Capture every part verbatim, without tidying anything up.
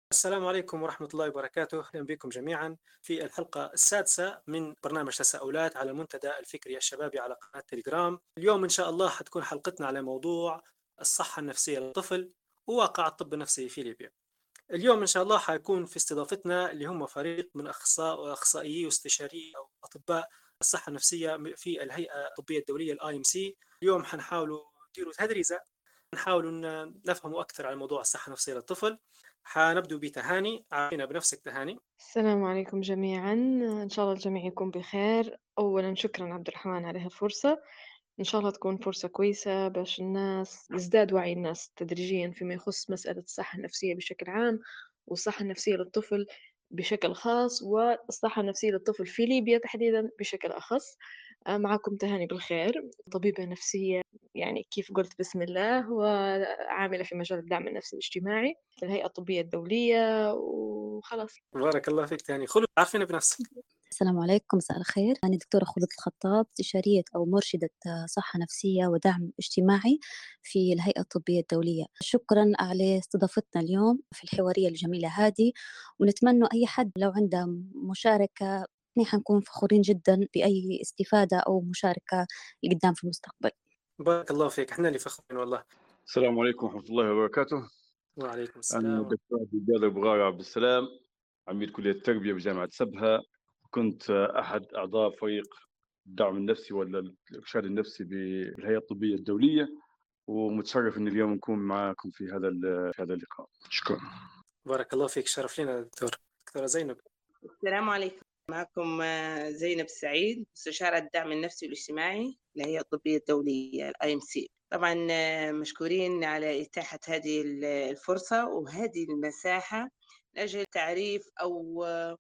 السلام عليكم ورحمة الله وبركاته، أهلا بكم جميعا في الحلقة السادسة من برنامج تساؤلات على المنتدى الفكري الشبابي على قناة تليجرام. اليوم إن شاء الله حتكون حلقتنا على موضوع الصحة النفسية للطفل وواقع الطب النفسي في ليبيا. اليوم إن شاء الله حيكون في استضافتنا اللي هم فريق من أخصائي أخصائيي واستشاري أو أطباء الصحة النفسية في الهيئة الطبية الدولية الاي ام سي. اليوم حنحاولوا نديروا تدريزة، نحاول نفهم أكثر عن موضوع الصحة النفسية للطفل. حنبدو بتهاني، عارفين بنفسك تهاني. السلام عليكم جميعًا، إن شاء الله الجميع يكون بخير. أولًا شكرًا عبد الرحمن على هالفرصة، إن شاء الله تكون فرصة كويسة باش الناس يزداد وعي الناس تدريجيًا فيما يخص مسألة الصحة النفسية بشكل عام، والصحة النفسية للطفل بشكل خاص، والصحة النفسية للطفل في ليبيا تحديدًا بشكل أخص. آآ معكم تهاني بالخير، طبيبة نفسية يعني كيف قُلت بسم الله، وعاملة في مجال الدعم النفسي الاجتماعي في الهيئة الطبية الدولية وخلاص. بارك الله فيك تهاني، خلود عارفين بنفسك. السلام عليكم، مساء الخير. أنا دكتورة خلود الخطاب، استشارية أو مرشدة آه، صحة نفسية ودعم اجتماعي في الهيئة الطبية الدولية. شكرا على استضافتنا اليوم في الحوارية الجميلة هذه، ونتمنى أي حد لو عنده مشاركة إحنا حنكون فخورين جدا بأي استفادة أو مشاركة لقدام في المستقبل. بارك الله فيك، احنا اللي فخورين والله. السلام عليكم ورحمة الله وبركاته. وعليكم أنا السلام. دكتور عبد القادر بغارة عبد السلام، عميد كلية التربية بجامعة سبها. كنت أحد أعضاء فريق الدعم النفسي ولا الإرشاد النفسي بالهيئة الطبية الدولية، ومتشرف إن اليوم نكون معكم في هذا ال- في هذا اللقاء. شكرا. بارك الله فيك، شرف لنا دكتور. دكتورة زينب. السلام عليكم. معكم آه، زينب السعيد، مستشارة الدعم النفسي والاجتماعي للهيئة الطبية الدولية الاي ام سي. طبعا آه، مشكورين على إتاحة هذه ال- الفرصة وهذه المساحة لأجل تعريف أو آه،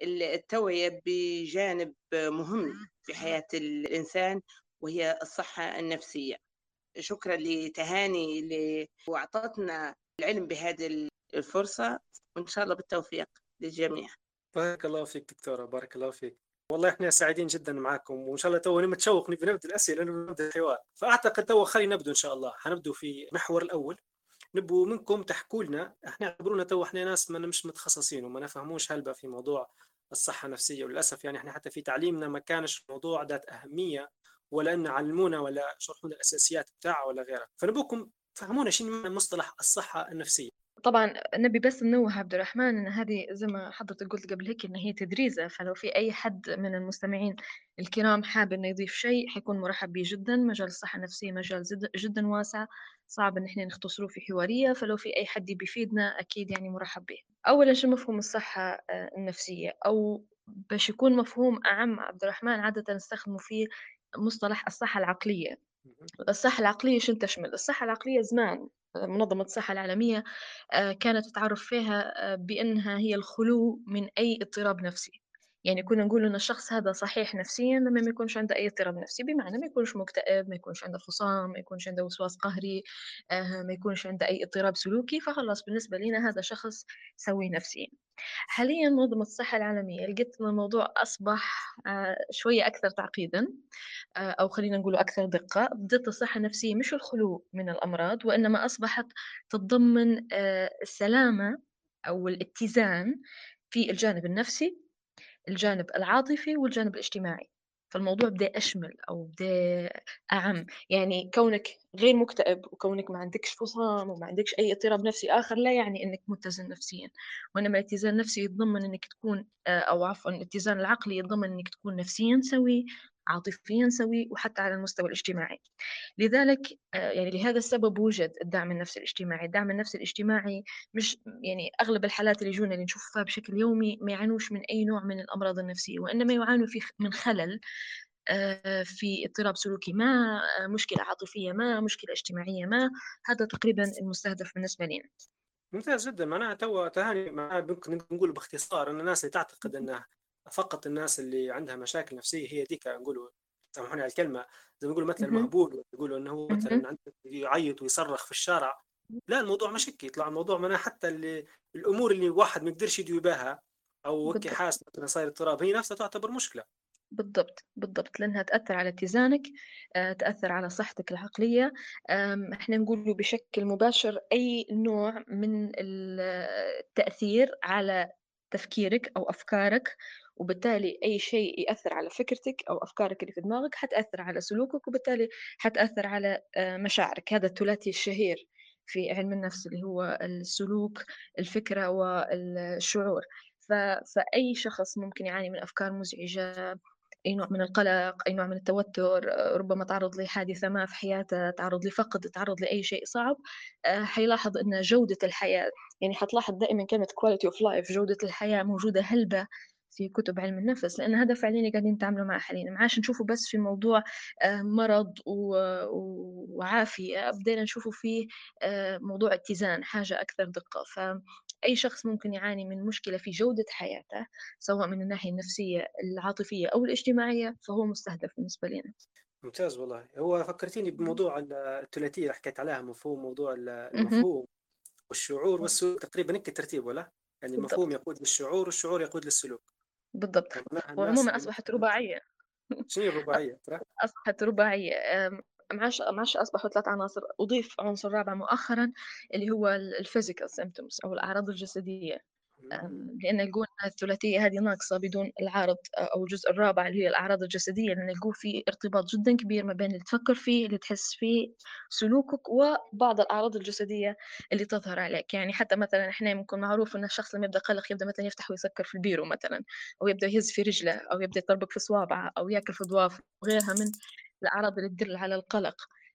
التوعية بجانب آه، مهم في حياة الإنسان، وهي الصحة النفسية. شكرا لتهاني اللي وأعطتنا العلم بهذه الفرصة، وإن شاء الله بالتوفيق للجميع. بارك الله فيك دكتورة، بارك الله فيك. والله احنا سعيدين جدا معكم، وان شاء الله تو أنا متشوق نبي نبدا الاسئله نبدا الحوار. فاعتقد تو خلينا نبدو ان شاء الله. حنبدو في المحور الاول، نبوا منكم تحكوا لنا. احنا اعتبرونا تو احنا ناس ما مش متخصصين وما نفهموش هلبة في موضوع الصحة النفسية، وللأسف يعني احنا حتى في تعليمنا ما كانش الموضوع ذات أهمية، ولا أن علمونا ولا شرحونا الأساسيات بتاعه ولا غيرها. فنبوكم فهمونا شنو معنى مصطلح الصحة النفسية. طبعًا نبي بس ننوه عبد الرحمن إن هذه زي ما حضرتك قُلت قبل هيك إن هي تدريسة، فلو في أي حد من المستمعين الكرام حاب إنه يضيف شيء حيكون مرحب به جدًا. مجال الصحة النفسية مجال زد جدًا واسع، صعب إن إحنا نختصروه في حوارية، فلو في أي حد يبي يفيدنا أكيد يعني مرحب به. أولًا شو مفهوم الصحة آآ النفسية؟ أو باش يكون مفهوم أعم عبد الرحمن عادةً نستخدموا فيه مصطلح الصحة العقلية. الصحة العقلية شنو تشمل؟ الصحة العقلية زمان آآ منظمة الصحة العالمية آآ كانت تعرف فيها آآ بأنها هي الخلو من أي اضطراب نفسي. يعني كنا نقول إن الشخص هذا صحيح نفسيًا لمّا ما يكونش عنده أي اضطراب نفسي، بمعنى ما يكونش مكتئب، ما يكونش عنده فصام، ما يكونش عنده وسواس قهري، آآ ما يكونش عنده أي اضطراب سلوكي، فخلاص بالنسبة لينا هذا شخص سوي نفسيًا. حاليًا منظمة الصحة العالمية لقت إن الموضوع أصبح آآ شوية أكثر تعقيدًا، آآ أو خلّينا نقولوا أكثر دقة. بدأت الصحة النفسية مش الخلو من الأمراض، وإنما أصبحت تتضمن آآ السلامة أو الاتزان في الجانب النفسي، الجانب العاطفي، والجانب الاجتماعي. فالموضوع بدا أشمل أو بدا أعم. يعني كونك غير مكتئب وكونك ما عندكش فصام وما عندكش أي اضطراب نفسي آخر لا يعني إنك متزن نفسيًا، وإنما الاتزان النفسي يتضمن إنك تكون آآ أو عفوًا الاتزان العقلي يتضمن إنك تكون نفسيًا سوي، عاطفيًا سوي، وحتى على المستوى الاجتماعي. لذلك آآ يعني لهذا السبب وُجد الدعم النفسي الاجتماعي. الدعم النفسي الاجتماعي مش يعني أغلب الحالات اللي يجونا اللي نشوفها بشكل يومي ما يعانوش من أي نوع من الأمراض النفسية، وإنما يعانوا في خ من خلل آآ في اضطراب سلوكي ما، آآ مشكلة عاطفية ما، مشكلة اجتماعية ما. هذا تقريبًا المستهدف بالنسبة لينا. ممتاز جدا. معناها تو تهاني معناها ممكن نقول باختصار أن الناس اللي تعتقد أن فقط الناس اللي عندها مشاكل نفسية هي ديك نقولوا، سامحوني على الكلمة، زي ما نقولوا مثلا اهم، مهبول، يقولوا انه هو اهم، مثلا عنده يعيط ويصرخ في الشارع. لا، الموضوع مش هيك. يطلع الموضوع معناها حتى اللي الامور اللي واحد ما يقدرش يدوي بها او وكي بالضبط. حاسس مثلا صاير اضطراب هي نفسها تعتبر مشكله. بالضبط، بالضبط، لأنها تأثّر على اتزانك، آآ تأثّر على صحتك العقلية. آمم إحنا نقولوا بشكل مباشر أي نوع من ال التأثير على تفكيرك أو أفكارك، وبالتالي أي شيء يأثّر على فكرتك أو أفكارك اللي في دماغك حتأثّر على سلوكك، وبالتالي حتأثّر على آآ مشاعرك. هذا الثلاثي الشهير في علم النفس اللي هو السلوك، الفكرة وال الشعور. ف فأي شخص ممكن يعاني من أفكار مزعجة، أي نوع من القلق، أي نوع من التوتر، آآ، ربما تعرّض لحادثة ما في حياته، تعرّض لفقد، تعرّض لأي شيء صعب، آآ، حيلاحظ إن جودة الحياة، يعني حتلاحظ دائمًا كلمة quality of life، جودة الحياة موجودة هلبة في كتب علم النفس، لأن هذا فعليًا اللي قاعدين نتعاملوا معاه حاليًا. ما عادش نشوفه بس في موضوع آآ، مرض و وعافية، بدينا نشوفه فيه آآ، موضوع اتزان، حاجة أكثر دقة. فأي شخص ممكن يعاني من مشكلة في جودة حياته، سواء من الناحية النفسية، العاطفية أو الاجتماعية، فهو مستهدف بالنسبة لنا. ممتاز والله. هو فكرتيني اهم. بموضوع ال- الثلاثية اللي حكيت عليها، مفهوم موضوع ال- اهم. المفهوم والشعور والسلوك، تقريبا هيك الترتيب ولا؟ يعني المفهوم بالضبط، يقود للشعور والشعور يقود للسلوك. بالضبط. فمعناها الناس وعمومًا اللي أصبحت مثلا، رباعية. شنو هي الرباعية ترى؟ أصبحت رباعية. آمم، ما عادش ما عادش أصبحوا ثلاث عناصر، أُضيف عنصر رابع مؤخرًا اللي هو ال الphysical symptoms أو الأعراض الجسدية. مم. آمم، لأن نلقوا إن الثلاثية هذه ناقصة بدون العارض أ أو الجزء الرابع اللي هي الأعراض الجسدية، لأن نلقوا في ارتباط جدًا كبير ما بين اللي تفكر فيه، اللي تحس فيه، سلوكك، وبعض الأعراض الجسدية اللي تظهر عليك. يعني حتى مثلًا إحنا بنكون معروف إن الشخص لمّا يبدأ قلق يبدأ مثلًا يفتح ويسكر في البيرو مثلًا، أو يبدأ يهز في رجله، أو يبدأ يطربق في صوابعه، أو ياكل في ضوافره، وغيرها من الأعراض اللي تدل على القلق.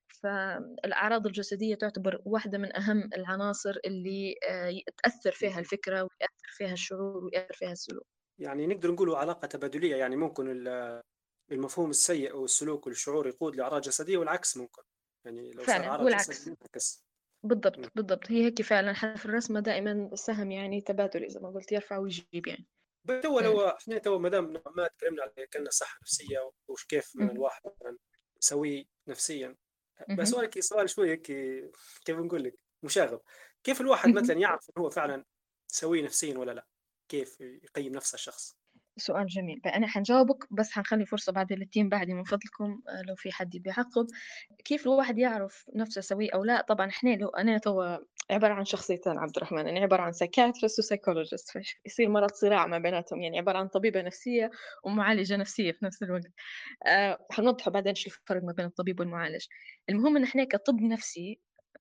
فالأعراض الجسدية تعتبر واحدة من أهم العناصر اللي آآ ي تأثّر فيها الفكرة، ويأثّر فيها الشعور، ويأثّر فيها السلوك. يعني نقدر نقولوا علاقة تبادلية، يعني ممكن ال- المفهوم السيء أو السلوك والشعور يقود لأعراض جسدية والعكس ممكن، يعني لو صار فعلًا، عرض جسدي والعكس. ينعكس. مم. بالضبط، بالضبط، هي هيك فعلًا. حتى في الرسمة دائمًا السهم يعني تبادلي زي ما قُلت، يرفع ويجيب يعني. بس تو إمم. لو احنا تو ما دام نوعاً ما تكلمنا على كأنه صحة نفسية وش كيف من اهم. الواحد مثلا سوي نفسيا، بس اهم. سؤالك سؤال شوي هيك، كيف نقول لك، مشاغب. كيف الواحد اهم. مثلا يعرف إن هو فعلا سوي نفسيا ولا لا؟ كيف يقيم نفسه الشخص؟ سؤال جميل. فأنا حنجاوبك، بس حنخلّي فرصة بعدين للteam بعدي من فضلكم، آآ لو في حد يبي يعقّب. كيف الواحد يعرف نفسه سوي أو لأ؟ طبعًا إحنا لو أنا توا عبارة عن شخصيتين عبد الرحمن، أنا عبارة عن psychiatrist وpsychologist، فش يصير مرات صراع ما بيناتهم، يعني عبارة عن طبيبة نفسية ومعالجة نفسية في نفس الوقت. آآ حنوضحوا بعدين شو الفرق ما بين الطبيب والمعالج. المهم إن إحنا كطب نفسي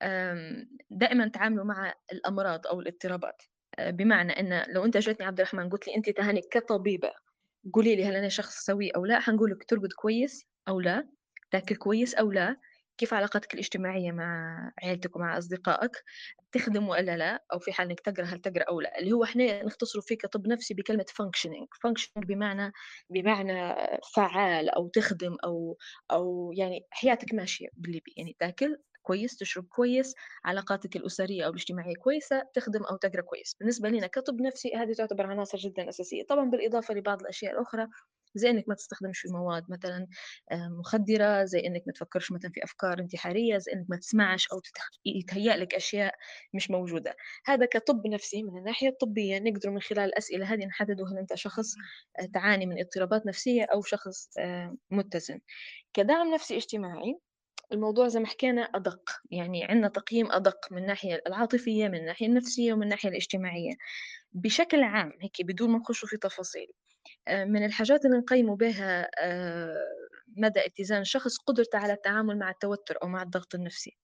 آمم دائمًا نتعاملوا مع الأمراض أو الاضطرابات. آآ بمعنى إن لو أنت جيتني عبد الرحمن قُلت لي أنتِ تهاني كطبيبة قولي لي هل أنا شخص سوي أو لأ، حنقول لِك ترقد كويس أو لا، تاكل كويس أو لا، كيف علاقتك الاجتماعية مع عيلتك ومع أصدقائك، تخدم والّا لا، أو في حال إنِّك تقرا هل تقرا أو لأ، اللي هو إحنا نختصره فيه كطب نفسي بكلمة functioning. functioning بمعنى بمعنى فعّال أو تخدم أو أو يعني حياتك ماشية بالليبي، يعني تاكل كويس، تشرب كويس، علاقاتك الأسرية أو الاجتماعية كويسة، تخدم أو تقرا كويس. بالنسبة لنا كطب نفسي هذه تعتبر عناصر جدًا أساسية، طبعًا بالإضافة لبعض الأشياء الأخرى، زي إنك ما تستخدمش في مواد مثلًا آآ مخدرة، زي إنك ما تفكّرش مثلًا في أفكار انتحارية، زي إنك ما تسمعش أو تتخ يتهيأ لك أشياء مش موجودة. هذا كطب نفسي من الناحية الطبية نقدر من خلال الأسئلة هذه نحدد هل أنت شخص آآ تعاني من اضطرابات نفسية أو شخص آآ متزن. كدعم نفسي اجتماعي الموضوع زي ما حكينا أدق، يعني عندنا تقييم أدق من الناحية العاطفية، من الناحية النفسية، ومن الناحية الاجتماعية. بشكل عام هيك بدون ما نخشوا في تفاصيل، آآ من الحاجات اللي نقيّموا بها آآ مدى اتزان الشخص قدرته على التعامل مع التوتر أو مع الضغط النفسي.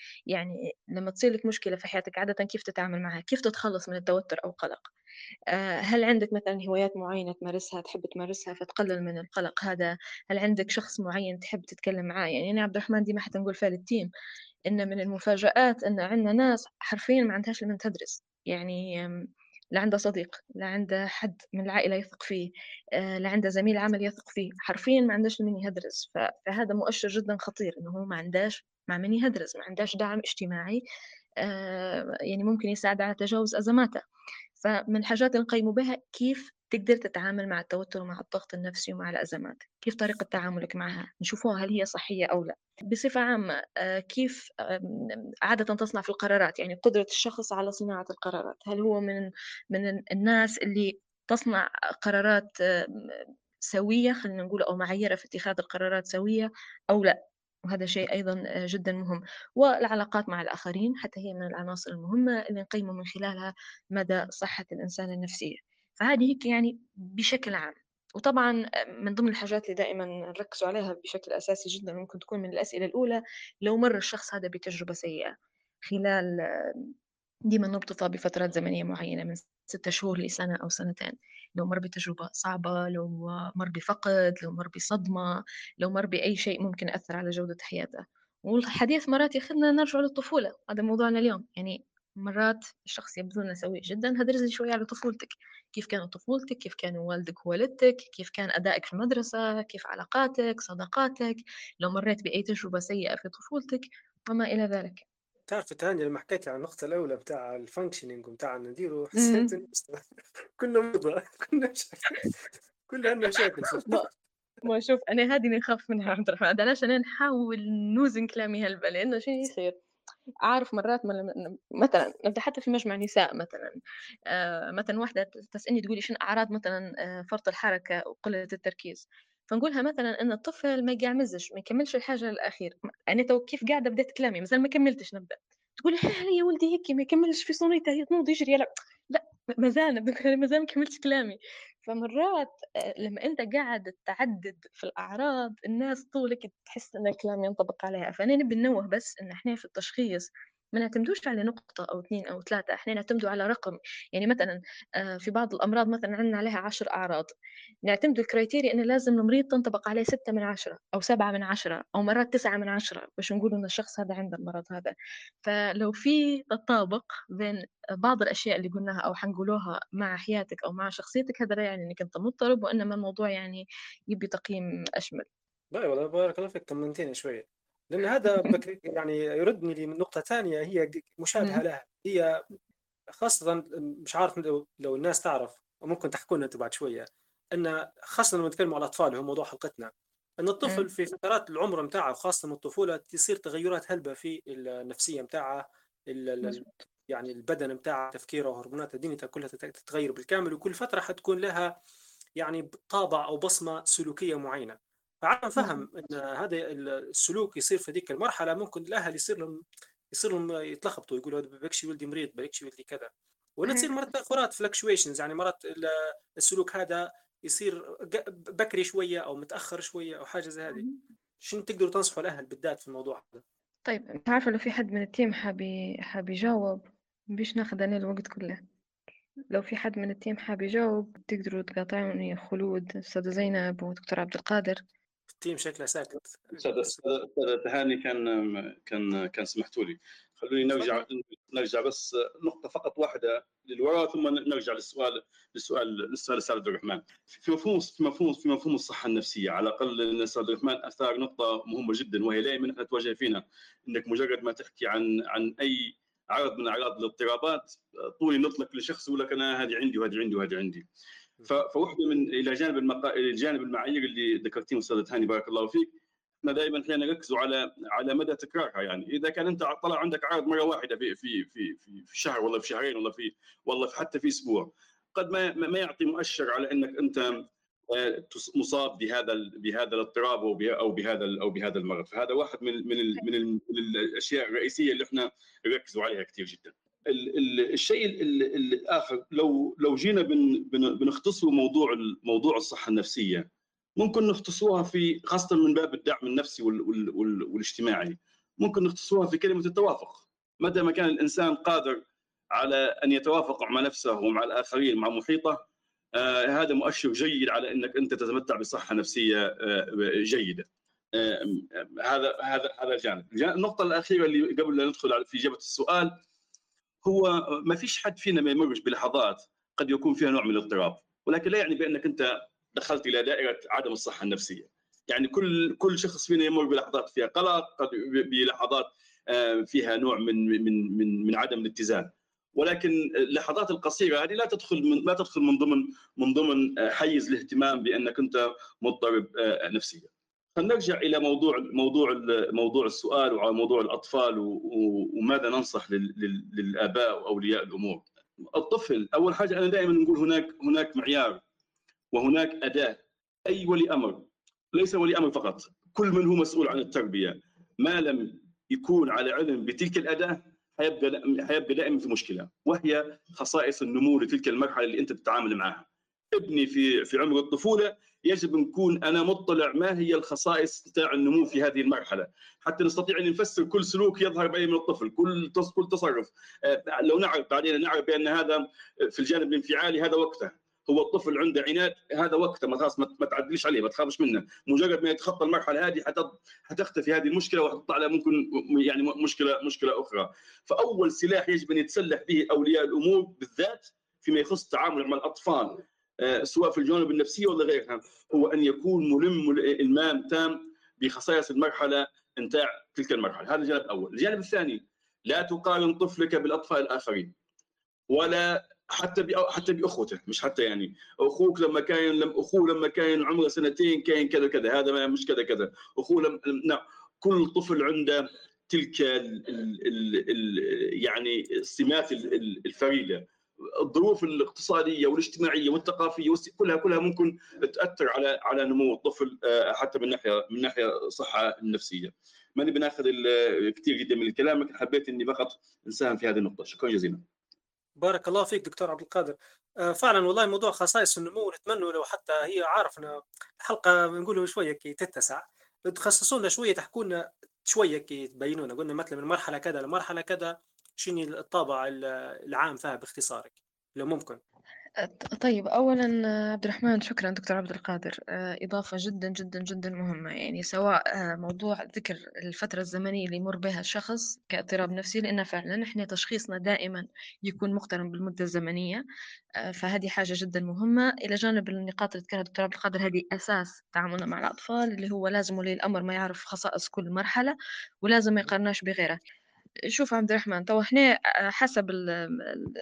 يعني لمّا تصير لك مشكلة في حياتك عادةً كيف تتعامل معها؟ كيف تتخلّص من التوتر أو القلق؟ آآ هل عندك مثلًا هوايات معيّنة تمارسها تحب تمارسها فتقلل من القلق هذا؟ هل عندك شخص معيّن تحب تتكلم معاه؟ يعني أنا عبد الرحمن ديما حتى نقول فيها للteam إن من المفاجآت إن عندنا ناس حرفيًا ما عندهاش لمن تدرس. يعني آمم لا عندها صديق، لا عندها حد من العائلة يثق فيه، آآ لا عندها زميل عمل يثق فيه، حرفيًا ما عندهاش لمن يهدرس. ف فهذا مؤشر جدًا خطير إنه هو ما عندهاش مع من يهدرس، ما عندهاش دعم اجتماعي آآ يعني ممكن يساعده على تجاوز أزماته. فمن الحاجات اللي نقيّموا بها كيف تقدر تتعامل مع التوتر ومع الضغط النفسي ومع الأزمات، كيف طريقة تعاملك معها، نشوفوها هل هي صحية أو لأ. بصفة عامة آآ كيف آمم عادةً تصنع في القرارات، يعني قدرة الشخص على صناعة القرارات، هل هو من من ال الناس اللي تصنع قرارات آمم سوية خلينا نقول أو معيرة في اتخاذ القرارات سوية أو لا، وهذا شيء أيضا جدا مهم. والعلاقات مع الآخرين حتى هي من العناصر المهمة اللي نقيم من خلالها مدى صحة الإنسان النفسية. فهذه هيك يعني بشكل عام. وطبعا من ضمن الحاجات اللي دائما نركز عليها بشكل أساسي جدا ممكن تكون من الأسئلة الأولى، لو مر الشخص هذا بتجربة سيئة خلال ديما نربطها بفترات زمنية معينة من ستة شهور لسنة أو سنتين، لو مر بتجربة صعبة، لو مر بفقد، لو مر بصدمة، لو مر بأي شيء ممكن يأثر على جودة حياته. والحديث مرات ياخذنا نرجع للطفولة، هذا موضوعنا اليوم. يعني مرات الشخص يبدو لنا سوي جدا، هدرز شوي على طفولتك، كيف كانت طفولتك، كيف كانوا والدك ووالدتك، كيف كان أدائك في المدرسة، كيف علاقاتك، صداقاتك، لو مريت بأي تجربة سيئة في طفولتك وما إلى ذلك. تعرف تاني لما حكيت عن النقطة الأولى بتاع الفانكشنينج وبتاع نديره، مم. حسيت إنه كنا مرضى، كنا مشاكل، كل عندنا مشاكل في ما ما شوف أنا هذه اللي نخاف منها عبد الرحمن، علاش أنا نحاول نوزن كلامي هلبة، لأنه شنو يصير أعرف مرات ما لما- مثلا نبدأ حتى في مجمع نساء مثلا، آه مثلا واحدة تسألني تقولي شنو أعراض مثلا آه فرط الحركة وقلة التركيز، فنقولها مثلا إن الطفل ما يقعمزش ما يكملش الحاجة للأخير. أنا تو كيف قاعدة بديت كلامي مازال ما كملتش نبدأ، تقولي هي يا ولدي هيك ما يكملش في صونيته يطنود يجري لا لا مازال نبدأ مازال ما كملتش كلامي. فمرات آه، لما أنت قاعد تعدد في الأعراض الناس طولك تحس أن الكلام ينطبق عليها. فأنا نبي ننوه بس أن إحنا في التشخيص ما نعتمدوش على نقطة أو اثنين أو ثلاثة، إحنا نعتمدوا على رقم. يعني مثلا آه، في بعض الأمراض مثلا عندنا عليها عشر أعراض، نعتمدوا الكريتيريا إن لازم المريض تنطبق عليه ستة من عشرة أو سبعة من عشرة أو مرات تسعة من عشرة باش نقول إن الشخص هذا عنده المرض هذا. فلو في تطابق بين بعض الأشياء اللي قلناها أو حنقولوها مع حياتك أو مع شخصيتك، هذا لا يعني إنك أنت مضطرب، وإنما الموضوع يعني يبي تقييم أشمل. لا والله بارك الله فيك، طمنتيني شوية، لأن هذا بك يعني يردني لي من نقطة ثانية هي مشابهة لها، هي خاصة مش عارف لو, لو الناس تعرف وممكن تحكوا لنا انتم بعد شوية، ان خاصة لما نتكلم على الأطفال هو موضوع حلقتنا، ان الطفل في فترات العمر متاعه وخاصة من الطفولة تصير تغيرات هلبة في النفسية متاعه، يعني البدن متاعه، تفكيره وهرموناته دينيته كلها تتغير بالكامل، وكل فترة حتكون لها يعني طابع أو بصمة سلوكية معينة. فعلا فهم ان هذا السلوك يصير في ذيك المرحلة، ممكن الأهل يصير لهم يصير لهم يتلخبطوا، يقولوا هذا بكشي ولدي مريض بكشي ولدي كذا، ولا تصير مرات تأخرات فلكشويشنز، يعني مرات السلوك هذا يصير بكري شوية أو متأخر شوية أو حاجة زي هذه. شنو تقدروا تنصحوا الأهل بالذات في الموضوع هذا؟ طيب انت عارفة لو في حد من التيم حابي حاب يجاوب بيش ناخذ أنا الوقت كله، لو في حد من التيم حاب يجاوب تقدروا تقاطعوني، خلود، أستاذة زينب ودكتور عبد القادر. التيم شكله ساكت. استاذ استاذ تهاني كان كان كان سمحتوا لي خلوني نرجع نرجع بس نقطه فقط واحده للوراء ثم نرجع للسؤال للسؤال للسؤال استاذ عبد الرحمن في مفهوم في مفهوم في مفهوم الصحه النفسيه. على الاقل استاذ عبد الرحمن اثار نقطه مهمه جدا، وهي دائما احنا تواجه فينا انك مجرد ما تحكي عن عن اي عرض من اعراض الاضطرابات طولي نطلق لشخص يقول لك انا هذه عندي وهذه عندي وهذه عندي. فوحده من الى جانب المقا... الى جانب المعايير اللي ذكرتيهم استاذ هاني بارك الله فيك، احنا دائما احيانا نركزوا على على مدى تكرارها. يعني اذا كان انت طلع عندك عرض مره واحده في في في في, في شهر ولا في شهرين ولا في والله في حتى في اسبوع، قد ما ما يعطي مؤشر على انك انت مصاب بهذا بهذا الاضطراب او او بهذا او بهذا المرض. فهذا واحد من من من الاشياء الرئيسيه اللي احنا نركزوا عليها كثير جدا. الشيء الاخر لو لو جينا بنختصر موضوع موضوع الصحه النفسيه، ممكن نختصروها في خاصه من باب الدعم النفسي وال وال وال والاجتماعي، ممكن نختصروها في كلمه التوافق. متى ما كان الانسان قادر على ان يتوافق مع نفسه ومع الاخرين مع محيطه، آه هذا مؤشر جيد على انك انت تتمتع بصحه نفسيه آه جيده. آه هذا هذا هذا الجانب. النقطه الاخيره اللي قبل لا ندخل في اجابه السؤال، هو ما فيش حد فينا ما يمرش بلحظات قد يكون فيها نوع من الاضطراب، ولكن لا يعني بانك انت دخلت الى دائره عدم الصحه النفسيه. يعني كل كل شخص فينا يمر بلحظات فيها قلق، قد بلحظات فيها نوع من من من من عدم الاتزان، ولكن اللحظات القصيره هذه لا تدخل من لا تدخل من ضمن من ضمن حيز الاهتمام بانك انت مضطرب نفسيا. فنرجع الى موضوع موضوع موضوع السؤال وعلى موضوع الاطفال وماذا ننصح للاباء واولياء الامور. الطفل اول حاجه انا دائما نقول هناك هناك معيار وهناك اداه أي ولي أمر، ليس ولي أمر فقط، كل من هو مسؤول عن التربية ما لم يكون على علم بتلك الأداة حيبقى حيبقى دائما في مشكلة، وهي خصائص النمو لتلك المرحلة اللي أنت بتتعامل معها. ابني في في عمر الطفولة يجب نكون أنا مطلع ما هي الخصائص بتاع النمو في هذه المرحلة، حتى نستطيع أن نفسر كل سلوك يظهر بأي من الطفل، كل كل تصرف. لو نعرف بعدين نعرف بأن هذا في الجانب الانفعالي هذا وقته، هو الطفل عنده عناد هذا وقته، ما خلاص ما تعدلش عليه، ما تخافش منه، مجرد ما يتخطى المرحله هذه حتختفي هذه المشكله وحتطلع له ممكن يعني مشكله مشكله اخرى. فاول سلاح يجب ان يتسلح به اولياء الامور بالذات فيما يخص التعامل مع الاطفال سواء في الجوانب النفسيه ولا غيرها، هو ان يكون ملم المام تام بخصائص المرحله نتاع تلك المرحله. هذا الجانب الاول. الجانب الثاني، لا تقارن طفلك بالاطفال الاخرين، ولا حتى حتى باخوته، مش حتى يعني اخوك لما كان لم اخوه لما كان عمره سنتين كان كذا كذا، هذا مش كذا كذا، اخوه لم نعم. كل طفل عنده تلك ال ال ال يعني السمات الفريده، الظروف الاقتصاديه والاجتماعيه والثقافيه كلها كلها ممكن تاثر على على نمو الطفل حتى من ناحيه من ناحيه الصحه النفسيه. ماني بناخذ كثير جدا من الكلام، لكن حبيت اني فقط نساهم في هذه النقطه. شكرا جزيلا. بارك الله فيك دكتور عبد القادر. فعلا والله موضوع خصائص النمو نتمنى لو حتى هي عارفنا الحلقه بنقولوا شويه كي تتسع تخصصوا لنا شويه، تحكوا لنا شويه كي تبينوا لنا، قلنا مثلا من مرحله كذا لمرحله كذا شنو الطابع العام فيها باختصارك لو ممكن. طيب أولا عبد الرحمن، شكرا دكتور عبد القادر، إضافة جدا جدا جدا مهمة. يعني سواء موضوع ذكر الفترة الزمنية اللي يمر بها الشخص كاضطراب نفسي، لأن فعلا إحنا تشخيصنا دائما يكون مقترن بالمدة الزمنية، فهذه حاجة جدا مهمة. إلى جانب النقاط اللي ذكرها دكتور عبد القادر، هذه أساس تعاملنا مع الأطفال، اللي هو لازم ولي الأمر ما يعرف خصائص كل مرحلة ولازم ما يقارناش بغيرها. شوف عبد الرحمن، تو إحنا حسب ال ال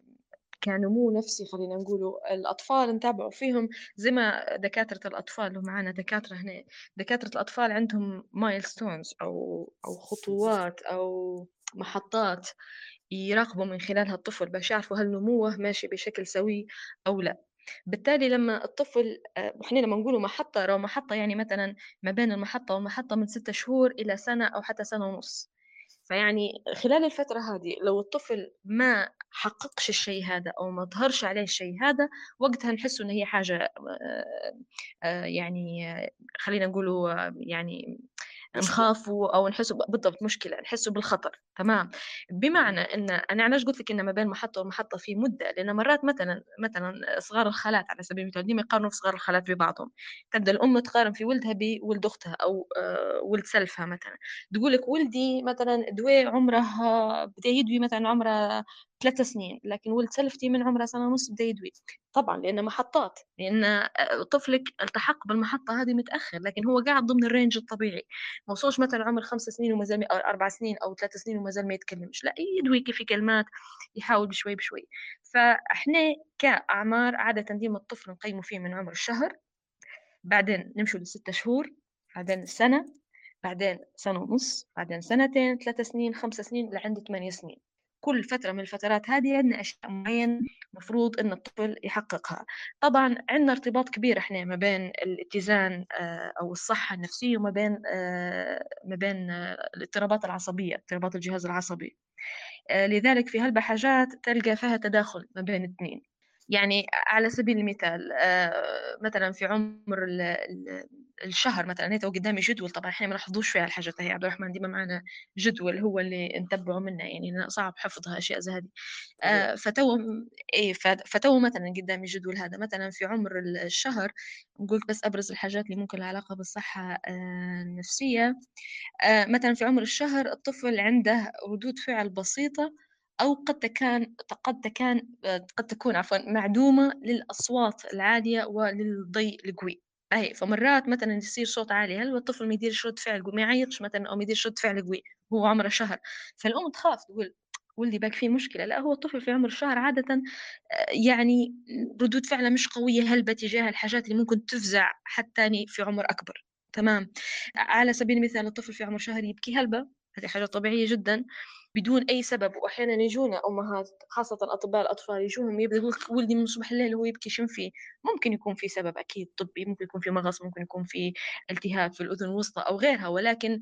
كنمو نفسي خلينا نقولوا الأطفال نتابعوا فيهم زي ما دكاترة الأطفال، لو معنا دكاترة هنا دكاترة الأطفال عندهم مايلستونز أو أو خطوات أو محطات يراقبوا من خلالها الطفل باش يعرفوا هل نموه ماشي بشكل سوي أو لا. بالتالي لما الطفل احنا لما نقولوا محطة أو محطة يعني مثلا ما بين المحطة والمحطة من ستة شهور إلى سنة أو حتى سنة ونص، فيعني خلال الفترة هذه لو الطفل ما حققش الشيء هذا أو ما ظهرش عليه الشيء هذا، وقتها نحس إن هي حاجة يعني خلينا نقولوا يعني نخافوا أو نحسوا بالضبط مشكلة، نحسوا بالخطر. تمام. بمعنى إن أنا علاش قلت لك إن ما بين محطة ومحطة في مدة، لأن مرات مثلا مثلا صغار الخالات على سبيل المثال ديما يقارنوا في صغار الخالات ببعضهم، تبدأ الأم تقارن في ولدها بولد أختها أو ولد سلفها، مثلا تقول لك ولدي مثلا دوي عمره بدأ يدوي مثلا عمره ثلاث سنين، لكن ولد سلفتي من عمره سنة ونص بدأ يدوي. طبعا لأن محطات، لأن طفلك التحق بالمحطة هذه متأخر، لكن هو قاعد ضمن الرينج الطبيعي، ما وصلش مثلا عمر خمس سنين وما زال أو أربع سنين أو ثلاث سنين وما زال ما يتكلمش، لا يدوي كيف كلمات، يحاول بشوي بشوي. فإحنا كأعمار عادة ديما الطفل نقيمه فيه من عمر الشهر، بعدين نمشوا لستة شهور، بعدين سنة، بعدين سنة ونص، بعدين سنتين، ثلاث سنين، خمس سنين، لعند ثمانية سنين. كل فترة من الفترات هذه عندنا أشياء معينة مفروض أن الطفل يحققها. طبعا عندنا ارتباط كبير إحنا ما بين الاتزان أو الصحة النفسية وما بين ما بين الاضطرابات العصبية، اضطرابات الجهاز العصبي. لذلك في هالبحاجات تلقى فيها تداخل ما بين الاثنين. يعني على سبيل المثال مثلا في عمر الشهر مثلا، هي قدامي جدول، طبعا احنا ما نحفظوش فيها الحاجات هي عبد الرحمن، ديما معنا جدول هو اللي نتبعه منه، يعني صعب حفظها اشياء زي هذه. آه فتو ايه فتو مثلا قدامي الجدول هذا، مثلا في عمر الشهر نقول بس ابرز الحاجات اللي ممكن لها علاقه بالصحه آه النفسيه. آه مثلا في عمر الشهر الطفل عنده ردود فعل بسيطه أو قد تكون قد تكون قد تكون عفوا معدومة للأصوات العالية وللضي القوي. أي فمرات مثلا يصير صوت عالي، هل الطفل ما يديرش رد فعل قوي، ما يعيطش مثلا أو ما يديرش رد فعل قوي، هو عمره شهر، فالأم تخاف تقول ولدي باك فيه مشكلة. لا، هو الطفل في عمر الشهر عادة يعني ردود فعله مش قوية هلبة تجاه الحاجات اللي ممكن تفزع حتى في عمر أكبر. تمام. على سبيل المثال الطفل في عمر شهر يبكي هلبة، هذه حاجة طبيعية جدا. بدون أي سبب. وأحيانا يجونا أمهات خاصة أطباء الأطفال يجوهم يبدأ يقول لك ولدي من صبح الليل هو يبكي شن فيه. ممكن يكون في سبب أكيد طبي، ممكن يكون في مغص، ممكن يكون في التهاب في الأذن الوسطى أو غيرها، ولكن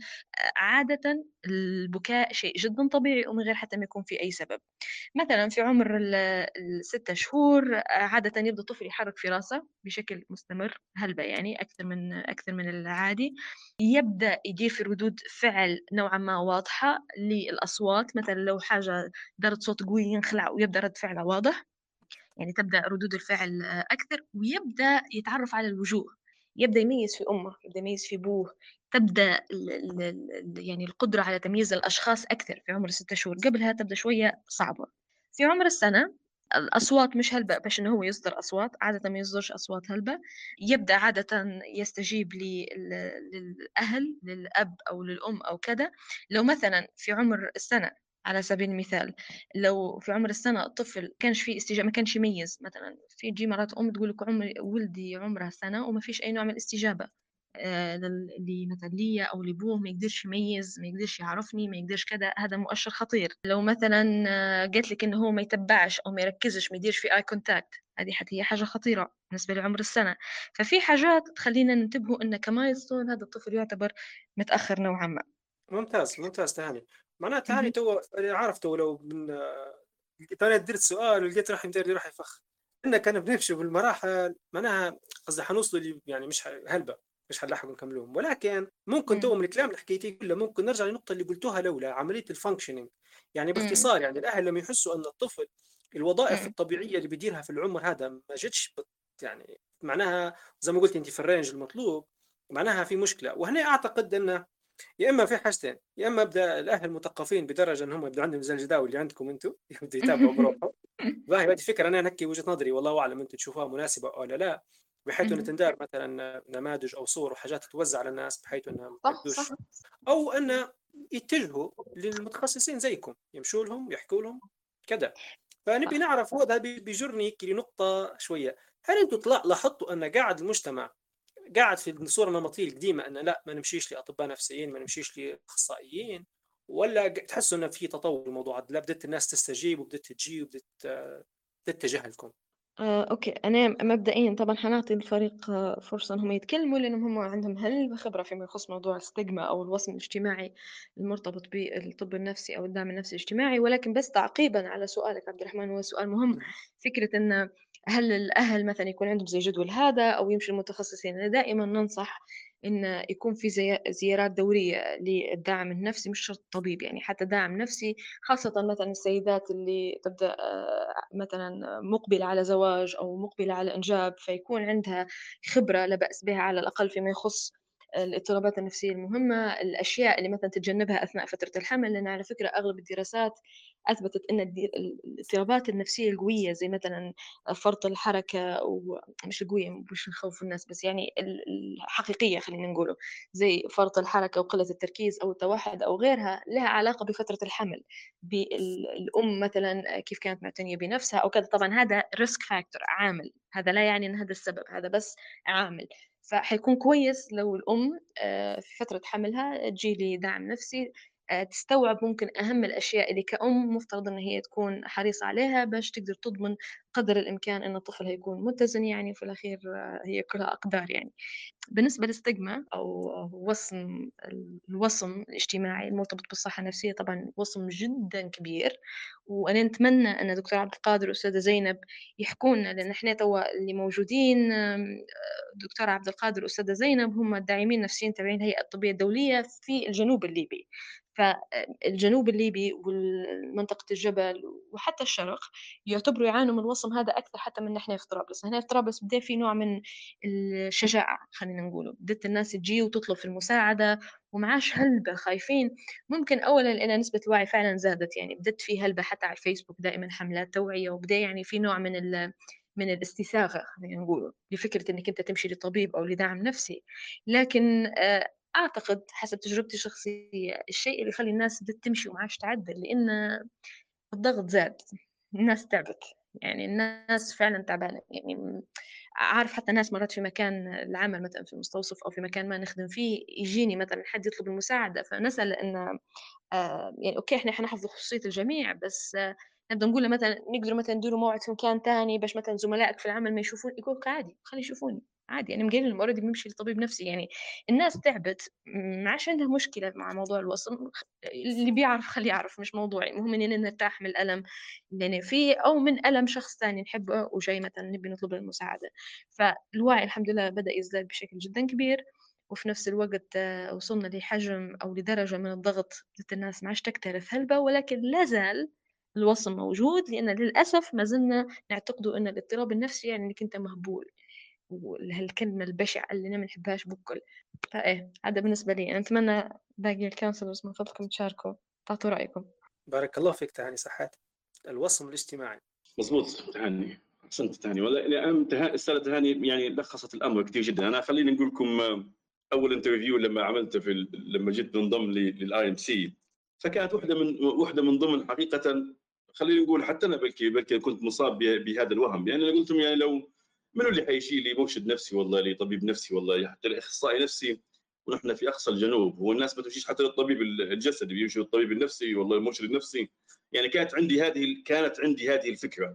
عادة البكاء شيء جدا طبيعي ومن غير حتى ما يكون في أي سبب. مثلا في عمر ال- الستة شهور عادة يبدأ الطفل يحرك في راسه بشكل مستمر، هلبة يعني أكثر من أكثر من العادي. يبدأ يجي في ردود فعل نوعا ما واضحة للأصوات، مثلا لو حاجة دارت صوت قوي ينخلع ويبدأ رد فعله واضح، يعني تبدأ ردود الفعل آه، أكثر. ويبدأ يتعرف على الوجوه، يبدأ يميز في أمه، يبدأ يميز في أبوه. تبدأ ال ال ال يعني القدرة على تمييز الأشخاص أكثر في عمر ستة شهور، قبلها تبدأ شوية صعبة. في عمر السنة الأصوات مش هلبة باش إنه هو يصدر أصوات، عادة ما يصدرش أصوات هلبة. يبدأ عادة يستجيب لل- للأهل، للأب أو للأم أو كذا. لو مثلا في عمر السنة على سبيل المثال، لو في عمر السنة الطفل كانش فيه استجابة، ما كانش يميز، مثلا في تجي مرات أم تقول لك عمري ولدي عمرها سنة وما فيش أي نوع من الاستجابة آه، لل- اللي مثلا ليا أو لأبوه، ما يقدرش يميز، ما يقدرش يعرفني، ما يقدرش كذا، هذا مؤشر خطير. لو مثلا آه، قالت لك إنه هو ما يتبعش أو ما يركزش، ما يديرش في آي كونتاكت، هذه حتى هي حاجة خطيرة بالنسبة لعمر السنة. ففي حاجات تخلينا ننتبهوا إن كمايلستون هذا الطفل يعتبر متأخر نوعا ما. ممتاز ممتاز تهاني. معناته تهاني مهم. تو عارف تو لو من انا درت سؤال ولقيت روحي مدير روحي فخ ان كان بنمشي بالمراحل، معناها قصدي حنوصلوا لي يعني مش ح- هلبة مش حنلحقوا نكملوهم، ولكن ممكن تو مم. من الكلام اللي حكيتيه كله ممكن نرجع للنقطه اللي قلتوها لولا عمليه الفانكشنينج. يعني مم. باختصار يعني الاهل لما يحسوا ان الطفل الوظائف مم. الطبيعيه اللي بيديرها في العمر هذا ما جتش بت- يعني معناها زي ما قلت انت في الرينج المطلوب، معناها في مشكله. وهنا اعتقد ان يا اما في حاجتين، يا اما ابدا الاهل مثقفين بدرجه انهم يبدو عندهم زي الجداول اللي عندكم انتم يبدوا يتابعوا بروحهم. باهي هذه فكره انا نحكي وجهه نظري والله اعلم انتم تشوفوها مناسبه ولا لا، بحيث انه مم. تندار مثلا نماذج او صور وحاجات تتوزع على الناس بحيث انها ما صح صح. يبدوش، او ان يتجهوا للمتخصصين زيكم يمشوا لهم يحكوا لهم كذا. فنبي صح. نعرف، هو ده بي- بيجرني لنقطه شويه. هل انتم طلع لاحظتوا ان قاعد المجتمع قاعد في الصوره النمطيه القديمه ان لا ما نمشيش لاطباء نفسيين، ما نمشيش لاخصائيين، ولا تحسوا ان في تطور الموضوع، لا بدات الناس تستجيب وبدات تجي وبدات آه، تتجه لكم؟ آه، أوكي، أنا مبدئيا طبعا حنعطي الفريق آه، فرصة إنهم يتكلموا، لأنهم هم عندهم هل خبرة فيما يخص موضوع الستيغما أو الوصم الاجتماعي المرتبط بالطب النفسي أو الدعم النفسي الاجتماعي. ولكن بس تعقيبا على سؤالك عبد الرحمن، هو سؤال مهم. فكرة إن هل الأهل مثلا يكون عندهم زي جدول هذا أو يمشي المتخصصين؟ أنا دائما ننصح إن يكون في زي زيارات دورية للدعم النفسي، مش شرط طبيب، يعني حتى داعم نفسي، خاصة مثلا السيدات اللي تبدأ آه، مثلا مقبلة على زواج أو مقبلة على إنجاب، فيكون عندها خبرة لا بأس بها على الأقل فيما يخص الاضطرابات النفسية المهمة، الأشياء اللي مثلا تتجنبها أثناء فترة الحمل. لأن على فكرة أغلب الدراسات أثبتت أن الدي- الاضطرابات النفسية القوية زي مثلا فرط الحركة، ومش القوية مش نخوف الناس، بس يعني ال- الحقيقية خلينا نقوله، زي فرط الحركة وقلة التركيز أو التوحد أو غيرها، لها علاقة بفترة الحمل، بالأم مثلا كيف كانت معتنية بنفسها أو كذا. طبعا هذا ريسك فاكتور، عامل، هذا لا يعني أن هذا السبب، هذا بس عامل. فحيكون كويس لو الأم آه، في فترة حملها تجي لي دعم نفسي، آه، تستوعب ممكن أهم الأشياء اللي كأم مفترض أن هي تكون حريصة عليها باش تقدر تضمن قدر الإمكان أن الطفل هيكون متزن. يعني في الأخير آه، هي كلها أقدار يعني. بالنسبة للستيغما أو وصم، الوصم الاجتماعي المرتبط بالصحة النفسية، طبعا وصم جدا كبير. وأنا نتمنى أن دكتور عبد القادر والأستاذة زينب يحكونا، لأن إحنا توا اللي موجودين آم، دكتور عبد القادر والأستاذة زينب هم الداعمين النفسيين تابعين الهيئة الطبية الدولية في الجنوب الليبي. فالجنوب الليبي ومنطقة الجبل وحتى الشرق يعتبروا يعانوا من الوصم هذا أكثر حتى من نحن في طرابلس. هنا في طرابلس بدأ في نوع من الشجاعة، خلينا نقوله، بدت الناس تجي وتطلب في المساعدة ومعاش هلبة خايفين. ممكن أولا لأن نسبة الوعي فعلا زادت، يعني بدت في هلبة حتى على الفيسبوك دائما حملات توعية، وبدأ يعني في نوع من ال من الاستساغة خلينا نقوله لفكرة أنك أنت تمشي لطبيب أو لدعم نفسي. لكن آه، أعتقد حسب تجربتي الشخصية الشيء اللي يخلي الناس بدت تمشي ومعاش تعدل، لأن الضغط زاد، الناس تعبت. يعني الناس فعلا تعبانة. يعني عارف حتى ناس مرات في مكان العمل مثلا في المستوصف أو في مكان ما نخدم فيه، يجيني مثلا حد يطلب المساعدة فنسأل إن آه يعني أوكي إحنا حنحفظ خصوصية الجميع، بس آه نبدأ نقول له مثلا نقدر مثلا نديروا موعد في مكان تاني باش مثلا زملائك في العمل ما يشوفون. يقول لك عادي خلي يشوفوني عادي، يعني مقابل المرض بنمشي لطبيب نفسي. يعني الناس تعبت، ما عادش عندها مشكلة مع موضوع الوصم. اللي بيعرف خليه يعرف، مش موضوعي. المهم إننا نرتاح من الألم اللي فيه أو من ألم شخص تاني نحبه وجاي مثلا نبي نطلب له المساعدة. فالوعي الحمد لله بدأ يزداد بشكل جدا كبير، وفي نفس الوقت آه، وصلنا لحجم أو لدرجة من الضغط ضد الناس ما عادش تكترث هلبة، ولكن لا زال الوصم موجود، لأن للأسف ما زلنا نعتقد أن الاضطراب النفسي يعني أنك أنت مهبول، وهالكلمة البشعة اللي أنا ما نحبهاش بكل. فإيه هذا بالنسبة لي. أنا أتمنى باقي الكونسلرز من فضلكم تشاركوا تعطوا رأيكم. بارك الله فيك تهاني. صحات الوصم الاجتماعي. مضبوط تهاني، احسنت تهاني. ولا الان السنه تهاني يعني لخصت الامر كثير جدا. انا خليني نقول لكم اول انترفيو لما عملته في لما جيت منضم للاي ام سي، فكانت واحده من واحده من ضمن حقيقه، خلينا نقول حتى انا بلكي بلكي كنت مصاب بهذا الوهم. يعني انا قلت لهم يعني لو منو اللي حيشيل لي مرشد نفسي والله، لي طبيب نفسي والله، حتى الاخصائي نفسي، ونحن في اقصى الجنوب. هو الناس ما تمشيش حتى للطبيب الجسدي، بيمشوا للطبيب النفسي والله المرشد النفسي. يعني كانت عندي هذه كانت عندي هذه الفكره.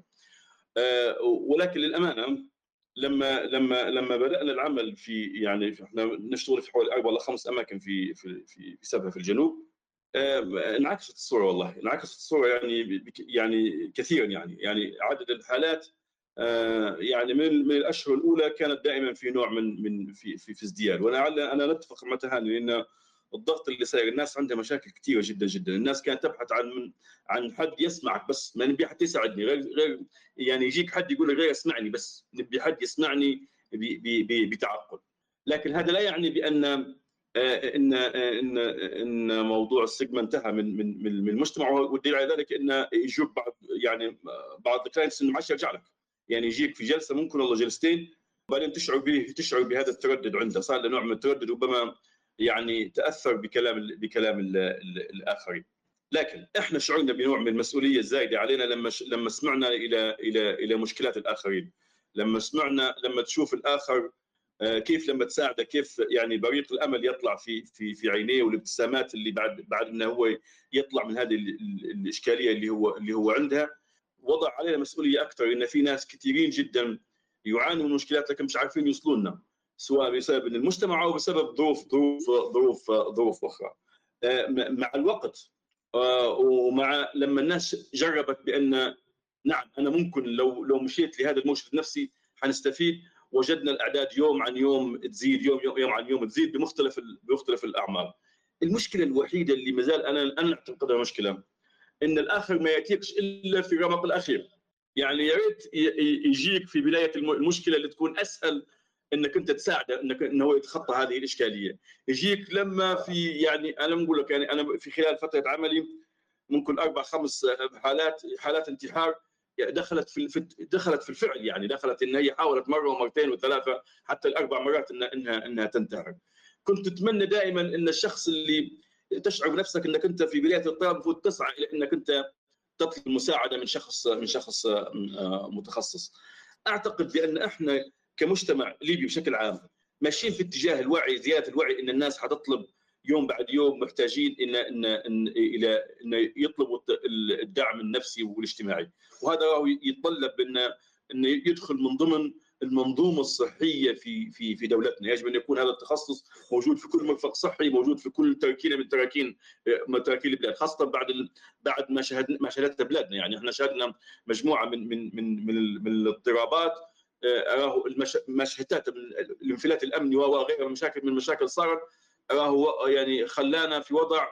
أه ولكن للامانه لما لما لما بدانا العمل في يعني احنا نشتغل في حوالي اربع ولا خمس اماكن في في في في سبها في الجنوب، أه انعكست الصوره والله، انعكست الصوره يعني يعني كثيرا. يعني يعني عدد الحالات أه يعني من من الاشهر الاولى كانت دائما في نوع من من في في, في ازدياد. وانا انا نتفق مع تهاني لان الضغط اللي صاير، الناس عندها مشاكل كثيره جدا جدا. الناس كانت تبحث عن عن حد يسمعك بس، ما نبي حد يساعدني غير غير يعني يجيك حد يقول لك غير اسمعني بس، نبي حد يسمعني بتعقل. لكن هذا لا يعني بان ان ان ان موضوع السيجما انتهى من من من المجتمع. والدليل على ذلك ان يجوك بعض يعني بعض الكلاينتس انه ما عادش يرجع لك، يعني يجيك في جلسه ممكن والله جلستين وبعدين تشعر به تشعر بهذا التردد عنده، صار له نوع من التردد، ربما يعني تاثر بكلام بكلام الاخرين. لكن احنا شعرنا بنوع من المسؤوليه الزايده علينا لما لما سمعنا الى الى الى مشكلات الاخرين، لما سمعنا لما تشوف الاخر كيف لما تساعده كيف يعني بريق الامل يطلع في في في عينيه، والابتسامات اللي بعد بعد انه هو يطلع من هذه الاشكاليه اللي هو اللي هو عندها. وضع علينا مسؤوليه اكثر ان في ناس كثيرين جدا يعانوا من مشكلات لكن مش عارفين يوصلوا لنا، سواء بسبب المجتمع او بسبب ظروف ظروف ظروف ظروف اخرى. مع الوقت ومع لما الناس جربت بان نعم انا ممكن لو لو مشيت لهذا المرشد النفسي حنستفيد، وجدنا الاعداد يوم عن يوم تزيد، يوم يوم, يوم عن يوم تزيد بمختلف بمختلف الاعمار. المشكله الوحيده اللي ما زال انا انا اعتقدها مشكله ان الاخر ما ياتيكش الا في الرمق الاخير. يعني يا ريت يجيك في بدايه المشكله اللي تكون اسهل انك انت تساعده انك انه يتخطى هذه الاشكاليه، يجيك لما في يعني انا بقول لك يعني انا في خلال فتره عملي ممكن اربع خمس حالات حالات انتحار دخلت في دخلت في الفعل، يعني دخلت ان هي حاولت مره ومرتين وثلاثه حتى الاربع مرات انها انها انها تنتحر. كنت اتمنى دائما ان الشخص اللي تشعر بنفسك انك انت في بدايه الطريق المفروض تسعى الى انك انت تطلب مساعده من شخص من شخص متخصص. اعتقد بان احنا كمجتمع ليبي بشكل عام ماشيين في اتجاه الوعي، زياده الوعي، ان الناس حتطلب يوم بعد يوم، محتاجين ان ان, إن الى ان يطلبوا الدعم النفسي والاجتماعي. وهذا يتطلب ان ان يدخل من ضمن المنظومه الصحيه في في في دولتنا. يجب ان يكون هذا التخصص موجود في كل مرفق صحي، موجود في كل تركينه من تراكين من تراكين البلاد، خاصه بعد بعد ما شهدنا ما شهدتها بلادنا. يعني احنا شهدنا مجموعه من من من من, من الاضطرابات، اراه المشهدات من الانفلات الامني وغيرها، مشاكل من المشاكل صارت، اراه يعني خلانا في وضع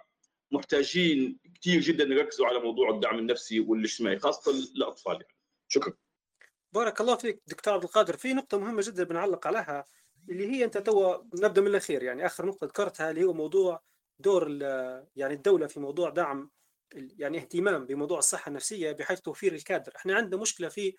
محتاجين كثير جدا نركزوا على موضوع الدعم النفسي والاجتماعي خاصه للاطفال. يعني شكرا. بارك الله فيك دكتور عبد القادر. في نقطة مهمة جدا بنعلق عليها اللي هي أنت توا نبدأ من الأخير، يعني آخر نقطة ذكرتها اللي هو موضوع دور يعني الدولة في موضوع دعم يعني اهتمام بموضوع الصحة النفسية بحيث توفير الكادر. احنا عندنا مشكلة في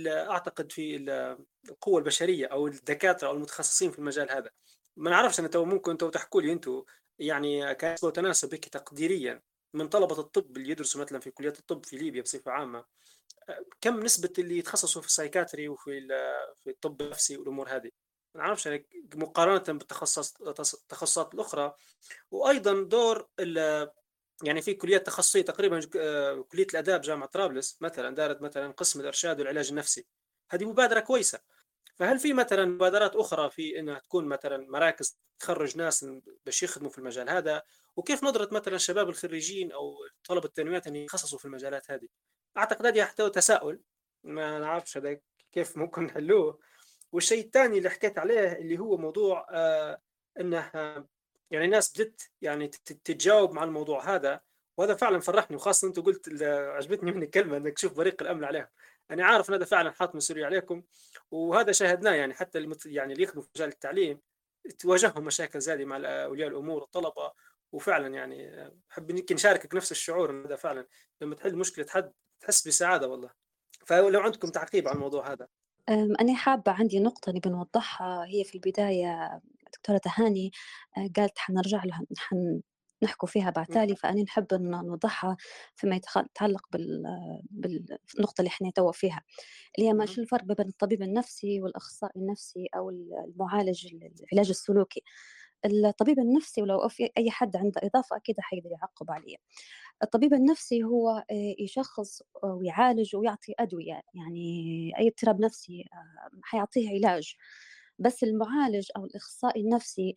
أعتقد في القوة البشرية أو الدكاترة أو المتخصصين في المجال هذا. ما نعرفش أنا تو ممكن أنتوا تحكوا لي أنتوا يعني كنسبة وتناسب هيك تقديريا من طلبة الطب اللي يدرسوا مثلا في كليات الطب في ليبيا بصفة عامة، كم نسبة اللي يتخصصوا في السايكاتري وفي في الطب النفسي والأمور هذه؟ ما نعرفش يعني مقارنة بالتخصص التخصصات الأخرى. وأيضا دور يعني في كليات تخصصية تقريبا كلية الآداب جامعة طرابلس مثلا دارت مثلا قسم الإرشاد والعلاج النفسي، هذه مبادرة كويسة. فهل في مثلا مبادرات أخرى في أنها تكون مثلا مراكز تخرج ناس باش يخدموا في المجال هذا؟ وكيف نظرة مثلا شباب الخريجين أو طلبة التنميات أن يتخصصوا في المجالات هذه؟ أعتقد هذه يحتوي تساؤل ما نعرفش هذا كيف ممكن نحلوه. والشيء الثاني اللي حكيت عليه اللي هو موضوع آه أنه يعني الناس بدت يعني تتجاوب مع الموضوع هذا، وهذا فعلا فرحني. وخاصة أنت قلت عجبتني من الكلمة أنك تشوف بريق الأمل عليهم. أنا عارف أن هذا فعلا حاط مسؤولية عليكم، وهذا شاهدناه يعني حتى المت... يعني اللي يخدموا في مجال التعليم تواجههم مشاكل زادي مع أولياء الأمور والطلبة. وفعلا يعني أحب يمكن نشاركك نفس الشعور أن هذا فعلا لما تحل مشكلة حد تحس بسعادة والله. فلو عندكم تعقيب على الموضوع هذا. أنا حابة عندي نقطة نبي نوضحها. هي في البداية دكتورة تهاني قالت حنرجع لها حن نحكوا فيها بعد تالي، فأنا نحب أن نوضحها فيما يتعلق بال... بالنقطة اللي احنا توا فيها، اللي هي ما شو الفرق بين الطبيب النفسي والأخصائي النفسي أو المعالج العلاج السلوكي. الطبيب النفسي ولو في أي حد عنده إضافة أكيد حيقدر يعقب عليه. الطبيب النفسي هو يشخص ويعالج ويعطي أدوية، يعني أي اضطراب نفسي حيعطيه علاج. بس المعالج أو الأخصائي النفسي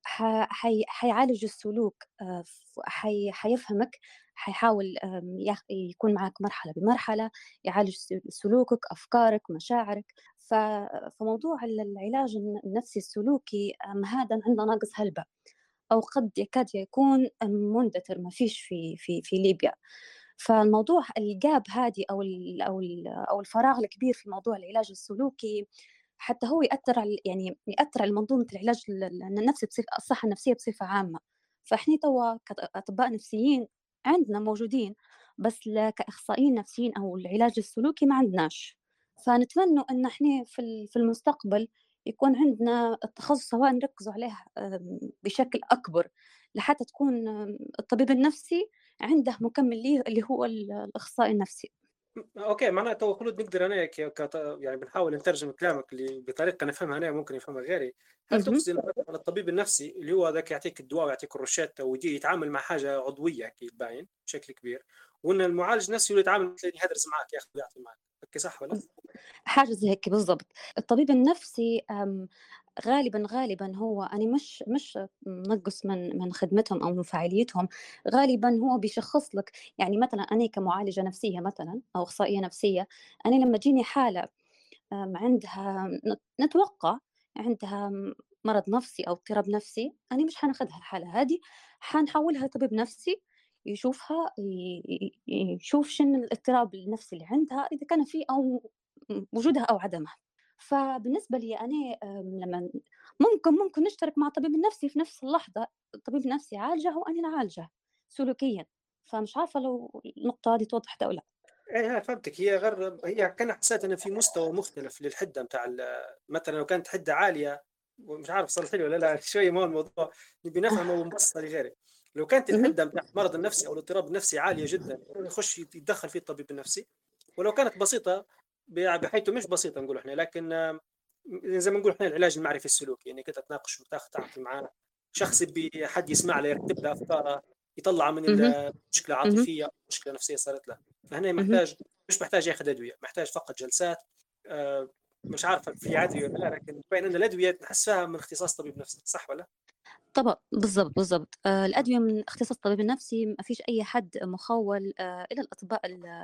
حي حيعالج السلوك، حي حيفهمك، حيحاول يكون معك مرحلة بمرحلة، يعالج سلوكك، أفكارك، مشاعرك. فموضوع العلاج النفسي السلوكي هذا عنده ناقص هلبة، أو قد يكاد يكون مندثر ما فيش في في في ليبيا. فالموضوع الجاب هذه أو ال أو ال أو الفراغ الكبير في موضوع العلاج السلوكي حتى هو يأثر على يعني يأثر على منظومة العلاج النفسي بصفة الصحة النفسية بصفة عامة. فإحنا توا كأطباء نفسيين عندنا موجودين، بس كأخصائيين نفسيين أو العلاج السلوكي ما عندناش. فنتمنى أن إحنا في في المستقبل يكون عندنا التخصص سواء نركزوا عليه بشكل أكبر، لحتى تكون الطبيب النفسي عنده مكمل ليه اللي هو الأخصائي النفسي. اوكي، معناته خلود نقدر انا كت... يعني بنحاول نترجم كلامك اللي بطريقه نفهمها انا ممكن يفهمها غيري. هل تقصد على الطبيب النفسي اللي هو ذاك يعطيك الدواء ويعطيك الروشته ويجي يتعامل مع حاجه عضويه اكيد باين بشكل كبير، وان المعالج النفسي اللي يتعامل مثل يهدرس معك ياخذ ويعطي معك، اوكي صح ولا؟ حاجه زي هيك بالضبط. الطبيب النفسي غالبا غالبا هو أنا مش مش نقص من من خدمتهم أو من فاعليتهم، غالبا هو بيشخص لك. يعني مثلا أنا كمعالجة نفسية مثلا أو أخصائية نفسية، أنا لما تجيني حالة عندها نتوقع عندها مرض نفسي أو اضطراب نفسي، أنا مش حناخدها الحالة هذه، حنحولها طبيب نفسي يشوفها، يشوف شنو الاضطراب النفسي اللي عندها إذا كان فيه أو وجودها أو عدمها. فبالنسبة لي أنا لما ممكن ممكن نشترك مع الطبيب النفسي في نفس اللحظة، الطبيب النفسي عالجه وأنا نعالجه سلوكيا. فمش عارفة لو النقطة هذه توضحت أو لا. ايه فهمتك. هي غير هي كان حسيت انه في مستوى مختلف للحده نتاع مثلا لو كانت حده عاليه، ومش عارف صلح لي ولا لا شويه ما الموضوع نبي نفهمه ونبسط لغيري. لو كانت الحده نتاع المرض النفسي او الاضطراب النفسي عاليه جدا يخش يتدخل فيه الطبيب النفسي، ولو كانت بسيطه بحيث مش بسيطه نقول احنا، لكن زي ما نقول احنا العلاج المعرفي السلوكي يعني كنت تناقش وتاخذ تعطي معاه شخص بحد يسمع له يرتب له افكاره يطلع من المشكله عاطفيه او مشكله نفسيه صارت له. فهنا محتاج مش محتاج ياخذ ادويه، محتاج فقط جلسات. آه مش عارفه في ادويه ولا لا، لكن بين ان الادويه نحسها من اختصاص طبيب نفسي صح ولا؟ طبعا بالضبط بالضبط. آه الادويه من اختصاص الطبيب النفسي، ما فيش اي حد مخول آه الى الاطباء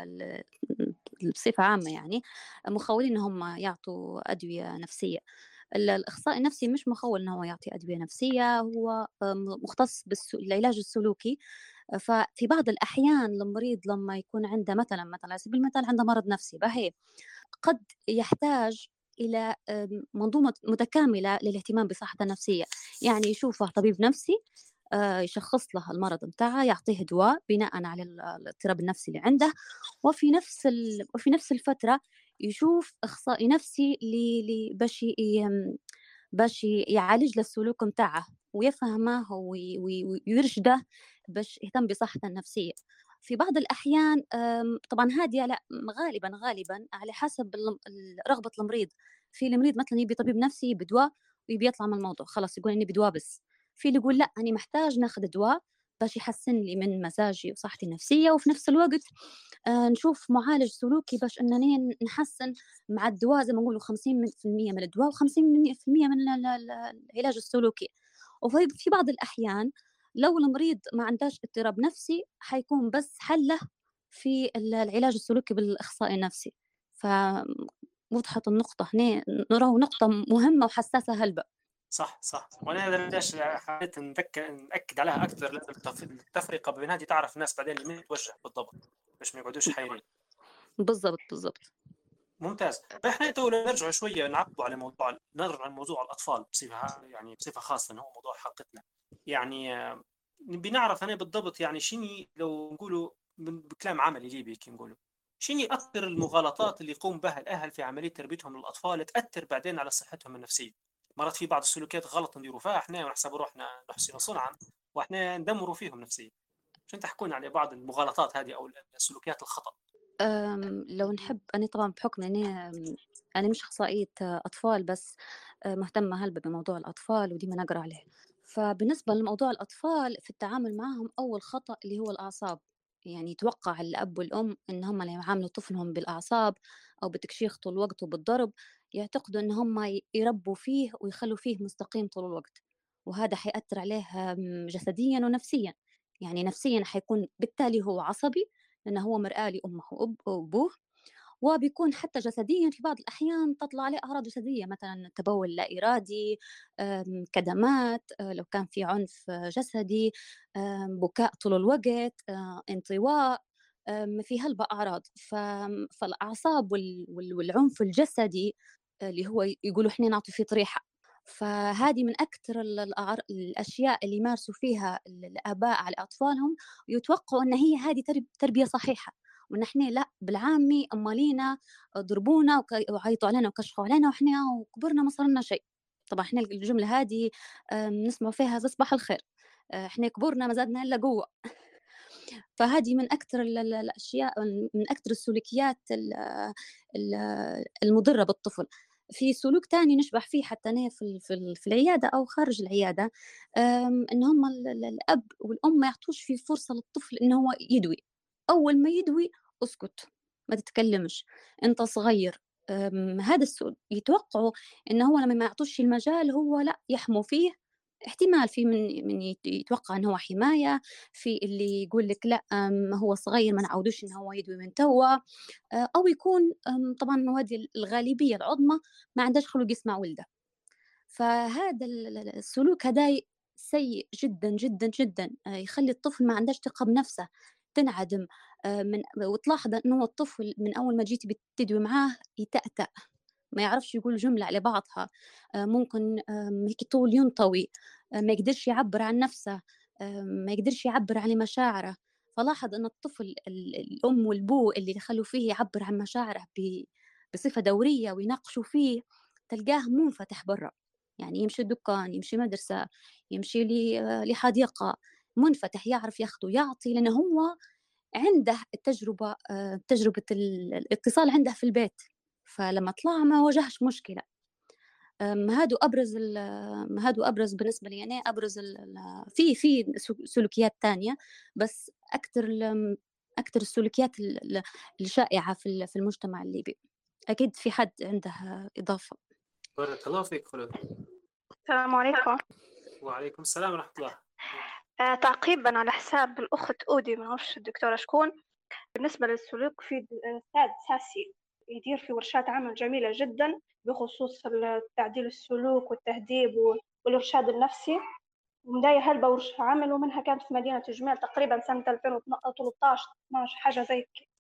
بصفه عامه، يعني مخولين انهم يعطوا ادويه نفسيه. الاخصائي النفسي مش مخول انه يعطي ادويه نفسيه، هو مختص بالعلاج السلوكي. ففي بعض الاحيان المريض لما يكون عنده مثلا مثلا على سبيل المثال عنده مرض نفسي باهي، قد يحتاج إلى منظومة متكاملة للاهتمام بصحته النفسية. يعني يشوفه طبيب نفسي يشخص له المرض متاعه، يعطيه دواء بناء على الاضطراب النفسي اللي عنده، وفي نفس ال... وفي نفس الفترة يشوف أخصائي نفسي لي... باش ي... باش يعالج له السلوك متاعه ويفهمه ويرشده باش يهتم بصحته النفسية. في بعض الأحيان آم، طبعا هذه لا غالبا غالبا على حسب ال- ال- رغبة المريض. في المريض مثلا يبي طبيب نفسي بدواء ويبي يطلع من الموضوع خلاص يقول إني بدواء بس. في اللي يقول لا أنا محتاج ناخذ دواء باش يحسن لي من مزاجي وصحتي النفسية، وفي نفس الوقت آه، نشوف معالج سلوكي باش أنني نحسن مع الدواء زي ما نقولوا خمسين بالمية من الدواء وخمسين بالمية من ال- ال- العلاج السلوكي. وفي في بعض الأحيان لو المريض ما عندهاش اضطراب نفسي حيكون بس حله في ال- العلاج السلوكي بالإخصائي النفسي. فوضحت النقطة هنا، نراه نقطة مهمة وحساسة هلبة. صح صح، وانا ليش حبيت نذكر ناكد عليها اكثر، لازم التف- التفرقه بين هذه، تعرف الناس بعدين لمين توجه بالضبط باش ما يقعدوش حيرين. بالضبط بالضبط. ممتاز. فاحنا تو نرجع شويه نعقبوا على موضوع، نرجع على موضوع الاطفال بصفه يعني بصفه خاصه انه هو موضوع حلقتنا. يعني آه، نبي نعرف انا بالضبط يعني شنو لو نقولوا من- بكلام عملي ليبي كي نقولوا شنو اكثر المغالطات اللي يقوم بها الاهل في عمليه تربيتهم للاطفال تاثر بعدين على صحتهم النفسيه. مرات في بعض السلوكيات غلط نديروا فيها احنا ونحسب روحنا نحسن صنعا واحنا ندمروا فيهم نفسيا. شنو تحكون على بعض المغالطات هذه او السلوكيات الخطا؟ أم، لو نحب أنا طبعا بحكم أني أم، أنا مش أخصائية أطفال بس أه، مهتمة هلبة بموضوع الأطفال وديما نقرأ عليه. فبالنسبة لموضوع الأطفال في التعامل معهم أول خطأ اللي هو الأعصاب. يعني يتوقع الأب والأم إن هم اللي يعاملوا طفلهم بالأعصاب أو بتكشيخ طول الوقت وبالضرب، يعتقدوا إن هم ي- يربوا فيه ويخلوا فيه مستقيم طول الوقت، وهذا حيأثر عليه أم، جسديا ونفسيا. يعني نفسيا حيكون بالتالي هو عصبي لأنه هو مرآة لأمه وأب- وأبوه، وبيكون حتى جسديا في بعض الأحيان تطلع عليه أعراض جسدية مثلا تبول لا إرادي، أم، كدمات، أه، لو كان في عنف أه، جسدي، أم، بكاء طول الوقت، أه، انطواء، أم، في هلبة أعراض. ف- فالأعصاب وال- وال- والعنف الجسدي أه، اللي هو يقولوا إحنا نعطي فيه طريحة. فهذه من أكثر ال- الأعر- الأشياء اللي يمارسوا فيها ال- الآباء على أطفالهم، ويتوقعوا أن هي هذه ترب- تربية صحيحة، ونحن لا بالعامي أمالينا ضربونا وك- وعيطوا علينا وكشخوا علينا وإحنا وكبرنا ما صرنا شيء. طبعا إحنا الجملة هذه آم، نسمع فيها صباح الخير، آه، إحنا كبرنا ما زادنا إلا قوة. فهذه من أكثر ال- ال- الأشياء، من أكثر السلوكيات ال- ال- المضرة بالطفل. في سلوك تاني نشبه فيه حتى أنا في ال- في ال- في العيادة أو خارج العيادة، آم، إن هم ال- ال- الأب والأم ما يعطوش فيه فرصة للطفل إنه هو يدوي. أول ما يدوي اسكت ما تتكلمش أنت صغير. أم، هذا السؤال يتوقعوا إنه هو لما ما يعطوش المجال هو لا يحموا فيه. احتمال في من من يت- يتوقع إن هو حماية، في اللي يقول لك لا أم، هو صغير ما نعودوش إن هو يدوي من توا، آه، أو يكون أم، طبعا هذه الغالبية العظمى ما عندهاش خلق يسمع ولده. فهذا ال- ال- السلوك هذا سيء جدا جدا جدا، آه، يخلي الطفل ما عندهش ثقة بنفسه، تنعدم. آه، من وتلاحظ انه الطفل من اول ما جيتي بتدوي معاه يتأتأ، ما يعرفش يقول جملة على بعضها، آه، ممكن آم، هيك طول ينطوي، آه، ما يقدرش يعبر عن نفسه، آه، ما يقدرش يعبر عن مشاعره. فلاحظ أن الطفل ال- الأم والبو اللي يخلوا فيه يعبر عن مشاعره ب- بصفة دورية ويناقشوا فيه تلقاه منفتح برا. يعني يمشي الدكان، يمشي مدرسة، يمشي ل- آه، لحديقة، منفتح يعرف ياخذ ويعطي لأنه هو عنده التجربة، آه، تجربة ال- الاتصال عنده في البيت. فلما طلع ما واجهش مشكلة. أم، هادو أبرز ال- هادو أبرز بالنسبة لي أنا أبرز ال- ال- في في سو- سلوكيات تانية، بس أكثر ال- أكثر السلوكيات ال- ال- الشائعة في ال- في المجتمع الليبي. أكيد في حد عنده إضافة. بارك الله فيك خلود. السلام عليكم. وعليكم السلام ورحمة الله. آه، تعقيبا على حساب الأخت أودي، ما نعرفش الدكتورة شكون. بالنسبة للسلوك، في د- أستاذ ساسي يدير في ورشات عمل جميلة جدا بخصوص تعديل السلوك والتهذيب و- والإرشاد النفسي، ومداير هلبة ورشة عمل، ومنها كانت في مدينة جمال تقريبا سنة ألفين وثلاثة عشر اثناشر حاجة زي كده.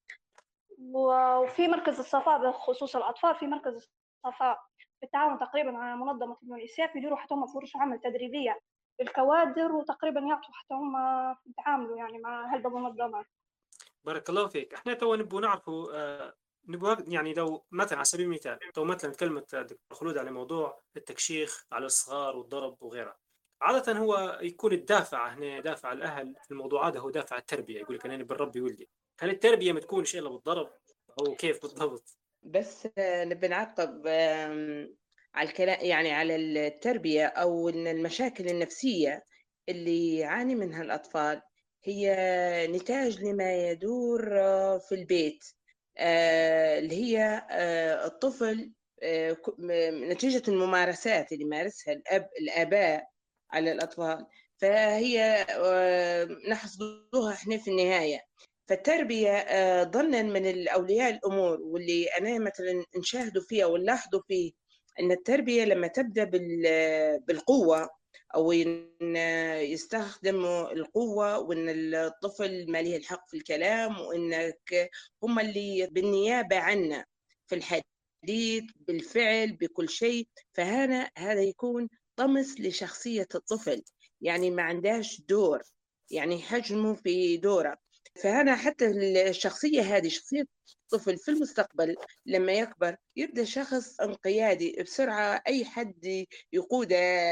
و- وفي مركز الصفاء بخصوص الأطفال، في مركز الصفاء بالتعاون تقريبا مع منظمة اليونيسيف يديروا حتى هم في ورشة عمل تدريبية للكوادر، وتقريبا يعطوا حتى هم يتعاملوا يعني مع هلبة منظمات. بارك الله فيك. احنا تو نبغى نعرفوا آه، نبغى يعني لو مثلا على سبيل المثال تو مثلا كلمة دكتور خلود على موضوع التكشيخ على الصغار والضرب وغيرها، عادة هو يكون الدافع هنا، دافع الأهل في الموضوع هذا هو دافع التربية، يقول لك أنا بنربي ولدي. هل التربية ما تكونش إلا بالضرب أو كيف بالضبط؟ بس آه، نبي نعقب آم، على الكلام، يعني على التربية أو إن المشاكل النفسية اللي يعاني منها الأطفال هي نتاج لما يدور آه، في البيت، آه، اللي هي آه، الطفل آه، ك- م- نتيجة الممارسات اللي يمارسها الأب الآباء على الأطفال، فهي آه، نحصدوها احنا في النهاية. فالتربية آه، ظنا من الأولياء الأمور واللي أنا مثلا نشاهده فيه أو نلاحظه فيه، أن التربية لما تبدأ بال- بالقوة، أو إن يستخدموا القوة، وإن الطفل ما له الحق في الكلام، وإنك هم اللي بالنيابة عنا في الحديث بالفعل بكل شيء، فهنا هذا يكون طمس لشخصية الطفل، يعني ما عندهاش دور، يعني حجمه في دوره. فأنا حتى الشخصية هذه، شخصية الطفل في المستقبل لما يكبر يبدأ شخص انقيادي بسرعة، أي حد يقوده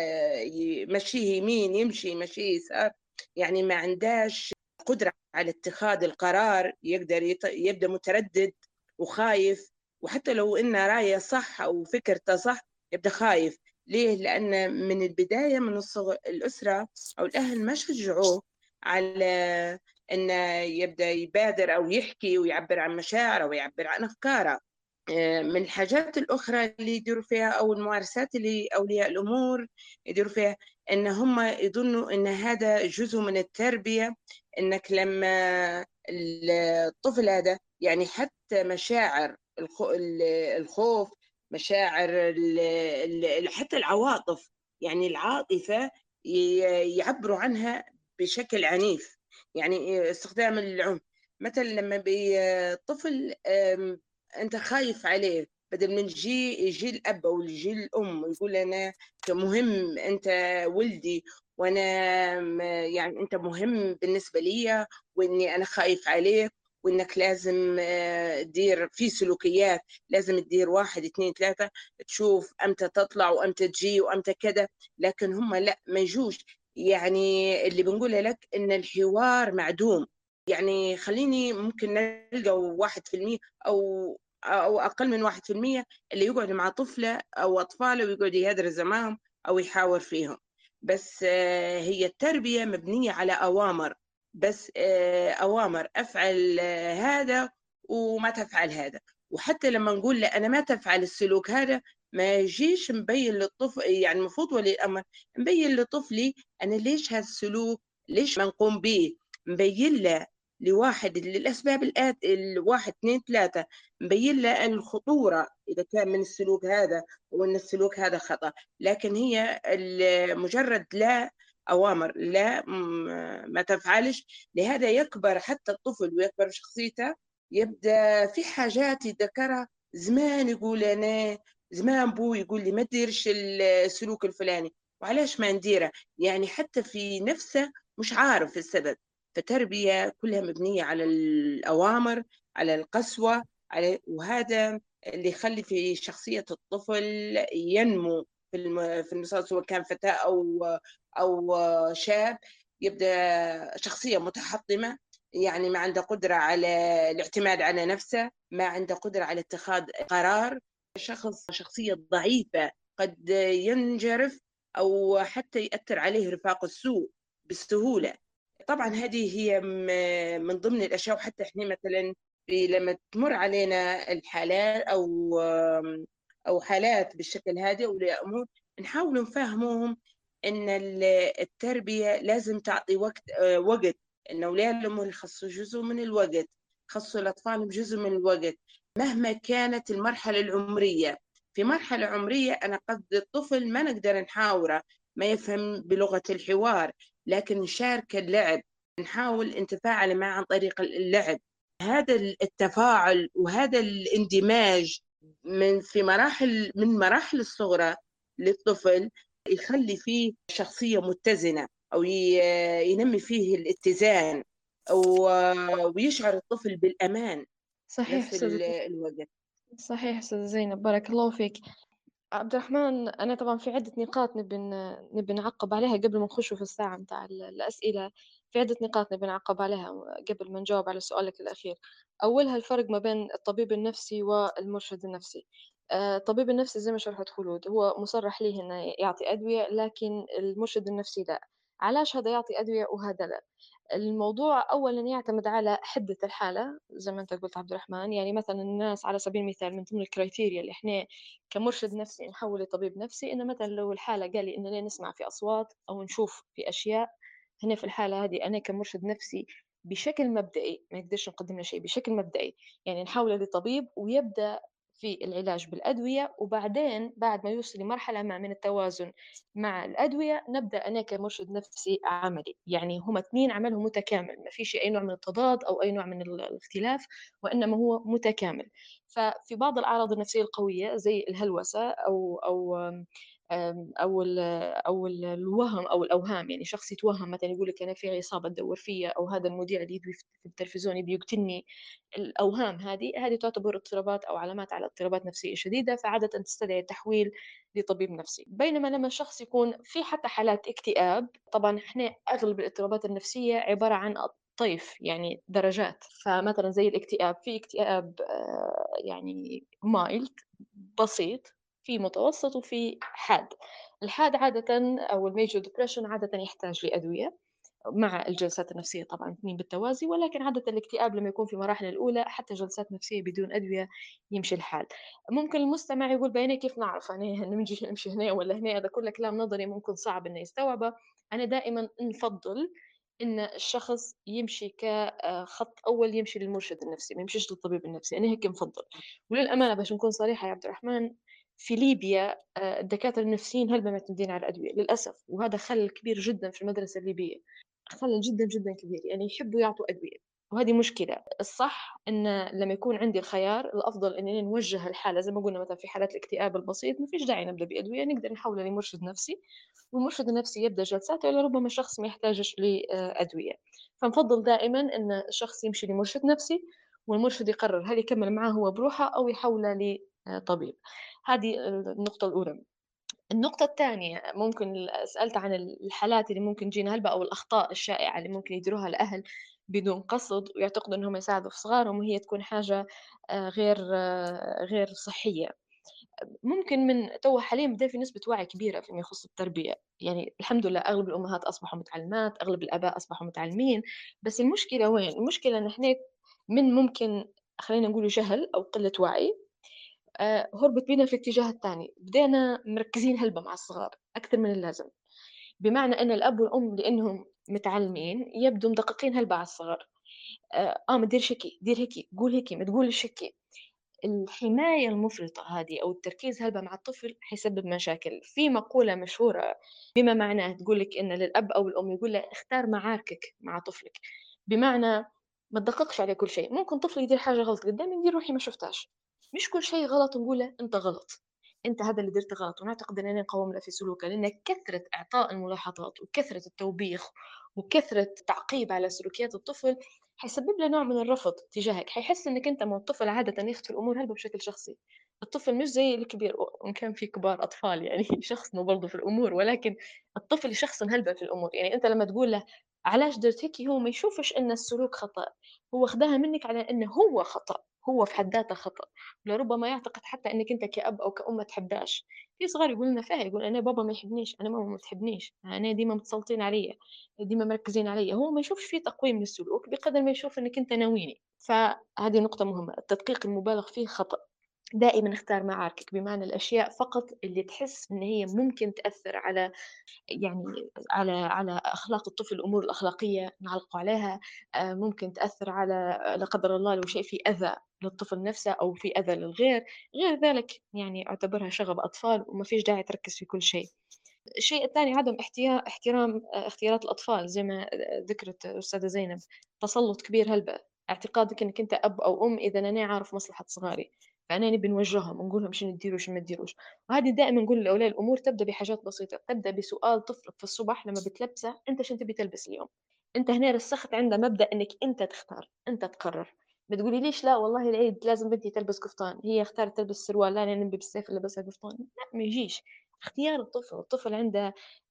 يمشيه يمين يمشي يمشيه يسار، يعني ما عندهاش قدرة على اتخاذ القرار، يقدر يط... يبدأ متردد وخايف، وحتى لو إنه رايه صح أو فكرته صح يبدأ خايف. ليه؟ لأن من البداية من الصغر الأسرة أو الأهل ما شجعوه على إنه يبدأ يبادر أو يحكي ويعبر عن مشاعره ويعبر عن أفكاره. من الحاجات الأخرى اللي يديروا فيها أو الممارسات اللي أولياء الأمور يديروا فيها، إن هم يظنوا إن هذا جزء من التربية، إنك لما الطفل هذا يعني حتى مشاعر الخوف، مشاعر حتى العواطف، يعني العاطفة يعبروا عنها بشكل عنيف، يعني استخدام العنف. مثلا لما الطفل انت خايف عليه، بدل من يجي يجي الاب او يجي الام ويقول انا مهم، انت ولدي وانا يعني انت مهم بالنسبه لي، واني انا خايف عليك، وانك لازم تدير في سلوكيات، لازم تدير واحد اثنين ثلاثه، تشوف امتى تطلع وامتى تجي وامتى كذا. لكن هم لا، ما يجوش. يعني اللي بنقوله لك ان الحوار معدوم، يعني خليني ممكن نلقى واحد في المية أو أو أقل من واحد في المية اللي يقعد مع طفلة أو أطفاله ويقعد يهدرز معهم أو يحاور فيهم. بس هي التربية مبنية على أوامر، بس أوامر أفعل هذا وما تفعل هذا. وحتى لما نقول لا أنا ما تفعل السلوك هذا، ما يجيش مبين للطفل، يعني المفروض ولي الأمر مبين لطفلي أنا ليش هذا السلوك ليش ما نقوم به، مبين له لواحد للأسباب الآت الواحد اثنين ثلاثة، مبين له الخطورة إذا كان من السلوك هذا وأن السلوك هذا خطأ. لكن هي مجرد لا أوامر، لا ما تفعلش، لهذا يكبر حتى الطفل ويكبر شخصيته، يبدأ في حاجات يذكرها زمان، يقول أنا زمان بو يقول لي ما تديرش السلوك الفلاني، وعلاش ما نديره، يعني حتى في نفسه مش عارف السبب. فتربية كلها مبنية على الأوامر، على القسوة، على وهذا اللي يخلي في شخصية الطفل ينمو في الم... في المسار، سواء كان فتاة أو أو شاب، يبدأ شخصية متحطمة، يعني ما عنده قدرة على الاعتماد على نفسه، ما عنده قدرة على اتخاذ قرار، شخص شخصية ضعيفة، قد ينجرف أو حتى يأثر عليه رفاق السوء بسهولة. طبعا هذه هي من ضمن الأشياء. وحتى إحنا مثلا لما تمر علينا الحالات أو أو حالات بالشكل هذا أولياء أمور، نحاول نفهمهم أن التربية لازم تعطي وقت وقت أن أولياء الأمور يخصوا جزء من الوقت، يخصوا الأطفال بجزء من الوقت مهما كانت المرحلة العمرية. في مرحلة عمرية أنا قد الطفل ما نقدر نحاوره، ما يفهم بلغة الحوار، لكن نشارك اللعب، نحاول نتفاعل معه عن طريق اللعب. هذا التفاعل وهذا الاندماج من في مراحل من مراحل الصغرى للطفل يخلي فيه شخصية متزنة، أو ينمي فيه الاتزان، أو ويشعر الطفل بالأمان صحيح نفس أستاذ الوقت. صحيح أستاذ زينب، بارك الله فيك. عبد الرحمن، أنا طبعًا في عدة نقاط نبي ن نبي نعقّب عليها قبل ما نخشوا في الساعة متاع ال الأسئلة. في عدة نقاط نبي نعقّب عليها قبل ما نجاوب على سؤالك الأخير. أولها الفرق ما بين الطبيب النفسي والمرشد النفسي. آآ الطبيب النفسي زي ما شرحت خلود هو مُصرّح ليه إنه يعطي أدوية، لكن المرشد النفسي لأ. علاش هذا يعطي أدوية وهذا لأ؟ الموضوع أولًا يعتمد على حدة الحالة زي ما أنت قُلت عبد الرحمن. يعني مثلًا الناس على سبيل المثال من ضمن الcriteria اللي إحنا كمرشد نفسي نحوّله لطبيب نفسي، إنه مثلًا لو الحالة قال لي إننا نسمع في أصوات أو نشوف في أشياء، هنا في الحالة هذه أنا كمرشد نفسي بشكل مبدئي ما نقدرش نقدم له شيء، بشكل مبدئي يعني نحوله لطبيب ويبدأ في العلاج بالأدوية، وبعدين بعد ما يوصل لمرحلة ما من التوازن مع الأدوية نبدأ أنا كمرشد نفسي عملي. يعني هما اثنين عملهم متكامل، ما فيش أي نوع من التضاد أو أي نوع من ال- الاختلاف، وإنما هو متكامل. ففي بعض الأعراض النفسية القوية زي الهلوسة أو أو آمم، آمم، أو ال أو ال الوَهَم أو الأوهام. يعني شخص يتوهم مثلًا يقول لك أنا في عصابة تدوّر فيّا، أو هذا المذيع اللي يدوي في التلفزيون يبي يقتلني. الأوهام هذه، هذه تعتبر اضطرابات أو علامات على اضطرابات نفسية شديدة، فعادةً تستدعي التحويل لطبيب نفسي. بينما لمّا الشخص يكون في حتى حالات اكتئاب، طبعًا إحنا أغلب الاضطرابات النفسية عبارة عن طيف، يعني درجات. فمثلًا زي الاكتئاب، في اكتئاب آآ يعني mild بسيط، في متوسط، وفي حاد. الحاد عادةً أو الmajor depression عادةً يحتاج لأدوية مع الجلسات النفسية طبعًا اثنين بالتوازي، ولكن عادةً الاكتئاب لمّا يكون في مراحله الأولى حتى جلسات نفسية بدون أدوية يمشي الحال. ممكن المستمع يقول بيني كيف نعرف أنا نمشي نمشي هنا والّا هنا؟ هذا كله كلام نظري ممكن صعب إنه يستوعبه. أنا دائمًا نفضّل إن الشخص يمشي ك آآ خط أول يمشي للمرشد النفسي، ما يمشيش للطبيب النفسي. أنا هيك نفضّل. وللأمانة باش نكون صريحة يا عبد الرحمن، في ليبيا آآ الدكاترة النفسيين هلبا معتمدين على الأدوية للأسف، وهذا خلل كبير جدًا في المدرسة الليبية. خلل جدًا، جدًا كبير. يعني يحبّوا يعطوا أدوية، وهذه مشكلة. الصح إن لمّا يكون عندي الخيار الأفضل إننا نوجّه الحالة زي ما قُلنا مثلًا في حالات الاكتئاب البسيط ما فيش داعي نبدأ بأدوية، نقدر نحوّله لمرشد نفسي، والمرشد النفسي يبدأ جلساته لربما الشخص ما يحتاجش لأدوية. فنفضّل دائمًا إن الشخص يمشي لمرشد نفسي، والمرشد يقرر هل يكمّل معاه هو بروحه أو يحوّله لطبيب. هذه النقطة الأولى. النقطة الثانية ممكن ال سألت عن ال الحالات اللي ممكن تجينا هلبة أو الأخطاء الشائعة اللي ممكن يديروها الأهل بدون قصد، ويعتقدوا إنهم يساعدوا في صغارهم وهي تكون حاجة آآ غير آه، غير صحية. ممكن من توا حاليًا بدا في نسبة وعي كبيرة فيما يخص التربية. يعني الحمد لله أغلب الأمهات أصبحوا متعلمات، أغلب الآباء أصبحوا متعلمين. بس المشكلة وين؟ المشكلة إن إحنا من ممكن خلّينا نقول جهل أو قلة وعي آآ هُربت بينا في الاتجاه التاني. بدينا مركّزين هلبة مع الصغار أكتر من اللازم، بمعنى إن الأب والأم لإنهم متعلمين يبدوا مدققين هلبة على الصغار. آآ آه ما تديرش هيكِ، دير هيكِ، قول هيكِ، ما تقولش هيكِ. الحماية المفرطة هذه أو التركيز هلبة مع الطفل حيسبب مشاكل. في مقولة مشهورة بما معناه تقول لك إن للأب أو الأم يقول له اختار معاركك مع طفلك. بمعنى ما تدققش عليه كل شيء. ممكن طفل يدير حاجة غلط قدامي ندير روحي ما شفتهاش. مش كل شيء غلط نقول له أنت غلط، أنت هذا اللي درته غلط، ونعتقد أننا نقوم له في سلوكه. لأن كثرة إعطاء الملاحظات وكثرة التوبيخ وكثرة التعقيب على سلوكيات الطفل حيسبب له نوع من الرفض تجاهك. حيحس إنك أنت مو الطفل عادةً ياخذ الأمور هلبة بشكل شخصي. الطفل مش زي الكبير، وإن كان في كبار أطفال يعني يشخصنوا برضه في الأمور، ولكن الطفل يشخصن هلبة في الأمور. يعني أنت لمّا تقول له علاش درت هيك، هو ما يشوفش إن السلوك خطأ، هو خداها منك على إنه هو خطأ، هو في حد ذاته خطأ. لربما يعتقد حتى إنك أنت كأب أو كأم ما تحبّاش. في صغار يقولوا لنا فيها، يقول أنا بابا ما يحبنيش، أنا ماما ما تحبنيش، أنا ديما متسلطين عليَّ. ديما مركزين عليَّ. هو ما يشوفش في تقويم للسلوك بقدر ما يشوف إنِّك أنت ناويني. فهذه نقطة مهمة. التدقيق المبالغ فيه خطأ. دائمًا اختار معاركك، بمعنى الأشياء فقط اللي تحس إن هي ممكن تأثّر على يعني على على أخلاق الطفل. الأمور الأخلاقية نعلّقوا عليها. آآ ممكن تأثّر على لا قدر الله لو شيء فيه أذى للطفل نفسه أو فيه أذى للغير. غير ذلك يعني اعتبرها شغب أطفال وما فيش داعي تركّز في كل شيء. الشيء الثاني عدم احتيا احترام آآ اختيارات الأطفال زي ما آآ ذكرت الأستاذة زينب. تسلُّط كبير هلبة. اعتقادك إنك أنت أب أو أم إذا أنا عارف مصلحة صغاري، فأنا نبي نوجّههم ونقول لهم شنو تديروا وشنو ما تديروش. وهذه دائمًا نقول لأولياء الأمور تبدأ بحاجات بسيطة. تبدأ بسؤال طفلك في الصبح لمّا بتلبسه أنت شنو تبي تلبس اليوم؟ أنت هنا رسّخت عنده مبدأ إنك أنت تختار، أنت تقرر. ما تقولي ليش لا والله العيد لازم بنتي تلبس قفطان، هي اختارت تلبس سروال، لا أنا نبي بالصيف لبسها قفطان، لا ما يجيش. اختيار الطفل، الطفل عنده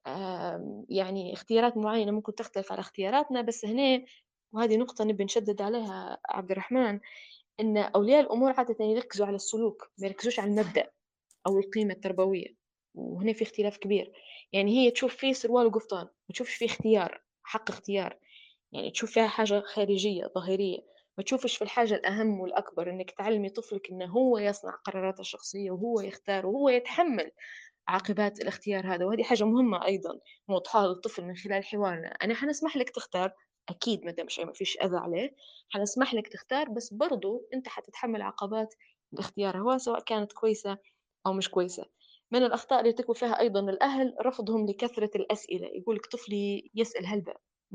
يعني اختيارات معينة ممكن تختلف على اختياراتنا. بس هنا وهذه نقطة نبي نشدد عليها عبد الرحمن، إن أولياء الأمور عادة يركزوا على السلوك، ما يركزوش على المبدأ أو القيمة التربوية، وهنا في اختلاف كبير. يعني هي تشوف فيه سروال وقفطان، ما تشوفش فيه اختيار، حق اختيار، يعني تشوف فيها حاجة خارجية ظاهرية، ما تشوفش في الحاجة الأهم والأكبر إنك تعلمي طفلك إنه هو يصنع قراراته الشخصية وهو يختار وهو يتحمل عاقبات الاختيار هذا. وهذه حاجة مهمة أيضا نوضحها للطفل من خلال حوارنا. أنا حنسمح لك تختار أكيد ما دام شيء ما فيش أذى عليه، حنسمح لك تختار، بس برضو أنت حتتحمل عقبات الاختيار هو سواء كانت كويسة أو مش كويسة. من الأخطاء اللي تكون فيها أيضا الأهل رفضهم لكثرة الأسئلة، يقولك طفلي يسأل هلبة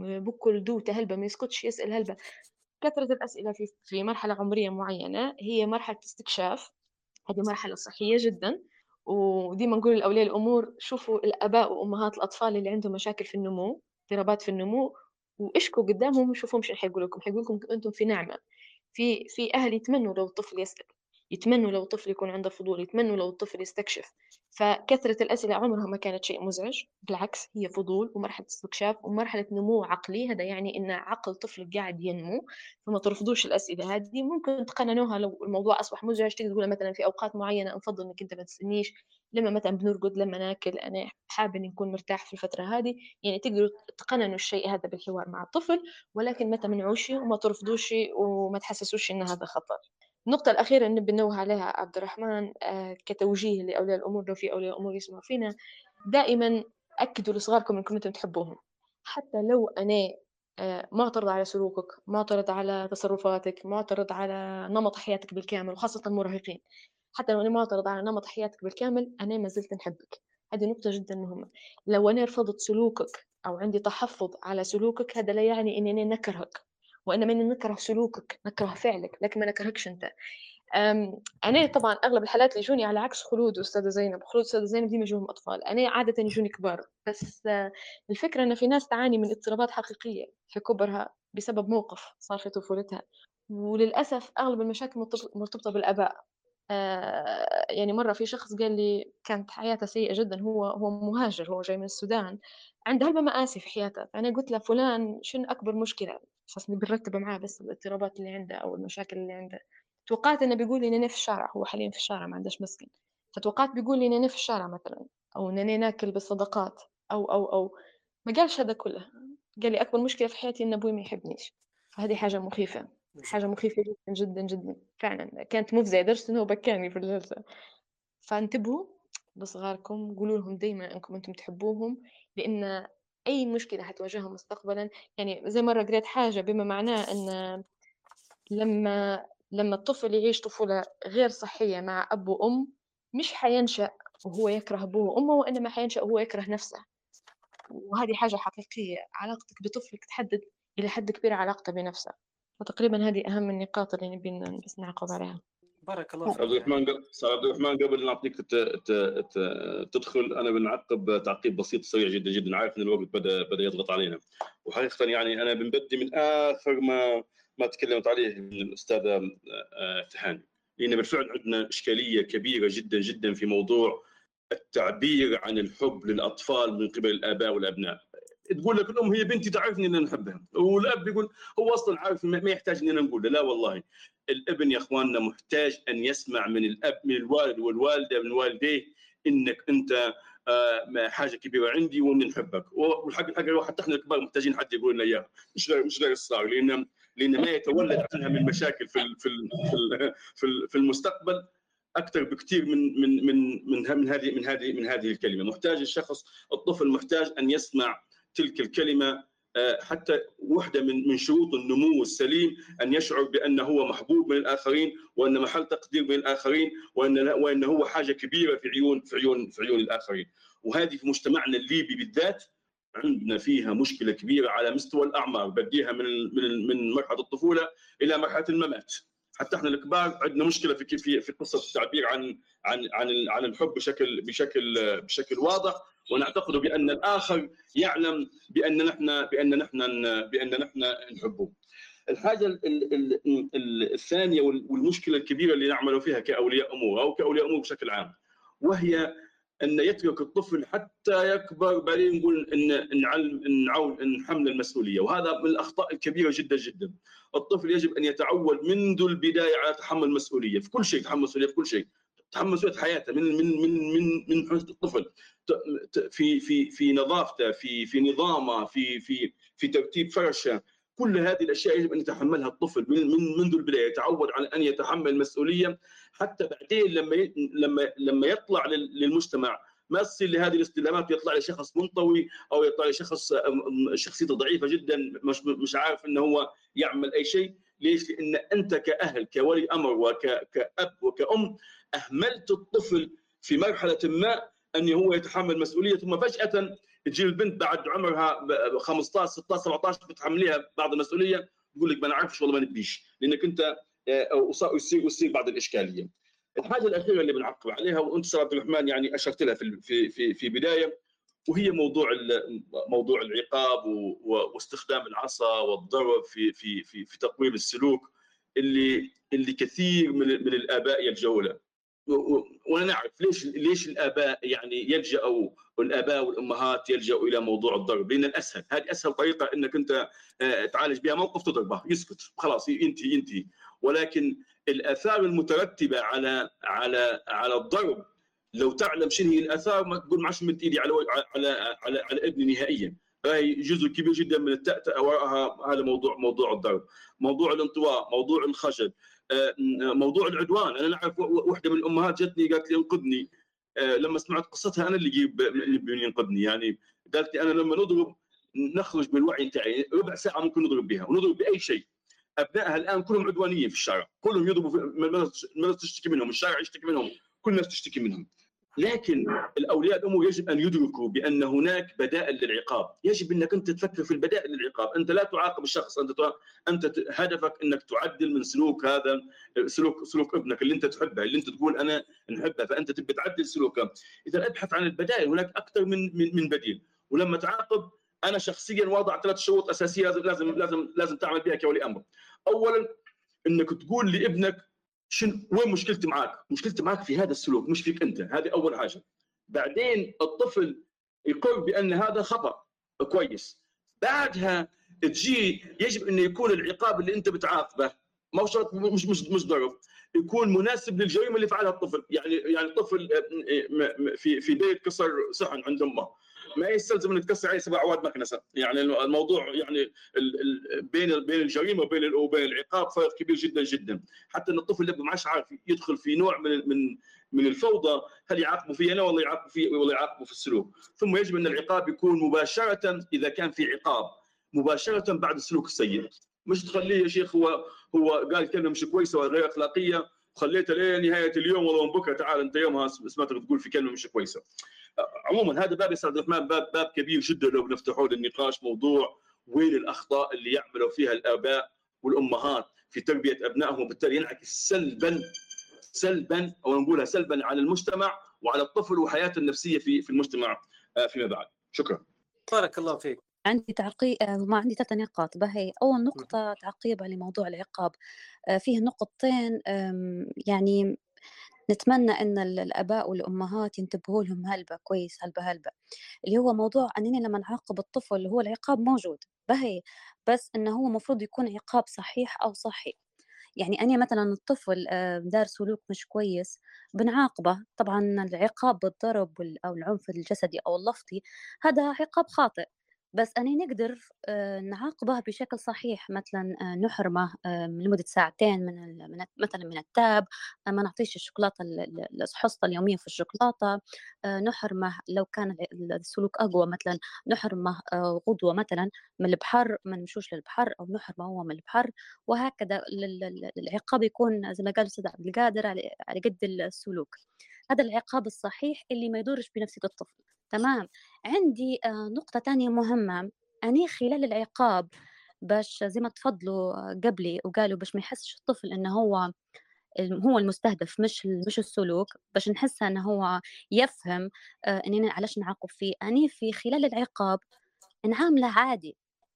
بكل دوته هلبة ما يسكتش يسأل هلبة. كثرة الأسئلة في في مرحلة عمرية معينة هي مرحلة استكشاف، هذه مرحلة صحية جدا. وديما نقول لأولياء الأمور شوفوا الآباء وأمهات الأطفال اللي عندهم مشاكل في النمو، اضطرابات في النمو، واشكوا قدامهم وشوفوهم شو حيقولوا لكم. حيقول لكم أنتم في نعمة. في في أهل يتمنوا لو الطفل يسأل، يتمنوا لو الطفل يكون عنده فضول، يتمنوا لو الطفل يستكشف. فكثرة الأسئلة عمرها ما كانت شيء مزعج، بالعكس هي فضول ومرحلة استكشاف ومرحلة نمو عقلي. هذا يعني إن عقل طفل قاعد ينمو، فما ترفضوش الأسئلة هذه. ممكن تقننوها لو الموضوع أصبح مزعج، تقدر تقول مثلا في أوقات معينة أفضل إنك أنت ما تسألنيش، لما مثلا بنرقد، لما ناكل، أنا حابة إني نكون مرتاح في الفترة هذه. يعني تقدروا تقننوا الشيء هذا بالحوار مع الطفل، ولكن ما تمنعوش وما ترفضوش وما تحسسوش إن هذا خطر. النقطة الأخيرة اللي بنوه عليها عبد الرحمن آه كتوجيه لأولياء الأمور، لو في أولياء الأمور يسمعوا فينا، دائما أكدوا لصغاركم إنكم أنتم تحبوهم. حتى لو أنا آه معترض على سلوكك، معترض على تصرفاتك، معترض على نمط حياتك بالكامل، وخاصة المراهقين، حتى لو أنا معترض على نمط حياتك بالكامل أنا ما زلت نحبك. هذه نقطة جدا مهمة. لو أنا رفضت سلوكك أو عندي تحفظ على سلوكك، هذا لا يعني إني أنا نكرهك، وأنا من نكره سلوكك، نكره فعلك، لكن ما نكرهكش أنت. أنا طبعا أغلب الحالات اللي يجوني على عكس خلود وأستاذة زينب، خلود وأستاذة زينب دي يجوهم أطفال، أنا عادة يجوني كبار. بس الفكرة أن في ناس تعاني من اضطرابات حقيقية في كبرها بسبب موقف صار في طفولتها، وللأسف أغلب المشاكل مرتبطة بالآباء. آه يعني مرة في شخص قال لي كانت حياته سيئة جدا، هو هو مهاجر، هو جاي من السودان، عنده هلبة مآسي في حياته. فأنا قلت له فلان شنو أكبر مشكلة، أساسا بنرتب معاه بس الاضطرابات اللي عنده أو المشاكل اللي عنده. توقعت إنه بيقول لي إن أنا في الشارع، هو حاليا في الشارع ما عندهش مسكن، فتوقعت بيقول لي إن أنا في الشارع مثلا، أو إن أنا ناكل بالصدقات أو أو أو ما قالش هذا كله. قال لي أكبر مشكلة في حياتي إن أبوي ما يحبنيش. فهذه حاجة مخيفة، حاجة مخيفة جدا جدا جدا فعلا، كانت مفزعة لدرجة إنه بكاني في الجلسة. فانتبهوا لصغاركم، قولوا لهم دايما أنكم أنتم تحبوهم، لأن أي مشكلة حتواجههم مستقبلا. يعني زي مرة قريت حاجة بما معناه أن لما لما الطفل يعيش طفولة غير صحية مع أب وأم، مش حينشأ وهو يكره أبوه وأمه، وإنما حينشأ وهو يكره نفسه. وهذه حاجة حقيقية، علاقتك بطفلك تحدد إلى حد كبير علاقته بنفسه. وتقريبا هذه أهم النقاط اللي نبي بس نعقب عليها. بارك الله فيك. عبد الرحمن استاذ عبد الرحمن، قبل نعطيك تدخل انا بنعقب تعقيب بسيط سريع جدا جدا، عارف ان الوقت بدا بدا يضغط علينا، وحقيقه يعني انا بنبدي من اخر ما ما تكلمت عليه الاستاذه تهاني، لان بالفعل عندنا اشكاليه كبيره جدا جدا في موضوع التعبير عن الحب للاطفال من قبل الاباء والابناء. تقول لك الام هي بنتي تعرفني ان انا نحبها، والاب يقول هو اصلا عارف ما يحتاج اننا نقول له. لا والله، الابن يا اخواننا محتاج ان يسمع من الاب، من الوالد والوالده، من والديه، انك انت حاجه كبيره عندي وان نحبك. والحق الحق حتى احنا الكبار محتاجين حد يقول لنا اياها، مش مش غير الصغار، لان لان ما يتولد عنها من مشاكل في في في في المستقبل اكثر بكثير من من من من من هذه من هذه من هذه الكلمه. محتاج الشخص، الطفل محتاج ان يسمع تلك الكلمه. حتى واحدة من من شروط النمو السليم أن يشعر بأنه هو محبوب من الآخرين، وأن محل تقدير من الآخرين، وأن وأن هو حاجة كبيرة في عيون في عيون في عيون الآخرين. وهذه في مجتمعنا الليبي بالذات عندنا فيها مشكلة كبيرة على مستوى الأعمار، بديها من من من مرحلة الطفولة إلى مرحلة الممات. حتى احنا الكبار عندنا مشكله في في في قصه التعبير عن عن عن عن الحب بشكل بشكل بشكل واضح، ونعتقد بان الاخر يعلم بان نحن بان نحن بان نحن نحبه. الحاجه ال ال ال الثانيه والمشكله الكبيره اللي نعمل فيها كاولياء امور او كاولياء امور بشكل عام، وهي ان يترك الطفل حتى يكبر بعدين نقول ان نعلم نعود نحمل المسؤوليه، وهذا من الاخطاء الكبيره جدا جدا. الطفل يجب ان يتعود منذ البدايه على تحمل المسؤوليه في كل شيء، تحمل مسؤوليه في كل شيء، تحمل مسؤوليه حياته من من من من من حدث الطفل في في في نظافته، في في نظامه، في في في ترتيب فرشه. كل هذه الاشياء يجب ان يتحملها الطفل من من منذ البدايه، يتعود على ان يتحمل المسؤوليه حتى بعدين لما لما لما يطلع للمجتمع ما تصير لهذه الاستلامات، يطلع لي شخص منطوي او يطلع لي شخص شخصيته ضعيفه جدا، مش مش عارف انه هو يعمل اي شيء. ليش؟ لان انت كاهل كولي امر وكاب وكأم اهملت الطفل في مرحله ما ان هو يتحمل مسؤوليه، ثم فجاه تجي البنت بعد عمرها خمسطعش ستطعش سبعطعش بتحمليها بعض المسؤوليه، تقول لك ما نعرفش والله ما نبيش، لانك انت يصير يصير بعض الاشكاليه. الحاجه الاخيره اللي بنعقب عليها وانت استاذ عبد الرحمن يعني اشرت لها في في في في بدايه، وهي موضوع موضوع العقاب واستخدام العصا والضرب في في في في تقويم السلوك اللي اللي كثير من من الاباء يلجؤوا له. وانا نعرف ليش ليش الاباء يعني يلجأوا الاباء والامهات يلجأوا الى موضوع الضرب، لان الاسهل، هذه اسهل طريقه انك انت تعالج بها موقف، تضربه يسكت خلاص ينتهي ينتهي. ولكن الاثار المترتبه على على على الضرب لو تعلم شنو هي الاثار ما تقول ما عادش مد ايدي على على على, على ابني نهائيا. هاي جزء كبير جدا من التأتأة وراءها هذا موضوع موضوع الضرب، موضوع الانطواء، موضوع الخجل، موضوع العدوان. انا نعرف واحده من الامهات جتني قالت لي انقذني، لما سمعت قصتها انا اللي اللي ينقذني، يعني قالت لي انا لما نضرب نخرج بالوعي تاعي، ربع ساعه ممكن نضرب بها ونضرب باي شيء. ابنائها الان كلهم عدوانيين في الشارع، كلهم يضربوا، الناس تشتكي منهم، الشارع يشتكي منهم، كل الناس تشتكي منهم. لكن الاولياء الامور يجب ان يدركوا بان هناك بدائل للعقاب، يجب انك انت تفكر في البدائل للعقاب، انت لا تعاقب الشخص، انت انت هدفك انك تعدل من سلوك هذا سلوك سلوك ابنك اللي انت تحبه، اللي انت تقول انا نحبه، فانت تبي تعدل سلوكه. اذا ابحث عن البدائل، هناك اكثر من من, من بديل. ولما تعاقب انا شخصيا وضع ثلاث شروط اساسيه لازم لازم لازم لازم تعمل بها كولي امر. اولا انك تقول لابنك شنو وين مشكلتي معك؟ مشكلتي معك في هذا السلوك مش فيك انت، هذه اول حاجه. بعدين الطفل يقر بان هذا خطا كويس، بعدها تجي يجب انه يكون العقاب اللي انت بتعاقبه ما هو شرط مش مش مش ضرب، يكون مناسب للجريمه اللي فعلها الطفل. يعني يعني الطفل في في بيت كسر صحن عند امه، ما يستلزم انك تكسر عليه سبع عواد مكنسه، يعني الموضوع يعني بين بين الجريمه وبين وبين العقاب فرق كبير جدا جدا، حتى ان الطفل اللي ما عادش عارف يدخل في نوع من من من الفوضى، هل يعاقبوا فيه انا ولا يعاقبوا فيه ولا يعاقبوا في السلوك. ثم يجب ان العقاب يكون مباشره اذا كان في عقاب، مباشره بعد السلوك السيء، مش تخليه يا شيخ هو هو قال كلمه مش كويسه ولا غير اخلاقيه وخليته لنهايه اليوم والله من بكره تعال انت يومها سمعتك تقول في كلمه مش كويسه. عموما هذا باب يا استاذ عبد الرحمن باب باب كبير جدا لو بنفتحوه للنقاش، موضوع وين الاخطاء اللي يعملوا فيها الاباء والامهات في تربيه ابنائهم، وبالتالي ينعكس سلبا سلبا او نقولها سلبا على المجتمع وعلى الطفل وحياته النفسيه في في المجتمع فيما بعد. شكرا. بارك الله فيك. عندي تعقيب، ما عندي ثلاث نقاط. بهي أول نقطة تعقيب على موضوع العقاب، فيه نقطتين يعني نتمنى أن الآباء والأمهات ينتبهوا لهم هلبة كويس هلبة هلبة، اللي هو موضوع أننا لما نعاقب الطفل هو العقاب موجود بهي، بس أنه هو مفروض يكون عقاب صحيح أو صحي. يعني أنا مثلا الطفل دار سلوك مش كويس بنعاقبه، طبعا العقاب بالضرب أو العنف الجسدي أو اللفظي هذا عقاب خاطئ، بس أنا نقدر نعاقبه بشكل صحيح، مثلا نحرمه لمدة ساعتين من مثلا من التاب، ما نعطيش الشوكولاتة الحصة اليومية في الشوكولاتة، نحرمه لو كان السلوك أقوى مثلا نحرمه غدوة مثلا من البحر، ما نمشوش للبحر أو نحرمه هو من البحر، وهكذا العقاب يكون زي ما قال الأستاذ عبد القادر على قد السلوك. هذا العقاب الصحيح اللي ما يضرش بنفسية الطفل. تمام. عندي نقطة تانية مهمة، أنا خلال العقاب باش زي ما تفضلوا قبلي وقالوا باش ما يحسش الطفل إنه هو هو المستهدف مش مش السلوك، باش نحس إنه هو يفهم إننا علاش نعاقب فيه. أنا في خلال العقاب نعامله عادي،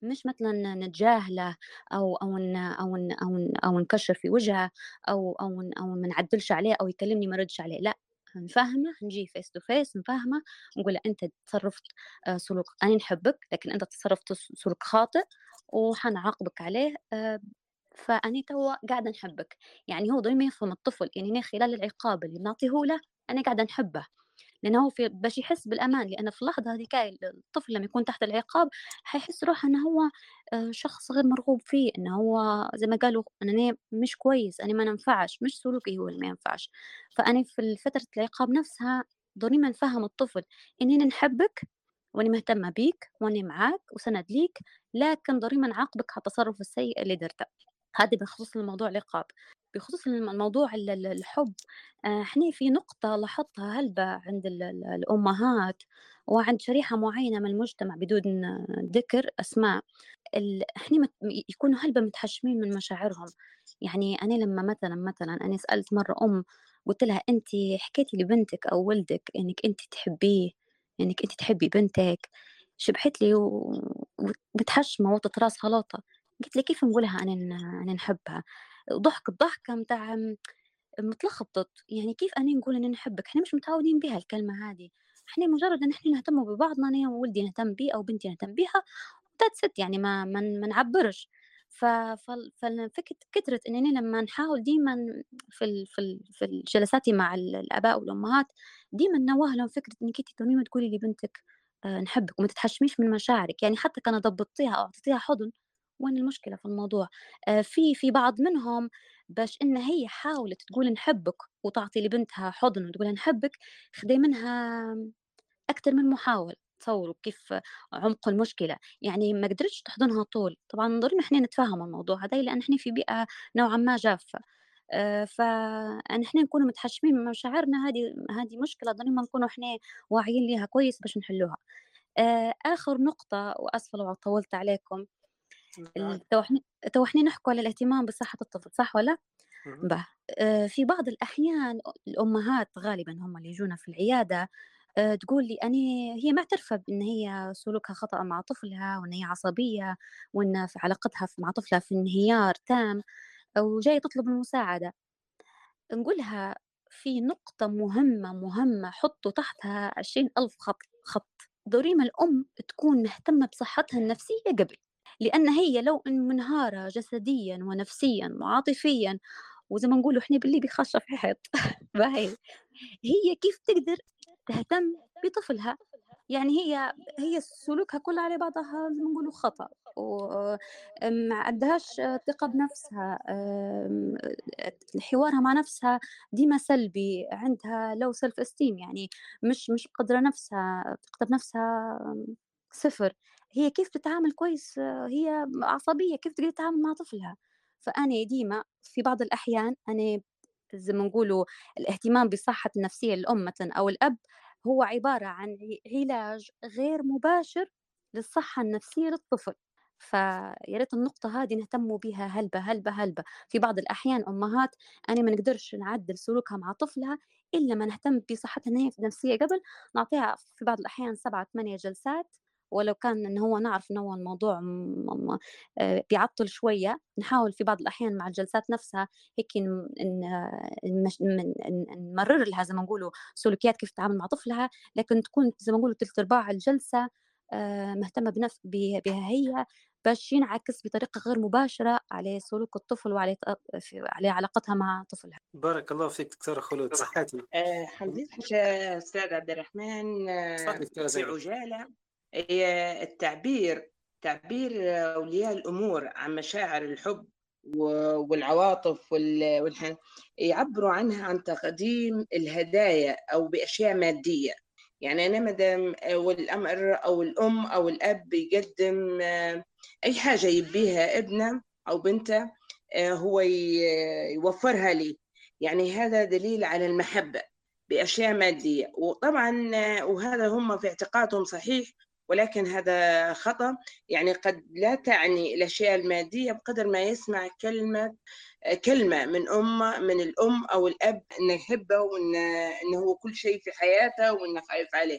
مش مثلا نتجاهله أو أو ن أو ن أو ن أو نكشر في وجهه أو أو ن أو ما نعدلش عليه أو يكلمني ما ردش عليه، لأ نفهمه، نجي face to face نفهمه، نقول له أنت تصرفت آه، سلوك، أنا نحبك لكن أنت تصرفت س- سلوك خاطئ وحنعاقبك عليه. آه، فأني توا قاعدة نحبك. يعني هو ضروري ما يفهم الطفل يعني أنا خلال العقاب اللي بنعطيه له أنا قاعدة نحبه، لأنه هو في باش يحس بالأمان، لأن في اللحظة هذيك الطفل لما يكون تحت العقاب حيحس روحه إنه هو آه، شخص غير مرغوب فيه، إنه هو زي ما قالوا أنا مش كويس، أنا ما ننفعش، مش سلوكي هو اللي ما ينفعش. فأنا في فترة العقاب نفسها ضروري ما نفهم الطفل إني نحبك وأني مهتمة بيك وأني معاك وسند ليك، لكن ضروري ما نعاقبك على التصرف السيء اللي درته. هذا بخصوص الموضوع العقاب. بخصوص الم- الموضوع ال- ال- الحب، آه، احنا في نقطة لاحظتها هلبة عند ال- ال- الأمهات وعند شريحة معينة من المجتمع بدون آه، ذكر أسماء. ال... احنا مت... يكونوا هلبة متحشمين من مشاعرهم. يعني أنا لما مثلا مثلا أنا سألت مرة أم قلت لها أنت حكيتي لبنتك أو ولدك إنك أنت تحبيه، إنك أنت تحبي بنتك، شبحت لي و- ومتحشمة وطت راسها لوطة. قلت لي كيف نقولها أنا ن- أنا نحبها؟ ضحك الضحكة متاع متلخبطت. يعني كيف أنا نقول إن نحبك؟ إحنا مش متعودين بها الكلمة هذه. إحنا مجرد إن إحنا نهتم ببعضنا، أنا وولدي نهتم بيه أو بنتي نهتم بيها، that's it. يعني ما ما ما نعبرش. ف فال فالفكرة كترت إننا لما نحاول ديما في ال في ال في ال- جلساتي مع ال- الآباء والأمهات ديما نوه لهم فكرة إنك أنت دائما تقولي لبنتك آه، نحبك وما تتحشميش من مشاعرك. يعني حتى كان ضبطتيها أو أعطيتيها حضن، وين المشكلة في الموضوع؟ آه، في في بعض منهم باش إن هي حاولت تقول نحبك وتعطي لبنتها حضن وتقولها نحبك، خدي منها أكتر من محاولة. تصوروا كيف عمق المشكلة. يعني ما قدرتش تحضنها طول. طبعا ضروري إحنا نتفاهم الموضوع هذا لأن إحنا في بيئة نوعا ما جافة. آه، فإن إحنا نكون متحشمين من مشاعرنا، هذه هذه مشكلة ضروري ما نكونوا إحنا واعيين ليها كويس باش نحلوها. آه، آخر نقطة وأسفل لو طولت عليكم، نعم. ال- تو إحنا تو إحنا نحكوا على الاهتمام بصحة الطفل، صح ولا؟ مهم. به آه، في بعض الأحيان الأمهات غالبا هم اللي يجونا في العيادة آه، تقول لي أني هي معترفة بأن هي سلوكها خطأ مع طفلها وأن هي عصبية وأن في علاقتها في- مع طفلها في انهيار تام وجاية تطلب المساعدة. نقولها في نقطة مهمة مهمة حطوا تحتها عشرين ألف خط خط. ضروري ما الأم تكون مهتمة بصحتها النفسية قبل، لأن هي لو إن منهارة جسديا ونفسيا وعاطفيا وزي ما نقولوا إحنا باللي بيخشى في حيط باهي، هي كيف تقدر تهتم بطفلها؟ يعني هي هي سلوكها كله على بعضها زي ما نقولوا خطأ، وما عندهاش ثقة بنفسها، أم، حوارها مع نفسها ديما سلبي، عندها لو سيلف استيم، يعني مش مش قادرة نفسها، ثقتها بنفسها صفر. هي كيف تتعامل كويس؟ هي عصبية، كيف تقدر تتعامل مع طفلها؟ فأنا ديما في بعض الأحيان أنا زي ما نقولوا الاهتمام بالصحة النفسية للأم مثلا أو الأب هو عبارة عن ع- علاج غير مباشر للصحة النفسية للطفل. فيا ريت النقطة هذه نهتموا بها هلبة هلبة هلبة. في بعض الأحيان أمهات أنا ما نقدرش نعدل سلوكها مع طفلها إلا ما نهتم بصحتها النفسية قبل. نعطيها في بعض الأحيان سبعة ثمانية جلسات، ولو كان إن هو نعرف إن هو الموضوع م- م- آه، بيعطل شوية، نحاول في بعض الأحيان مع الجلسات نفسها هيك ن- ن- نمش- من- ن- نمرر لها زي ما نقولوا سلوكيات كيف تتعامل مع طفلها، لكن تكون زي ما نقولوا تلت أرباع الجلسة آه، مهتمة بنفس ب- بها هي، باش ينعكس بطريقة غير مباشرة على سلوك الطفل وعلى ط- في- على علاقتها مع طفلها. بارك الله فيك دكتورة خلود، صحاتي. آه، حنضيف حاجة أستاذ عبد الرحمن آه، تفضل دكتورة في زينب. عجالة. هي التعبير تعبير أولياء الأمور عن مشاعر الحب و- والعواطف وال- والحن يعبروا عنها عن تقديم الهدايا أو بأشياء مادية. يعني أنا مدام والأمر أو الأم أو الأب يقدم آه، أي حاجة يبيها ابنه أو بنته، آه، هو ي- يوفرها لي. يعني هذا دليل على المحبة بأشياء مادية. وطبعا آه، وهذا هم في اعتقادهم صحيح، ولكن هذا خطأ. يعني قد لا تعني الأشياء المادية بقدر ما يسمع كلمة كلمة من أم من الأم أو الأب إنه يحبه وإنه إنه هو كل شيء في حياته وإنه خايف عليه.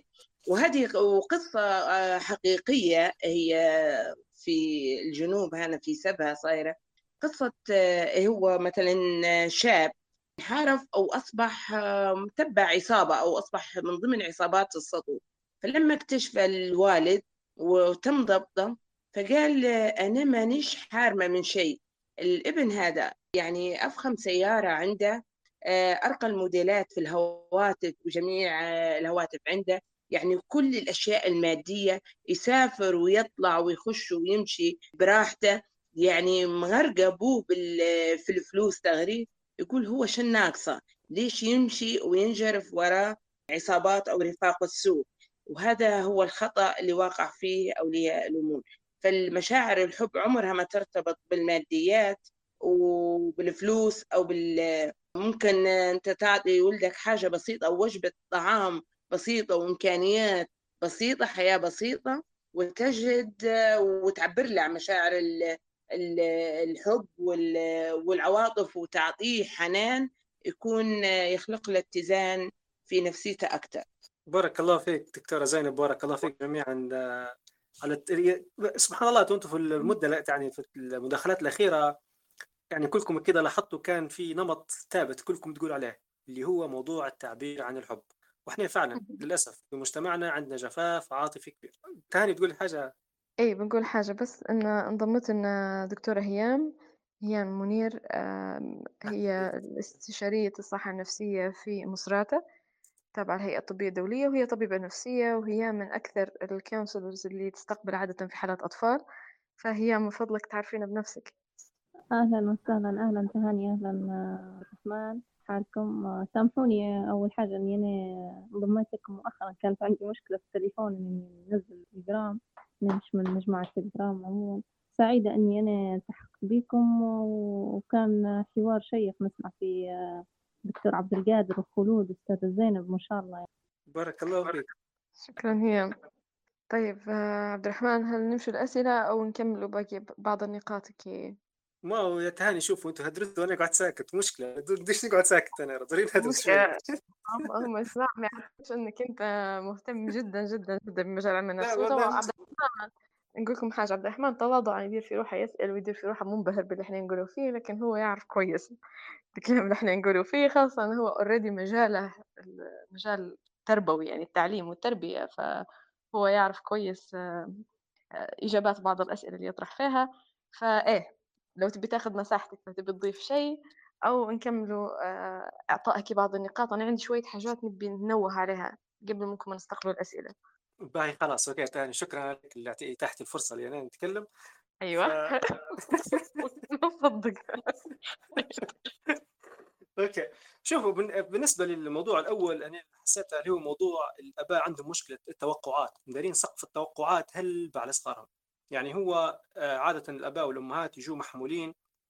وهذه قصة حقيقية هي في الجنوب هنا في سبها صايرة قصة. هو مثلا شاب انحرف أو أصبح متبع عصابة أو أصبح من ضمن عصابات السطو، فلما اكتشف الوالد وتم ضبطه فقال أنا مانيش حارمة من شيء. الابن هذا يعني أفخم سيارة عنده، أرقى الموديلات في الهواتف وجميع الهواتف عنده، يعني كل الأشياء المادية، يسافر ويطلع ويخش ويمشي براحته، يعني مغرقة أبوه في الفلوس تغري. يقول هو شن ناقصة، ليش يمشي وينجرف وراء عصابات أو رفاق السوء؟ وهذا هو الخطأ اللي واقع فيه أولياء الأمور. فالمشاعر الحب عمرها ما ترتبط بالماديات وبالفلوس أو بال ممكن أنت تعطي ولدك حاجة بسيطة أو وجبة طعام بسيطة وإمكانيات بسيطة، حياة بسيطة، وتجد وتعبر له عن مشاعر الحب والعواطف وتعطيه حنان، يكون يخلق له اتزان في نفسيته أكثر. بارك الله فيك دكتورة زينب، بارك الله فيك جميعا على الت... سبحان الله. أنتم في المدة يعني في المداخلات الأخيرة يعني كلكم كده لاحظتوا كان في نمط ثابت كلكم تقول عليه، اللي هو موضوع التعبير عن الحب. واحنا فعلا للأسف في مجتمعنا عندنا جفاف عاطفي كبير. تاني تقول حاجة؟ اي بنقول حاجة بس ان انضمت لنا دكتورة هيام هيام منير، هي استشارية الصحة النفسية في مصراتة تابعة الهيئة الطبية الدولية، وهي طبيبة نفسية، وهي من أكثر الكونسلرز اللي تستقبل عادة في حالات أطفال. فهي من فضلك تعرفينا بنفسك. أهلا وسهلا، أهلا تهاني، أهلا عبد الرحمن، حالكم؟ سامحوني أول حاجة إني أنا انضميت لكم مؤخرا، كانت عندي مشكلة في التليفون إني ننزل التليجرام، أنا مش من مجموعة التليجرام عموما. سعيدة إني أنا التحقت بكم، وكان حوار شيق نسمع في دكتور عبد القادر وخلود أستاذة زينب ما شاء الله. بارك الله فيك. شكرا هيام. طيب عبد الرحمن، هل نمشي الأسئلة أو نكملوا باقي بعض النقاط كي؟ ما هو يا تهاني شوفوا انتوا هدرتوا وانا قاعد ساكت، مشكله بديش نقعد ساكت انا ضروري ندرس شوي. هم اسمع ما يعرفوش انك انت مهتم جدا جدا جدا بمجال علم النفس. لا وطبعا والله عبد الرحمن نقول لكم حاجه، عبد الرحمن تواضع يدير في روحه يسال ويدير في روحه منبهر باللي احنا نقوله فيه، لكن هو يعرف كويس الكلام اللي احنا نقوله فيه، خاصه انه هو اوريدي مجاله مجال تربوي يعني التعليم والتربيه، فهو يعرف كويس اجابات بعض الاسئله اللي يطرح فيها. فايه لو تبي تاخذ مساحتك، لو تبي تضيف شيء أو نكملوا إعطائك بعض النقاط. أنا عندي شوية حاجات نبي ننوه عليها قبل منكم نستقبل الأسئلة. باهي خلاص أوكي تاني، شكرا لك اللي أتاحت الفرصة لي أنا نتكلم. أيوة ف... صدق. أوكي شوفوا، بالنسبة للموضوع الأول أنا حسيته اللي هو موضوع الآباء عندهم مشكلة التوقعات، مدارين سقف التوقعات هلبة على صغارهم. يعني هو عادة الآباء والأمهات يجوا محمولين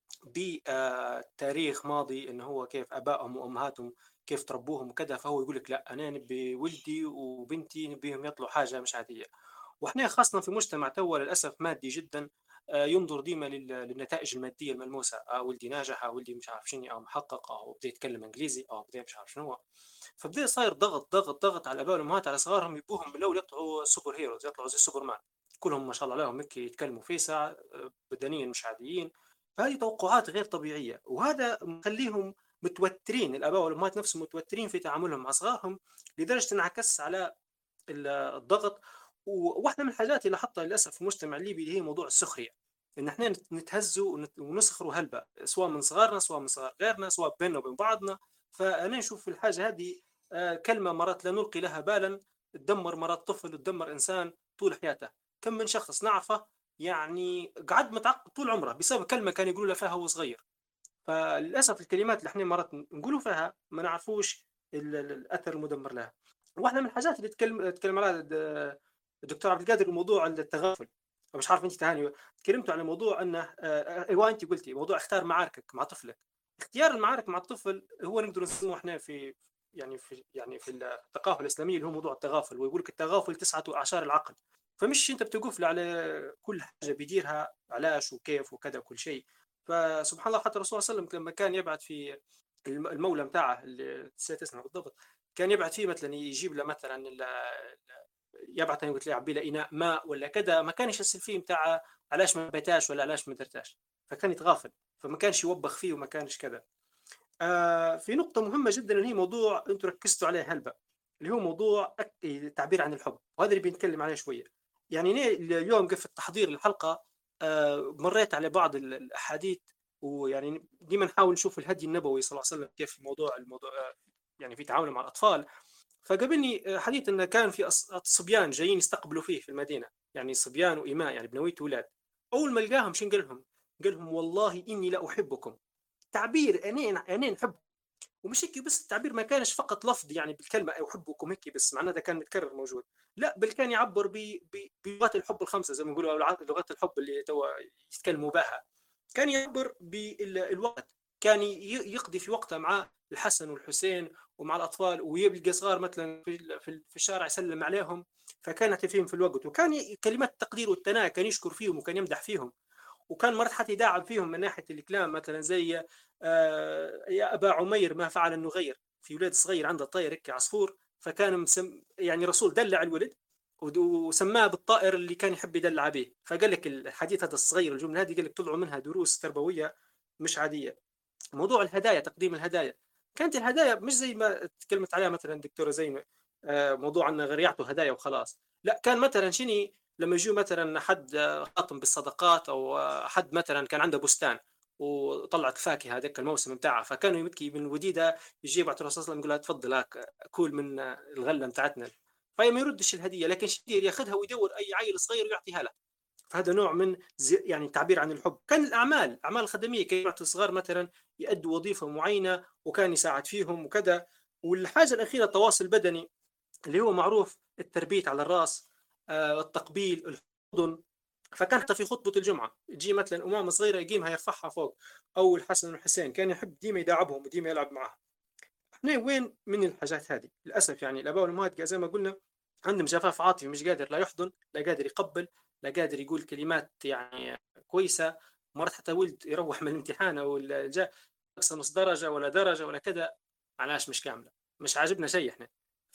بتاريخ ماضي إنه هو كيف آبائهم وأمهاتهم كيف تربوهم وكذا، فهو يقول لك لا أنا نبي ولدي وبنتي نبيهم يطلعوا حاجة مش عادية. وإحنا خاصة في مجتمع تو للأسف مادي جدا ينظر ديما للنتائج المادية الملموسة، آه ولدي ناجح، آه ولدي مش عارف شنو، أو محقق، أو بدي يتكلم إنجليزي، أو بدي مش عارف شنو. فبدأ صاير ضغط ضغط ضغط على الآباء والأمهات على صغارهم، يبوهم من الأول يطلعوا سوبر هيروز، يطلعوا زي سوبرمان، كلهم ما شاء الله عليهم هيك يتكلموا في ساعة بدنيا مش عاديين. فهذه توقعات غير طبيعية، وهذا مخليهم متوترين، الآباء والأمهات نفسهم متوترين في تعاملهم مع صغارهم، لدرجة انعكس على الضغط. وواحدة من الحاجات اللي لاحظتها للأسف في المجتمع الليبي اللي هي موضوع السخرية، إن إحنا نتهزوا ونسخروا هلبة، سواء من صغارنا سواء من صغار غيرنا سواء بيننا وبين بعضنا. فأنا نشوف الحاجة هذه كلمة مرات لا نلقي لها بالا تدمر مرات طفل وتدمر إنسان طول حياته. كم من شخص نعرفه يعني قعد متعقد طول عمره بسبب كلمة كان يقولوا له فيها هو صغير. فللأسف الكلمات اللي احنا مرات نقولوا فيها ما نعرفوش الأثر المدمر لها. واحدة من الحاجات اللي تكلم تكلم عليها الدكتور عبد القادر موضوع التغافل. مش عارف انت تهاني تكلمتوا على موضوع انه ايوه انت قلتي موضوع اختار معاركك مع طفلك. اختيار المعارك مع الطفل هو نقدر نسموه احنا في يعني في يعني في الثقافه الاسلاميه اللي هو موضوع التغافل، ويقول لك التغافل تسعه اعشار العقل. فمش انت بتوقف له على كل حاجه بيديرها علاش وكيف وكذا وكل شيء. فسبحان الله حتى الرسول صلى الله عليه وسلم لما كان يبعث في المولى بتاعه اللي نسيت اسمه بالضبط، كان يبعث فيه مثلا يجيب له مثلا يبعث انا قلت له عبي له اناء ماء ولا كذا، ما كانش يسال فيه بتاع علاش ما بيتاش ولا علاش ما درتاش، فكان يتغافل، فما كانش يوبخ فيه وما كانش كذا. آه في نقطه مهمه جدا اللي هي موضوع انتم ركزتوا عليه هلبا، اللي هو موضوع التعبير عن الحب، وهذا اللي بنتكلم عليه شويه. يعني اليوم في التحضير للحلقه آه مريت على بعض الاحاديث، ويعني ديما نحاول نشوف الهدي النبوي صلى الله عليه وسلم كيف الموضوع الموضوع يعني في تعامله مع الاطفال. فقابلني حديث انه كان في صبيان جايين يستقبلوا فيه في المدينه، يعني صبيان واماء يعني بنويه اولاد. اول ما لقاهم شنو قال لهم؟ قال لهم والله اني لا احبكم. تعبير انين انين نحب، ومش هيك بس التعبير ما كانش فقط لفظ يعني بالكلمه احبكم هيك بس معناه ده كان متكرر موجود، لا بل كان يعبر بلغات الحب الخمسه زي ما نقولوا، او لغات الحب اللي توا يتكلموا بها. كان يعبر بالوقت، كان يقضي في وقته مع الحسن والحسين ومع الاطفال، ويلقى صغار مثلا في في الشارع يسلم عليهم، فكانت فيهم في الوقت. وكان كلمات التقدير والثناء كان يشكر فيهم وكان يمدح فيهم، وكان مرات حتى يداعب فيهم من ناحيه الكلام، مثلا زي آه يا ابا عمير ما فعل النغير، في ولاد صغير عنده طير هيك عصفور، فكان مسم يعني رسول دلع الولد وسماه بالطائر اللي كان يحب يدلع به. فقال لك الحديث هذا الصغير الجمله هذه قال لك طلعوا منها دروس تربويه مش عاديه. موضوع الهدايا، تقديم الهدايا، كانت الهدايا مش زي ما تكلمت عليها مثلا الدكتوره زينب موضوع ان غير يعطوا هدايا وخلاص، لا كان مثلا شني لما يجوا مثلا حد خاطم بالصدقات، او حد مثلا كان عنده بستان وطلعت فاكهه هذاك الموسم بتاعها، فكانوا يمكي من الوديده يجيب على الرسول صلى الله عليه وسلم يقول لها تفضل كول من الغله بتاعتنا، فهي ما يردش الهديه، لكن شدير ياخذها ويدور اي عيل صغير ويعطيها له. فهذا نوع من يعني تعبير عن الحب. كان الاعمال الاعمال الخدميه، كان يعطي الصغار مثلا يؤدوا وظيفه معينه وكان يساعد فيهم وكذا. والحاجه الاخيره التواصل البدني اللي هو معروف، التربيت على الراس، آه، التقبيل، الحضن. فكان حتى في خطبه الجمعه يجي مثلا امامه صغيره يقيمها يرفعها فوق، او الحسن والحسين كان يحب ديما يداعبهم وديما يلعب معهم. احنا وين من الحاجات هذه؟ للاسف يعني الاباء والامهات زي ما قلنا عندهم جفاف عاطفي، مش قادر لا يحضن، لا قادر يقبل، لا قادر يقول كلمات يعني كويسه. مرات حتى ولد يروح من الامتحان او جاء نقص نص درجه ولا درجه ولا كذا، معناش مش كامله، مش عاجبنا شيء احنا.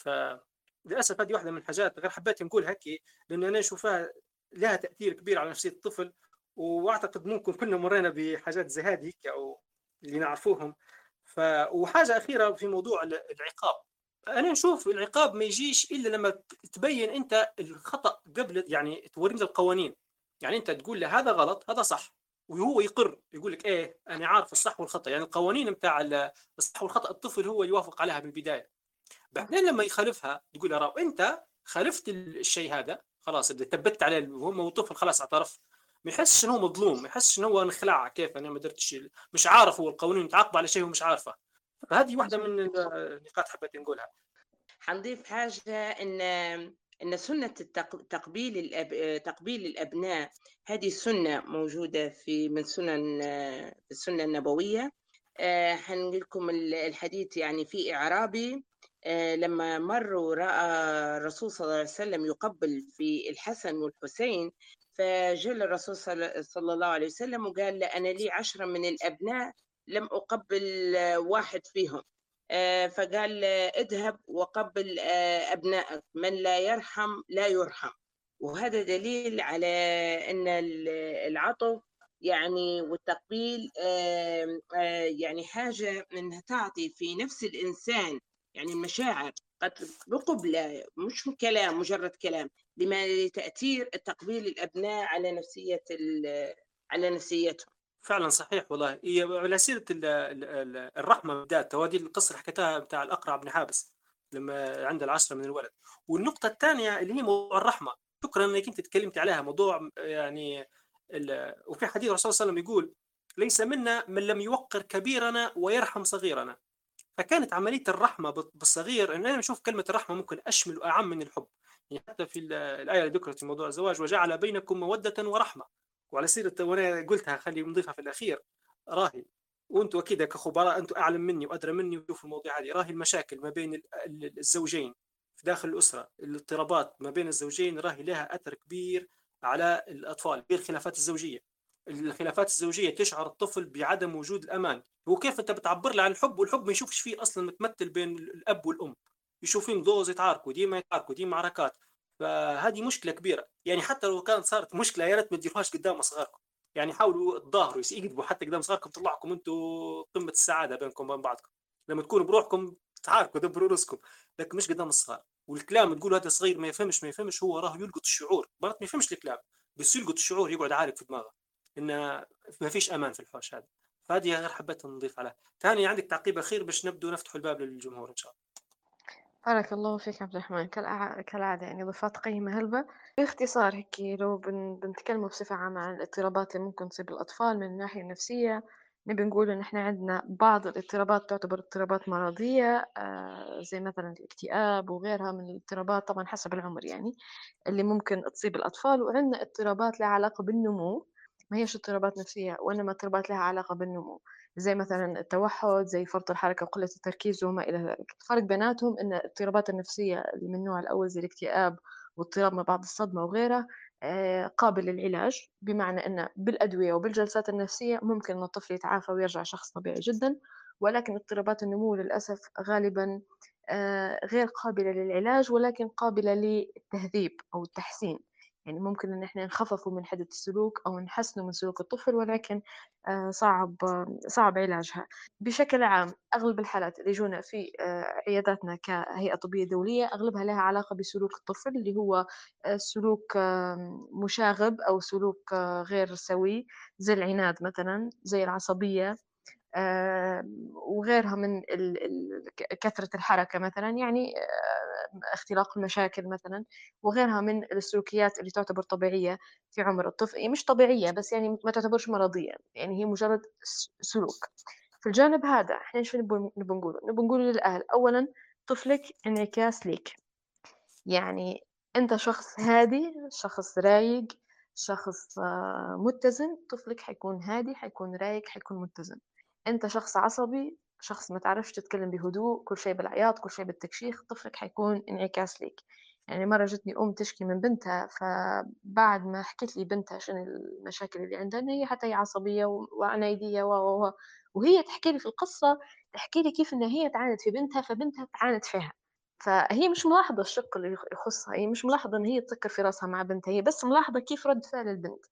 فللاسف هذه واحده من الحاجات غير حبيت نقول هيك، لانه انا نشوفها لها تاثير كبير على نفسيه الطفل، واعتقد ممكن كنا مرينا بحاجات زي هذه او اللي نعرفوهم. ف وحاجه اخيره في موضوع العقاب، انا نشوف العقاب ما يجيش الا لما تبين انت الخطا قبل، يعني تورينا القوانين، يعني انت تقول له هذا غلط هذا صح، وهو يقر يقول لك ايه انا عارف الصح والخطا، يعني القوانين بتاع الصح والخطا الطفل هو يوافق عليها بالبدايه. بعدين لما يخالفها تقول له انت خالفت الشيء هذا، خلاص اللي ثبت عليه وهم الطفل خلاص اعترف، ما يحسش انه هو مظلوم، ما يحسش انه هو انخلع، كيف انا ما درتش، مش عارف هو القوانين متعاقبه على شيء هو مش عارفه. فهذه واحده من النقاط حبيت نقولها. حنضيف حاجه ان ان سنه تقبيل الأب... تقبيل الابناء، هذه سنه موجوده في من سنن السنه النبويه. حنقول لكم الحديث، يعني في اعرابي لما مر وراى الرسول صلى الله عليه وسلم يقبل في الحسن والحسين، فجل الرسول صلى الله عليه وسلم وقال له أنا لي عشرة من الأبناء لم أقبل واحد فيهم، فقال اذهب وقبل أبنائك، من لا يرحم لا يرحم. وهذا دليل على أن العطف يعني والتقبيل يعني حاجة أنها تعطي في نفس الإنسان يعني المشاعر، قد بقبلة مش كلام مجرد كلام، بما لتأثير تقبيل الأبناء على نفسية على نفسيتهم. فعلا صحيح والله. هي على سيرة الرحمة بالذات، هذه القصة اللي حكيتها بتاع الأقرع بن حابس لما عنده العشرة من الولد. والنقطة الثانية اللي هي موضوع الرحمة، شكرا انك انت تكلمت عليها، موضوع يعني وفي حديث الرسول صلى الله عليه وسلم يقول ليس منا من لم يوقر كبيرنا ويرحم صغيرنا. فكانت عملية الرحمة بالصغير، ان انا بشوف كلمة الرحمة ممكن اشمل واعم من الحب، يعني حتى في الآية اللي ذكرت في موضوع الزواج وجعل بينكم مودة ورحمة. وعلى سيرة وانا قلتها خلي نضيفها في الأخير، راهي وانتم اكيد كخبراء انتم اعلم مني وادرى مني وشوفوا المواضيع هذه، راهي المشاكل ما بين الزوجين في داخل الأسرة، الاضطرابات ما بين الزوجين راهي لها أثر كبير على الأطفال. بالخلافات الزوجية، الخلافات الزوجية تشعر الطفل بعدم وجود الأمان. وكيف أنت بتعبر له عن الحب والحب ما يشوفش فيه أصلا متمثل بين الأب والأم، يشوفين دوز يتعاركوا ديما يتعاركوا ديما معركات. فهذه مشكله كبيره. يعني حتى لو كانت صارت مشكله يا ريت ما تديروهاش قدام اصغاركم، يعني حاولوا تظاهروا يقدموا حتى قدام صغاركم، طلعكم انتم قمه السعاده بينكم وبين بعضكم. لما تكونوا بروحكم تعاركوا دبروا رزقكم، لكن مش قدام الصغار. والكلام تقولوا هذا صغير ما يفهمش ما يفهمش، هو راه يلقط الشعور، مرات ما يفهمش الكلام بس يلقط الشعور، يقعد عارف في دماغه ان ما فيش امان في الحوش هذا. فهذه غير حبيت نضيف عليها. ثاني عندك تعقيب اخير باش نبدو نفتح الباب للجمهور ان شاء الله. بارك الله فيك عبد الرحمن، كالع- كالعادة يعني إضافات قيمة هلبة. باختصار هيك لو بن... بنتكلم بصفة عامة عن الاضطرابات اللي ممكن تصيب الأطفال من الناحية النفسية، نبي نقول إن إحنا عندنا بعض الاضطرابات تعتبر اضطرابات مرضية، آه زي مثلا الاكتئاب وغيرها من الاضطرابات، طبعا حسب العمر يعني، اللي ممكن تصيب الأطفال. وعندنا اضطرابات لها علاقة بالنمو، ما هيش اضطرابات نفسية وإنما اضطرابات لها علاقة بالنمو، زي مثلا التوحد، زي فرط الحركة وقلة التركيز وما إلى ذلك. الفرق بيناتهم أن الاضطرابات النفسية اللي من النوع الأول زي الاكتئاب واضطراب ما بعد الصدمة وغيرها آه، قابل للعلاج، بمعنى أن بالأدوية وبالجلسات النفسية ممكن أن الطفل يتعافى ويرجع شخص طبيعي جدا. ولكن اضطرابات النمو للأسف غالبا آه، غير قابلة للعلاج، ولكن قابلة للتهذيب أو التحسين. يعني ممكن أن احنا نخففوا من حدة السلوك أو نحسنوا من سلوك الطفل، ولكن آه، صعب صعب علاجها. بشكل عام أغلب الحالات اللي يجونا في آه، عياداتنا كهيئة طبية دولية أغلبها لها علاقة بسلوك الطفل، اللي هو آه، سلوك آه، مشاغب أو سلوك آه، غير سوي، زي العناد مثلا، زي العصبية، آه، وغيرها من ال- ال- ك- كثرة الحركة مثلا، يعني آه، اختلاق المشاكل مثلا، وغيرها من السلوكيات اللي تعتبر طبيعية في عمر الطفل. يعني مش طبيعية بس يعني ما تعتبرش مرضية، يعني هي مجرد س- سلوك. في الجانب هذا احنا ايش نبغى نبغى نقوله؟ نبغى نقول للأهل أولا طفلك انعكاس ليك. يعني أنت شخص هادي، شخص رايق، شخص آه، متزن، طفلك حيكون هادي، حيكون رايق، حيكون متزن. أنت شخص عصبي، شخص ما تعرفش تتكلم بهدوء، كل شيء بالعياط، كل شيء بالتكشيخ، طفلك حيكون انعكاس ليك. يعني مرة جتني أم تشكي من بنتها، فبعد ما حكيت لي بنتها شنو المشاكل اللي عندها، إن هي حتى هي عصبية و- وعنيدية و و و- وهي تحكي لي في القصة، تحكي لي كيف إن هي تعاند في بنتها فبنتها تعاند فيها. فهي مش ملاحظة الشق اللي يخصها، هي مش ملاحظة إن هي تسكر في راسها مع بنتها، هي بس ملاحظة كيف رد فعل البنت.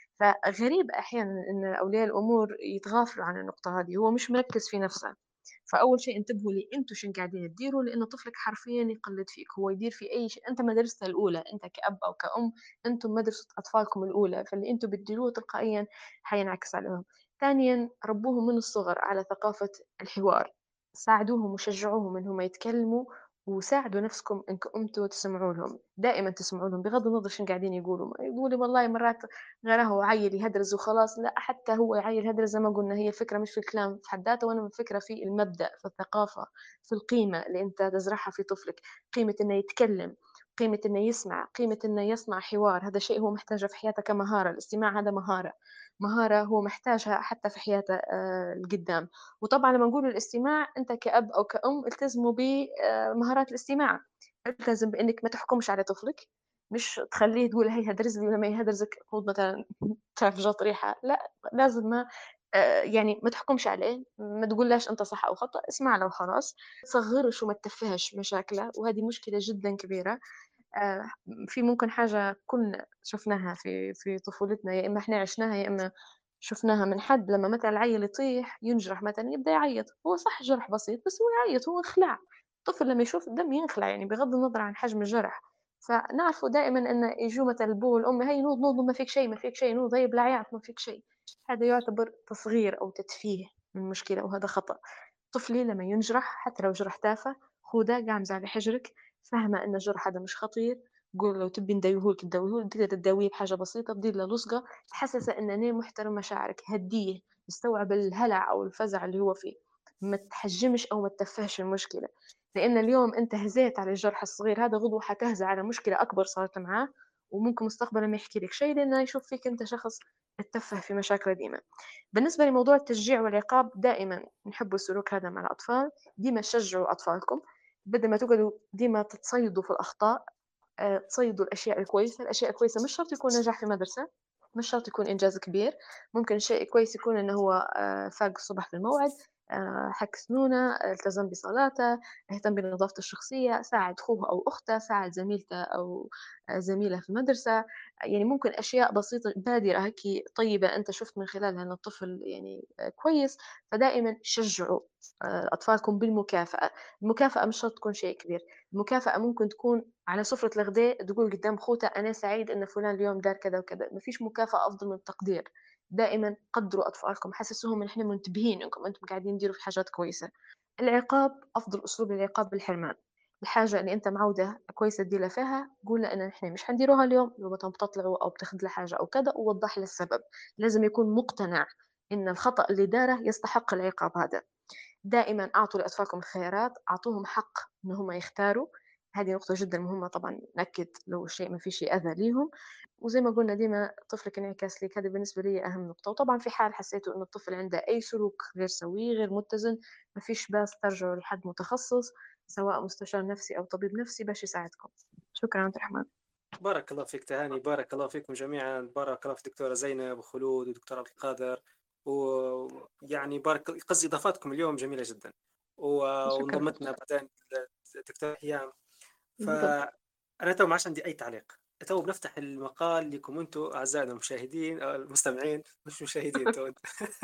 فغريب أحيانا إن أولياء الأمور يتغافلوا عن النقطة هذه، هو مش مركز في نفسه. فأول شيء انتبهوا لي أنتوا شن قاعدين تديروا، لأن طفلك حرفيا يقلد فيك، هو يدير في أي شيء. أنت مدرسته الأولى، أنت كأب أو كأم أنتم مدرسة أطفالكم الأولى، فاللي أنتوا بتديروه تلقائيا حينعكس عليهم. ثانيا ربوهم من الصغر على ثقافة الحوار، ساعدوهم وشجعوهم إنهم يتكلموا، وساعدوا نفسكم انكم انتوا تسمعوا لهم، دائما تسمعوا لهم بغض النظر شن قاعدين يقولوا. يقولوا والله مرات غيره هو عيل يهدرز وخلاص، لا، حتى هو عيل هدرز زي ما قلنا، هي الفكرة مش في الكلام في حد ذاته، وإنما الفكرة في المبدأ، في الثقافة، في القيمة اللي أنت تزرعها في طفلك. قيمة إنه يتكلم، قيمة إنه يسمع، قيمة إنه يصنع حوار. هذا شيء هو محتاجه في حياته كمهارة. الاستماع هذا مهارة، مهارة هو محتاجها حتى في حياته آه، القدام. وطبعا لما نقول الاستماع، أنت كأب أو كأم التزموا بمهارات الاستماع. التزم بإنك ما تحكمش على طفلك، مش تخليه تقول هي هدرز لي ولا ما يهدرزك، خذ مثلا تعرف جات ريحة، لا، لازم ما آه، يعني ما تحكمش عليه، ما تقولهاش انت صح او خطأ، اسمع له وخلاص. تصغرش وما تتفهش مشاكله، وهذه مشكلة جدا كبيرة. آه، في ممكن حاجة كلنا شفناها في في طفولتنا، يا إما إحنا عشناها يا إما شفناها من حد. لما مثلا العيل يطيح ينجرح مثلا يبدأ يعيط، هو صح جرح بسيط بس هو يعيط، هو انخلع. الطفل لما يشوف الدم ينخلع، يعني بغض النظر عن حجم الجرح. فنعرفوا دائما أن يجوا مثلا البو والأم، هي نوض نوض ما فيك شيء، ما فيك شيء، نوض هي بلا عياط ما فيك شيء. هذا يعتبر تصغير أو تتفيه من المشكلة، وهذا خطأ. طفلي لما ينجرح حتى لو جرح تافه، خذه قامز على حجرك، فاهمة إن الجرح هذا مش خطير، قول لو تبي نداويهولك تداويهولك، تقدر تداويه بحاجة بسيطة، بدير له لصقة تحسسه إن أنا محترم مشاعرك، هديه يستوعب الهلع أو الفزع اللي هو فيه. ما تحجمش أو ما تتفهش المشكلة، لأن اليوم أنت هزيت على الجرح الصغير هذا، غدوة حتهزى على مشكلة أكبر صارت معاه، وممكن مستقبلا ما يحكي لك شيء لأنه يشوف فيك أنت شخص تتفه في مشاكله ديما. بالنسبة لموضوع التشجيع والعقاب، دائما نحب السلوك هذا مع الأطفال. ديما شجعوا أطفالكم، بدل ما تقعدوا ديما تتصيدوا في الأخطاء. آه، تصيدوا الأشياء الكويسة. الأشياء الكويسة مش شرط يكون نجاح في مدرسة، مش شرط يكون إنجاز كبير. ممكن شيء كويس يكون إنه هو آه، فاق الصبح في الموعد، آه، حك سنونه، التزم بصلاته، اهتم بنظافته الشخصية، ساعد أخوه أو أخته، ساعد زميلته أو آه، زميله في المدرسة. يعني ممكن أشياء بسيطة بادرة هيك طيبة أنت شفت من خلالها أن الطفل يعني آه، كويس. فدائما شجعوا آه، أطفالكم بالمكافأة. المكافأة مش شرط تكون شيء كبير. المكافأة ممكن تكون على سفرة الغداء تقول قدام خوته أنا سعيد أن فلان اليوم دار كذا وكذا. ما فيش مكافأة أفضل من التقدير. دائما قدروا أطفالكم، حسسوهم إن إحنا منتبهين إنكم أنتم قاعدين تديروا في حاجات كويسة. العقاب أفضل أسلوب للعقاب الحرمان. الحاجة اللي أنت معودة كويسة تديرها فيها قول له إن إحنا مش حنديروها اليوم، لو مثلا بتطلعوا أو بتاخذ له حاجة أو كذا، ووضح له السبب. لازم يكون مقتنع إن الخطأ اللي داره يستحق العقاب هذا. دائما أعطوا لأطفالكم الخيارات، أعطوهم حق إن هم يختاروا. هذه نقطة جدا مهمة طبعا، نأكد لو الشيء ما في شيء أذى ليهم. وزي ما قلنا ديما طفلك انعكاس لك، هذا بالنسبة لي أهم نقطة. وطبعا في حال حسيتوا إن الطفل عنده أي سلوك غير سوي غير متزن، ما فيش باس ترجعوا لحد متخصص سواء مستشار نفسي أو طبيب نفسي باش يساعدكم. شكرا عبد الرحمن. بارك الله فيك تهاني، بارك الله فيكم جميعا، بارك الله في الدكتورة زينب وخلود ودكتور عبد القادر. ويعني بارك، قصدي إضافاتكم اليوم جميلة جدا. و- شكرا. وانضمتنا بعدين الدكتور هيام. بالضبط. فأنا تو ما عادش عندي أي تعليق، تو بنفتح المقال لكم أنتم أعزائنا المشاهدين أو المستمعين، مش مشاهدين تو.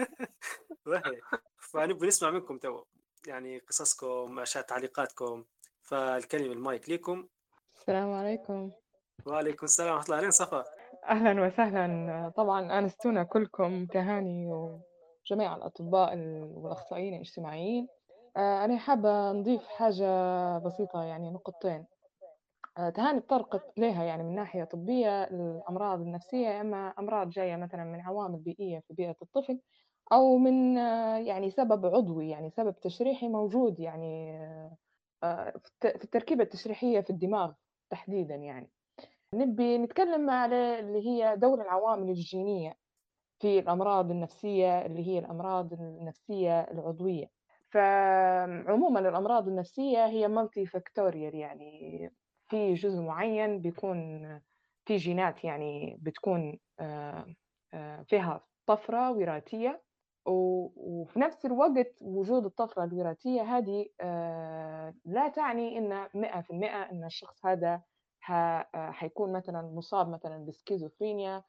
وهي فنبغى نسمع منكم تو، يعني قصصكم، أشياء، تعليقاتكم. فالكلمة المايك لكم. السلام عليكم. وعليكم السلام ورحمة الله. أهلين صفا. أهلا وسهلا. طبعا أنستونا كلكم، تهاني وجميع الأطباء ال- والأخصائيين الاجتماعيين. آه، أنا حابة نضيف حاجة بسيطة، يعني نقطتين. آه، تهاني تطرقت لها يعني من ناحية طبية الأمراض النفسية، إما أمراض جاية مثلا من عوامل بيئية في بيئة الطفل، أو من آه، يعني سبب عضوي، يعني سبب تشريحي موجود، يعني آه، في الت- في التركيبة التشريحية في الدماغ تحديدا. يعني نبي نتكلم على اللي هي دور العوامل الجينية في الأمراض النفسية، اللي هي الأمراض النفسية العضوية. فعموما الأمراض النفسية هي مالتي فاكتوريال، يعني في جزء معين بيكون في جينات يعني بتكون آه، آه، فيها طفرة وراثية، و- وفي نفس الوقت وجود الطفرة الوراثية هذه آه، لا تعني إن مئة في المئة إن الشخص هذا ح- آه، حيكون مثلا مصاب مثلا بسكيزوفرينيا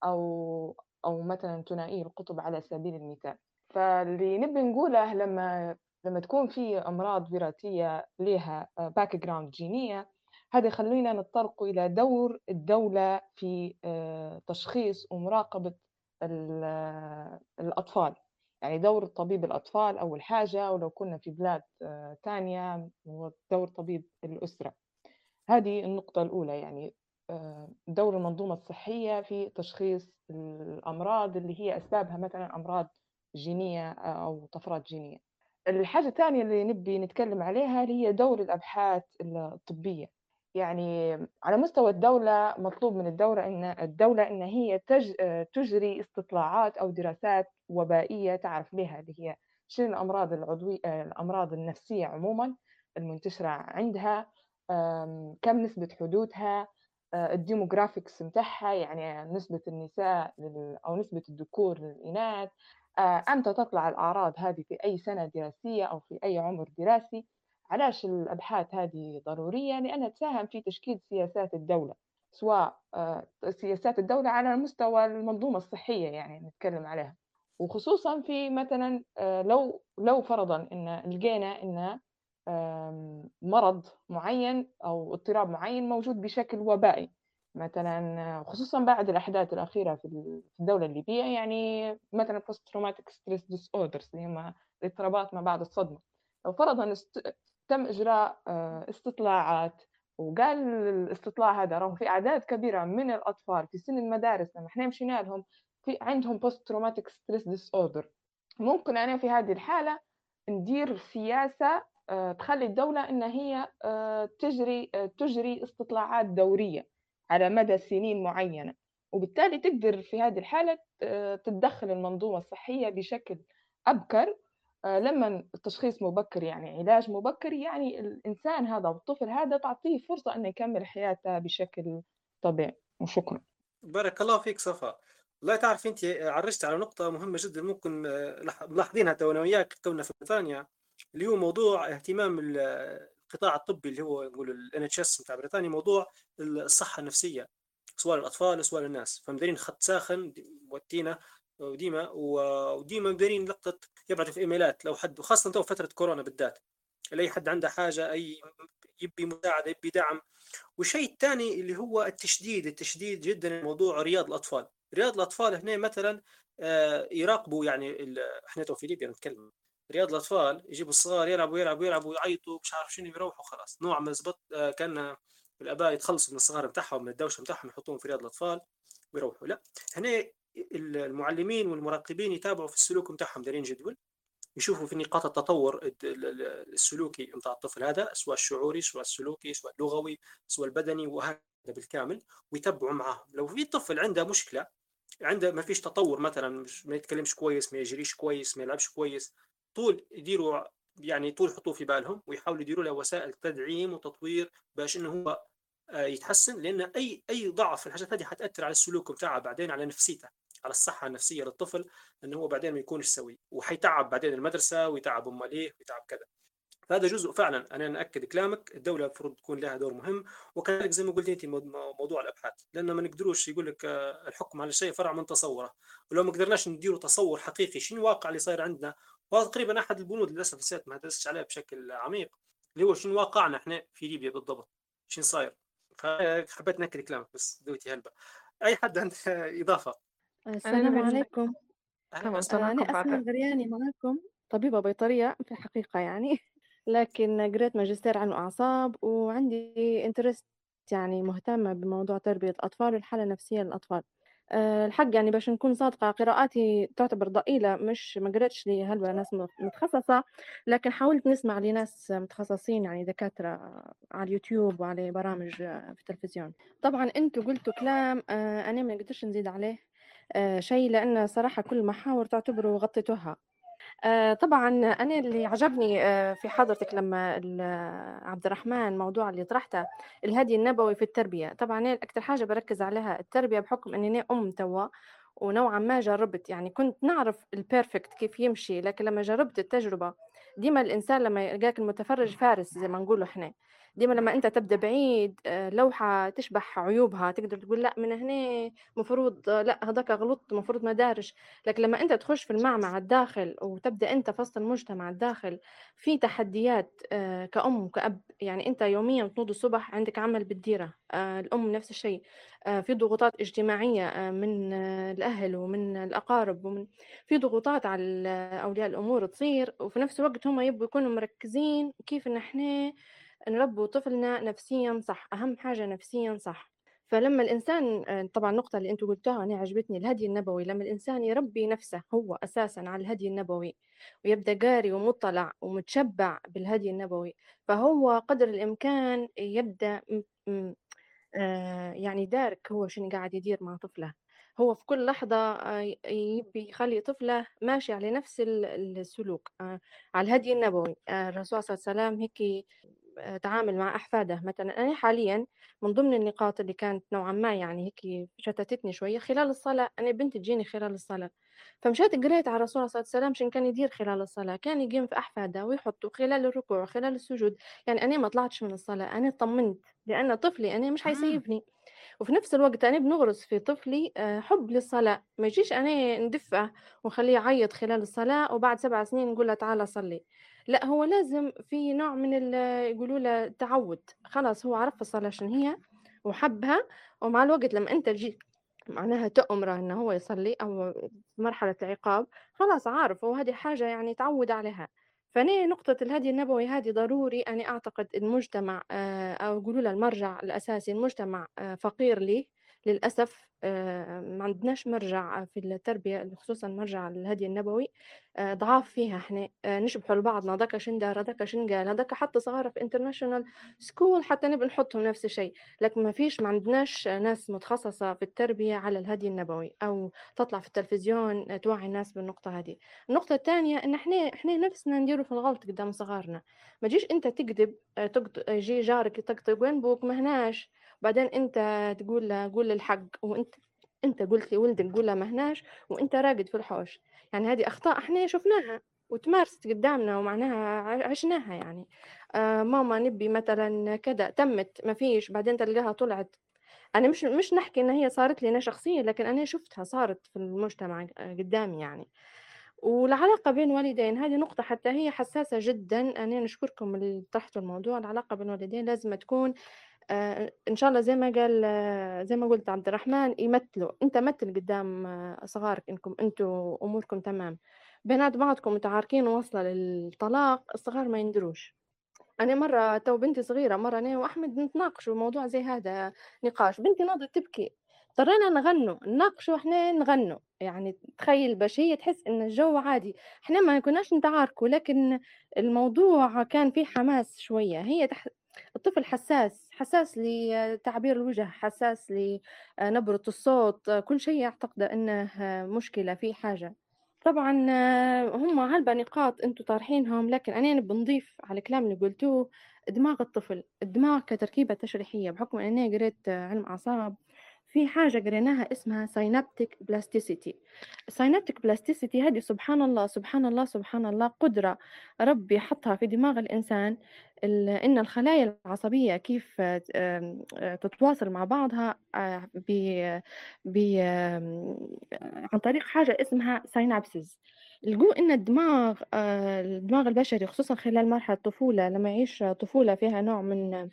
أو أو مثلا ثنائي القطب على سبيل المثال. فاللي نبي نقوله لما لما تكون في أمراض وراثية لها باك جراوند جينية، هذا يخلينا نتطرق إلى دور الدولة في آه، تشخيص ومراقبة ال- آه، الأطفال. يعني دور طبيب الأطفال أول حاجة، ولو كنا في بلاد آه، تانية هو دور طبيب الأسرة. هذه النقطة الأولى، يعني آه، دور المنظومة الصحية في تشخيص الأمراض اللي هي أسبابها مثلا أمراض جينية أو طفرات جينية. الحاجة الثانية اللي نبي نتكلم عليها هي دور الأبحاث الطبية. يعني على مستوى الدولة مطلوب من الدولة إن الدولة إن هي تج... تجري استطلاعات أو دراسات وبائية تعرف بها اللي هي شنو الأمراض العضوية، الأمراض النفسية عموما المنتشرة عندها، آم، كم نسبة حدوثها، آه، الديموغرافيكس متاعها، يعني نسبة النساء لل... أو نسبة الذكور للإناث، آه، أمتى تطلع الأعراض هذه في أي سنة دراسية أو في أي عمر دراسي. علاش الأبحاث هذه ضرورية؟ لأنها تساهم في تشكيل سياسات الدولة، سواء آه، سياسات الدولة على مستوى المنظومة الصحية يعني نتكلم عليها، وخصوصا في مثلا آه، لو لو فرضا إن لقينا إن آم، مرض معين أو اضطراب معين موجود بشكل وبائي مثلا، خصوصا بعد الأحداث الأخيرة في الدولة الليبية، يعني مثلا post traumatic stress disorders اللي هم الاضطرابات ما بعد الصدمة. لو فرضا است... تم إجراء آه، استطلاعات، وقال الاستطلاع هذا راهو في أعداد كبيرة من الأطفال في سن المدارس لما احنا مشينا لهم في عندهم post traumatic stress disorder، ممكن أنا في هذه الحالة ندير سياسة آه، تخلي الدولة إن هي آه، تجري آه، تجري استطلاعات دورية على مدى سنين معينة، وبالتالي تقدر في هذه الحالة آه، تتدخل المنظومة الصحية بشكل أبكر. آه، لما التشخيص مبكر يعني علاج مبكر، يعني الإنسان هذا والطفل هذا تعطيه فرصة أنه يكمل حياته بشكل طبيعي. وشكرا. بارك الله فيك صفا. والله تعرف أنت عرجت على نقطة مهمة جدا، ممكن آه، لح- ملاحظينها تو أنا وياك كنا في بريطانيا، اللي هو موضوع اهتمام ال- القطاع الطبي اللي هو نقول ال إن إتش إس بتاع بريطانيا، موضوع الصحة النفسية سواء الأطفال سواء الناس. فمديرين خط ساخن ودينا وديما و- وديما مديرين لقطة يبعثوا في إيميلات لو حد، وخاصة تو فترة كورونا بالذات، لأي حد عنده حاجة، أي يبي مساعدة يبي دعم. والشيء الثاني اللي هو التشديد التشديد جدا موضوع رياض الأطفال. رياض الأطفال هنا مثلا آه، يراقبوا يعني ال- احنا تو في ليبيا نتكلم، رياض الأطفال يجيبوا الصغار يلعبوا يلعبوا يلعبوا ويعيطوا مش عارف شنو، يروحوا خلاص نوع من زبط آه، كان الآباء يتخلصوا من الصغار بتاعهم من الدوشة بتاعهم يحطوهم في رياض الأطفال ويروحوا. لا، هنا المعلمين والمراقبين يتابعوا في السلوك بتاعهم، دارين جدول يشوفوا في نقاط التطور السلوكي متاع الطفل هذا، سواء الشعوري سواء السلوكي سواء اللغوي سواء البدني وهكذا بالكامل، ويتبعوا معاهم. لو في طفل عنده مشكله، عنده ما فيش تطور مثلا، مش ما يتكلمش كويس، ما يجريش كويس، ما يلعبش كويس، طول يديروا يعني طول يحطوه في بالهم ويحاولوا يديروا له وسائل تدعيم وتطوير باش انه هو آه، يتحسن. لان اي اي ضعف في الحاجات هذه حتاثر على السلوك بتاعه بعدين، على نفسيته، على الصحه النفسيه للطفل، انه هو بعدين ما يكونش سوي وحيتعب بعدين المدرسه ويتعب امال ايه ويتعب كذا. فهذا جزء فعلا، انا ناكد كلامك، الدوله المفروض تكون لها دور مهم. وكذلك زي ما قلت انت موضوع الابحاث، لان ما نقدروش يقول لك آه، الحكم على الشيء فرع من تصوره، ولو ما قدرناش نديروا تصور حقيقي شنو الواقع اللي صاير عندنا. وهذا تقريبا احد البنود للاسف نسيت ما درستش عليه بشكل عميق، اللي هو شنو واقعنا احنا في ليبيا بالضبط، شنو صاير. فحبيت ناكد كلامك بس دوتي هلبة. اي حد عنده اضافه؟ السلام أنا عليكم. اهلا تمام وسهلا. أنا سامعكم أسماء بعد. غرياني معاكم، طبيبة بيطرية في الحقيقة يعني لكن قريت ماجستير علم أعصاب وعندي انترست، يعني مهتمة بموضوع تربية أطفال والحالة النفسية للأطفال. أه الحق يعني باش نكون صادقة قراءاتي تعتبر ضئيلة، مش ما قريتش لي هلبة ناس متخصصة، لكن حاولت نسمع لناس متخصصين يعني دكاترة على اليوتيوب وعلى برامج في التلفزيون. طبعا انتوا قلتوا كلام أه أنا ما نقدرش نزيد عليه أه شيء، لأن صراحة كل محاور تعتبروا غطيتوها. آه، طبعا أنا اللي عجبني آه، في حضرتك لما ال- عبد الرحمن موضوع اللي طرحته الهدي النبوي في التربية. طبعا أنا أكثر حاجة بركز عليها التربية بحكم أني أنا أم توا، ونوعا ما جربت، يعني كنت نعرف البيرفكت كيف يمشي، لكن لما جربت التجربة ديما الإنسان لما يلقاك المتفرج فارس زي ما نقوله إحنا، ديما لما أنت تبدأ بعيد آه، لوحة تشبح عيوبها تقدر تقول لا من هنا مفروض آه، لا هذاك غلط مفروض ما دارش. لكن لما انت تخش في المعمعة الداخل وتبدا انت في وسط المجتمع الداخل في تحديات آه، كأم وكأب، يعني انت يوميا تنوض الصبح عندك عمل بالديرة، آه، الأم نفس الشيء، آه، في ضغوطات اجتماعية آه، من آه، الأهل ومن الأقارب، ومن في ضغوطات على ال- أولياء الأمور تصير، وفي نفس الوقت هم يبقوا يكونوا مركزين كيف إن إحنا نربوا طفلنا نفسيا صح، أهم حاجة نفسيا صح. فلما الإنسان آه، طبعا النقطة اللي أنتوا قلتوها أنا عجبتني، الهدي النبوي، لما الإنسان يربي نفسه هو أساسا على الهدي النبوي ويبدأ قاري ومطلع ومتشبع بالهدي النبوي، فهو قدر الإمكان يبدأ م- م- آه، يعني دارك هو شنو قاعد يدير مع طفله. هو في كل لحظة آه، يبي يخلي طفله ماشي على نفس ال- السلوك آه، على الهدي النبوي. آه، الرسول صلى الله عليه وسلم هيك آه، تعامل مع أحفاده. مثلا أنا حاليا من ضمن النقاط اللي كانت نوعا ما يعني هيك شتتتني شوية خلال الصلاة، أنا بنت تجيني خلال الصلاة، فمشيت قريت على الرسول صلى الله عليه وسلم شن كان يدير خلال الصلاة، كان يقيم في أحفاده ويحطه خلال الركوع خلال السجود. يعني أنا ما طلعتش من الصلاة، أنا طمنت لأن طفلي أنا مش حيسيبني، وفي نفس الوقت أنا بنغرس في طفلي آه، حب للصلاة، ما يجيش أنا ندفه ونخليه يعيط خلال الصلاة وبعد سبع سنين نقول له تعالى صلي. لا، هو لازم في نوع من ال- يقولوا له تعود، خلاص هو عرف الصلاة شنو هي وحبها، ومع الوقت لما أنت تجي معناها تأمره إنه هو يصلي أو في مرحلة عقاب خلاص عارف، وهذه حاجة يعني تعود عليها. فأنا نقطة الهدي النبوي هذه ضروري، أنا أعتقد المجتمع آه، أو يقولوا له المرجع الأساسي، المجتمع آه، فقير ليه للأسف. آه، ما عندناش مرجع في التربية خصوصا مرجع الهدي النبوي، آه، ضعاف فيها احنا، آه، نشبحوا لبعضنا، هذاك شن دار هذاك شن قال هذاك حتى صغار في انترناشونال سكول حتى نبي نحطهم نفس الشيء، لكن ما فيش ما عندناش ناس متخصصة في التربية على الهدي النبوي أو تطلع في التلفزيون توعي الناس بالنقطة هذه. النقطة الثانية إن إحنا إحنا نفسنا نديروا في الغلط قدام صغارنا، ما تجيش أنت تكذب آه، تقط- يجي جارك يطقطق وين بوك ما هناش، بعدين أنت تقول له قول الحق وأنت أنت قلت لولدك قول له مهناش وأنت راقد في الحوش. يعني هذه أخطاء إحنا شفناها وتمارست قدامنا ومعناها ع- عشناها يعني. آه ماما نبي مثلا كذا تمت ما فيش، بعدين تلقاها طلعت. أنا مش مش نحكي إن هي صارت لي أنا شخصيا، لكن أنا شفتها صارت في المجتمع آه، قدامي يعني. والعلاقة بين والدين هذه نقطة حتى هي حساسة جدا. أنا نشكركم اللي طرحتوا الموضوع. العلاقة بين والدين لازم تكون آه، إن شاء الله زي ما قال آه، زي ما قلت عبد الرحمن، يمثلوا. أنت مثل قدام آه، صغارك إنكم أنتوا أموركم تمام، بينات بعضكم متعاركين وواصلة للطلاق، الصغار ما يندروش. أنا مرة تو بنتي صغيرة، مرة أنا وأحمد نتناقشوا موضوع زي هذا، نقاش بنتي ناضت تبكي، اضطرينا نغنوا نناقشوا إحنا نغنوا. يعني تخيل باش هي تحس إن الجو عادي، إحنا ما كناش نتعاركوا، لكن الموضوع كان فيه حماس شوية. هي تح... الطفل حساس، حساس لتعبير الوجه، حساس لنبرة الصوت، كل شيء يعتقد إنه مشكلة في حاجة. طبعا آه، هم هلبا نقاط انتم طارحينهم، لكن انا بنضيف على الكلام اللي قلتوه دماغ الطفل. الدماغ كتركيبة تشريحية، بحكم اني قريت آه، علم اعصاب، في حاجة قريناها اسمها ساينابتيك بلاستيسيتي. الساينابتيك بلاستيسيتي هذه سبحان الله سبحان الله سبحان الله قدرة ربي حطها في دماغ الإنسان، ال- إن الخلايا العصبية كيف آه، آم، آه، تتواصل مع بعضها آه، ب ب آم، عن طريق حاجة اسمها ساينابسز. لقوا إن الدماغ آه، الدماغ البشري خصوصا خلال مرحلة الطفولة، لما يعيش طفولة فيها نوع من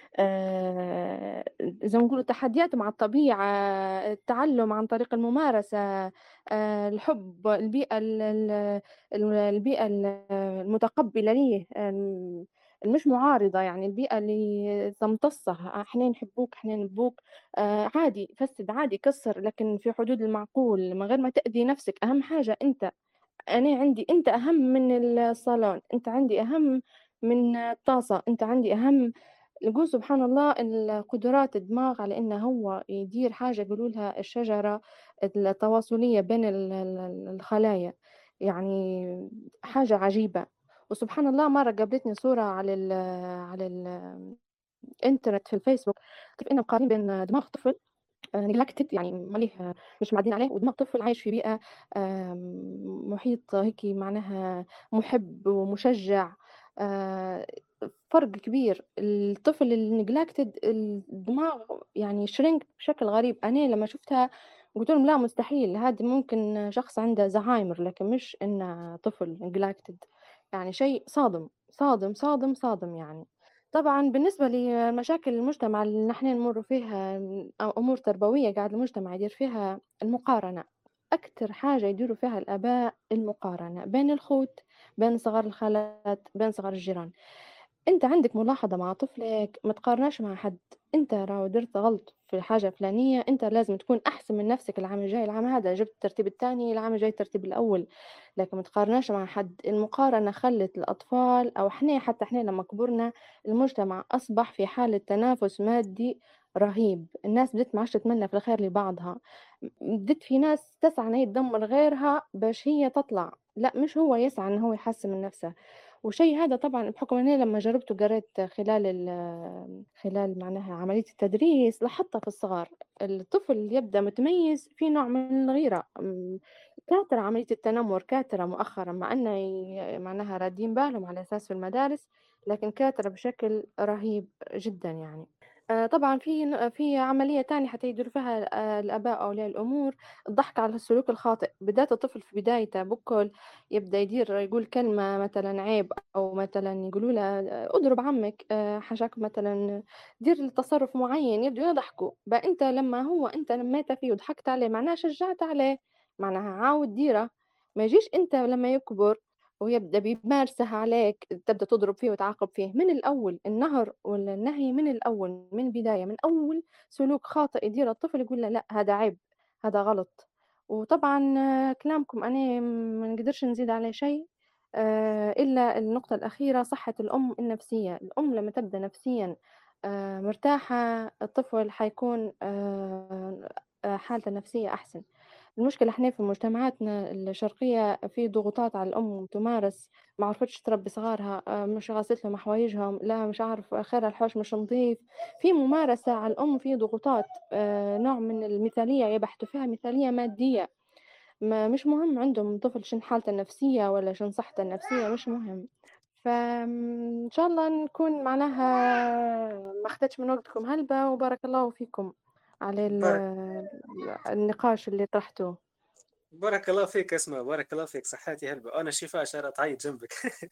آه، زي ما نقولوا تحديات مع الطبيعة، التعلم عن طريق الممارسة، آه، الحب، البيئة ال- ال- ال- البيئة ال- المتقبلة ليه، آم، المش معارضة، يعني البيئة اللي تمتصه، احنا نحبوك احنا نبوك، آه، عادي فسد عادي كسر، لكن في حدود المعقول من غير ما تأذي نفسك. أهم حاجة أنت، أنا عندي أنت أهم من الصالون، أنت عندي أهم من الطاسة، أنت عندي أهم. نقول سبحان الله القدرات الدماغ على إنه هو يدير حاجة يقولوا لها الشجرة التواصلية بين ال- ال- الخلايا، يعني حاجة عجيبة. وسبحان الله مرة قابلتني صورة على ال على الإنترنت في الفيسبوك، كيف إنه مقارنين بين دماغ طفل نجلكتد، يعني ماليه مش معدين عليه، ودماغ طفل عايش في بيئة آم، محيط هيك معناها محب ومشجع. آه، فرق كبير. الطفل النجلكتد الدماغ يعني شرينك بشكل غريب. أنا لما شفتها قلت لهم لا مستحيل، هذا ممكن شخص عنده زهايمر، لكن مش إنه طفل نجلكتد. يعني شيء صادم صادم صادم صادم يعني. طبعا بالنسبة لمشاكل المجتمع اللي نحن نمر فيها، أو أمور تربوية قاعد المجتمع يدير فيها، المقارنة. أكتر حاجة يديروا فيها الآباء المقارنة بين الخوت، بين صغار الخالات، بين صغار الجيران. أنت عندك ملاحظة مع طفلك، ما تقارناش مع حد. أنت راهو درت غلط في حاجة فلانية، أنت لازم تكون أحسن من نفسك العام الجاي، العام هذا جبت الترتيب الثاني، العام الجاي الترتيب الأول. لكن ما تقارناش مع حد. المقارنة خلت الأطفال أو إحنا حتى إحنا لما كبرنا، المجتمع أصبح في حالة تنافس مادي رهيب. الناس بدت ما عادش تتمنى في الخير لبعضها، بدت في ناس تسعى إن هي تدمر غيرها باش هي تطلع، لا مش هو يسعى إن هو يحسن من نفسه. وشيء هذا طبعا بحكم اني لما جربت وقريت خلال ال- خلال معناها عملية التدريس، لاحظتها في الصغار. الطفل اللي يبدأ متميز في نوع من الغيرة. أم، كاثرة عملية التنمر، كاثرة مؤخرا، مع أنه ي- معناها رادين بالهم على أساس في المدارس، لكن كاثرة بشكل رهيب جدا يعني. آه، طبعا في ن- في عملية تانية حتى يديروا فيها آه، الآباء أولياء الأمور، الضحك على السلوك الخاطئ. بداية الطفل في بدايته بكل يبدأ يدير يقول كلمة مثلا عيب، أو مثلا يقولوا له آه، اضرب عمك، آه، حشاك مثلا، دير تصرف معين، يبدأوا يضحكوا بقى. أنت لما هو أنت لميت فيه وضحكت عليه معناها شجعت عليه، معناها عاود ديره. ما يجيش أنت لما يكبر ويبدأ بيمارسها عليك تبدأ تضرب فيه وتعاقب فيه من الأول. النهر ولا النهي من الأول، من البداية، من أول سلوك خاطئ يدير الطفل يقول له لا هذا عيب، هذا غلط. وطبعا آه، كلامكم أنا ما نقدرش نزيد عليه شيء، آه، إلا النقطة الأخيرة، صحة الأم النفسية. الأم لما تبدأ نفسيا آه، مرتاحة، الطفل حيكون آه، آه، حالته النفسية أحسن. المشكلة إحنا في مجتمعاتنا الشرقية في ضغوطات على الأم تمارس، ما عرفتش تربي صغارها، آه، مش غسلت لهم حوايجهم، لا مش عارف خير الحوش مش نظيف، في ممارسة على الأم، في ضغوطات، آه، نوع من المثالية يبحثوا فيها، مثالية مادية. ما مش مهم عندهم طفل شن حالته النفسية ولا شن صحته النفسية، مش مهم. فإن شاء الله نكون معناها ما أخذتش من وقتكم هلبة، وبارك الله فيكم على ال- بارك النقاش اللي طرحتوه. بارك الله فيك اسماء، بارك الله فيك، صحاتي هلبة، أنا شفاء شارة تعيط جنبك.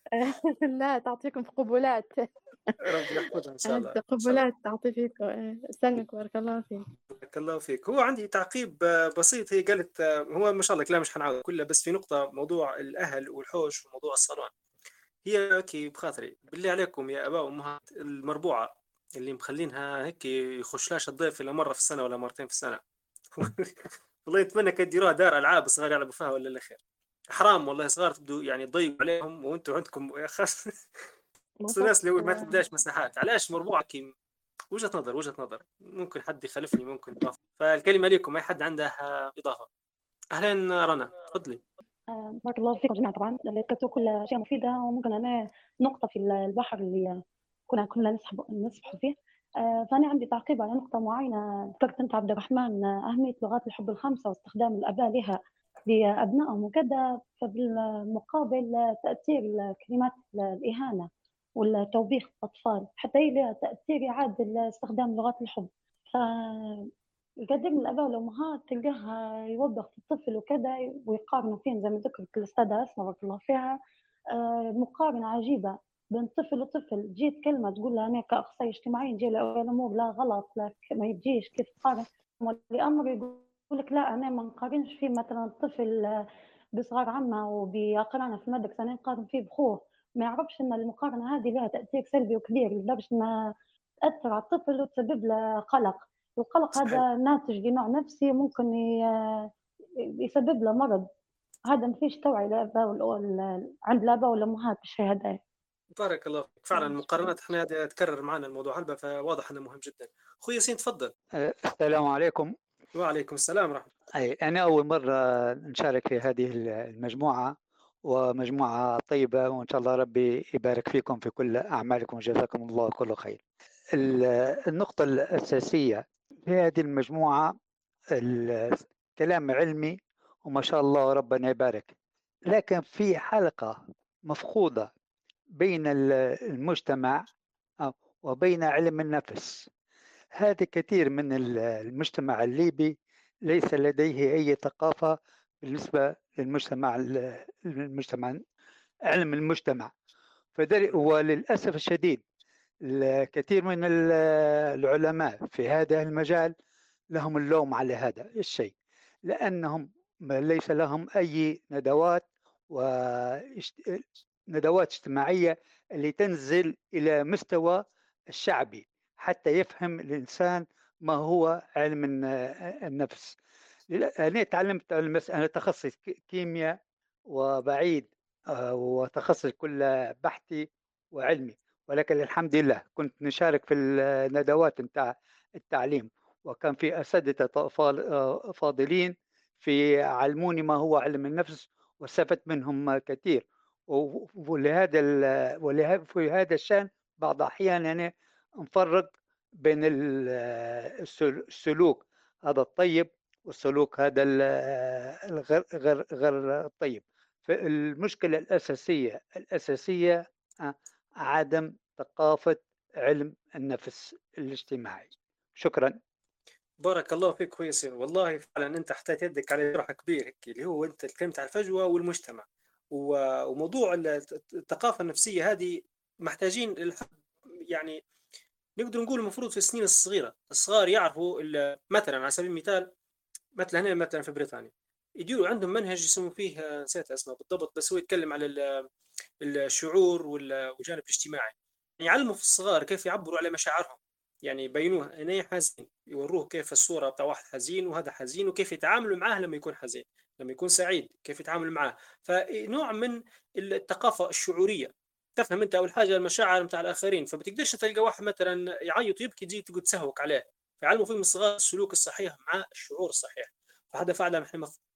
لا تعطيكم في قبولات. ربي يحفظها إن شاء الله عند إن شاء الله. قبولات تعطي فيكم، إيه، استنك بارك الله فيك. بارك الله فيك. هو عندي تعقيب آه، بسيط. هي قالت آه، هو ما شاء الله كلام مش حنعاود كله، بس في نقطة موضوع الأهل والحوش وموضوع الصالون. هي هيك بخاطري بالله عليكم يا آباء وأمهات، المربوعة اللي مخلينها هيك يخشلاش الضيف إلا مرة في السنة ولا مرتين في السنة. والله يتمنى كد يروها دار ألعاب صغار يلعبوا فيها ولا لا خير. حرام والله صغار تبدوا يعني تضيقوا عليهم وانتم عندكم يا خاص. الناس اللي ما تبداش مساحات. علاش مربوعة كي؟ وجهة نظر وجهة نظر ممكن حد يخالفني، ممكن يضاف. فالكلمة لكم، أي حد عنده آه، إضافة. أهلا رنا، تفضلي. آه، بارك الله فيكم جميعا. طبعا اللي ذكرتوا كل شيء مفيدة، وممكن أنا نقطة في البحر اللي كنا كنا نسحب نسبح فيه. آه، فأنا عندي تعقيب على نقطة معينة ذكرت أنت عبد الرحمن، آه، أهمية لغات الحب الخمسة واستخدام الآباء لها لأبنائهم وكذا. فبالمقابل آه، تأثير كلمات الإهانة والتوبيخ الأطفال حتى هي لها تأثير يعادل استخدام لغات الحب. ف القدير من الآباء والأمهات تلقاه يوبخ في الطفل وكذا ويقارنوا فيهم زي ما ذكرت الأستاذة أسماء بارك الله فيها. آه، مقارنة عجيبة بين طفل وطفل. جيت كلمة تقول لها أنا كأخصائي اجتماعي نجي لأولياء الأمور لا غلط، لا ما يجيش كيف تقارن. والأمر يقول لك لا أنا ما نقارنش فيه مثلا الطفل آه، بصغار عمه وبأقرانه في المدرسة، أنا نقارن فيه بأخوه. ما يعرفش أن المقارنة هذه لها تأثير سلبي وكبير لدرجة أنها تأثر على الطفل وتسبب له قلق. القلق صحيح. هذا ناتج لنوع نفسي ممكن ي- يسبب له مرض. هذا ما فيش توعية للآباء والأ- عند الآباء والأمهات بالشيء هذا. بارك الله فيك. فعلا المقارنات احنا هذا تكرر معنا الموضوع هلبة، فواضح انه مهم جدا. اخوي ياسين تفضل. أه، السلام عليكم. وعليكم السلام ورحمة أي أنا أول مرة نشارك في هذه المجموعة، ومجموعة طيبة، وإن شاء الله ربي يبارك فيكم في كل أعمالكم وجزاكم الله كل خير. ال- النقطة الأساسية في هذه المجموعة الكلام علمي وما شاء الله ربنا يبارك، لكن في حلقة مفقودة بين ال- المجتمع أه، وبين علم النفس. هذا كثير من ال- المجتمع الليبي ليس لديه أي ثقافة بالنسبة للمجتمع ال- المجتمع علم المجتمع. فدر- وللأسف الشديد الكثير من ال- العلماء في هذا المجال لهم اللوم على هذا الشيء، لأنهم ما- ليس لهم أي ندوات وندوات اجتماعية اللي تنزل إلى مستوى الشعبي حتى يفهم الإنسان ما هو علم الن- النفس. لل- أنا تعلمت المس- أنا تخصص ك- كيمياء وبعيد، آه، وتخصص كل بحثي وعلمي، ولكن الحمد لله كنت نشارك في الندوات نتاع التعليم، وكان في أساتذة فاض- آه، فاضلين في علموني ما هو علم النفس، واستفدت منهم كثير. و- ولهذا ال- ولهذا في هذا الشأن بعض الأحيان أنا نفرق بين ال- السل- السلوك هذا الطيب والسلوك هذا ال- الغير غير غير الطيب. فالمشكلة الأساسية الأساسية آه، عدم ثقافة علم النفس الاجتماعي. شكرا. بارك الله فيك اخوي ياسين. والله فعلا انت حطيت يدك على جرح كبير هيك، اللي هو انت تكلمت على الفجوة والمجتمع و- وموضوع الثقافة النفسية هذه. محتاجين الح- يعني نقدر نقول المفروض في السنين الصغيرة الصغار يعرفوا ال- مثلا على سبيل المثال، مثلا هنا مثلا في بريطانيا يديروا عندهم منهج يسموا فيه آه، نسيت اسمه بالضبط، بس هو يتكلم على ال- الشعور وال- والجانب الاجتماعي. يعلموا في الصغار كيف يعبروا على مشاعرهم، يعني يبينوها انا حزين، يوروه كيف الصورة بتاع واحد حزين وهذا حزين، وكيف يتعاملوا معاه لما يكون حزين، لما يكون سعيد كيف يتعاملوا معاه. فنوع من الثقافة الشعورية. تفهم انت اول حاجة المشاعر بتاع الاخرين، فبتقدرش تلقى واحد مثلا يعيط ويبكي تجي تقعد تسهوك عليه. فيعلموا فيهم الصغار السلوك الصحيح مع الشعور الصحيح. فهذا فعلا احنا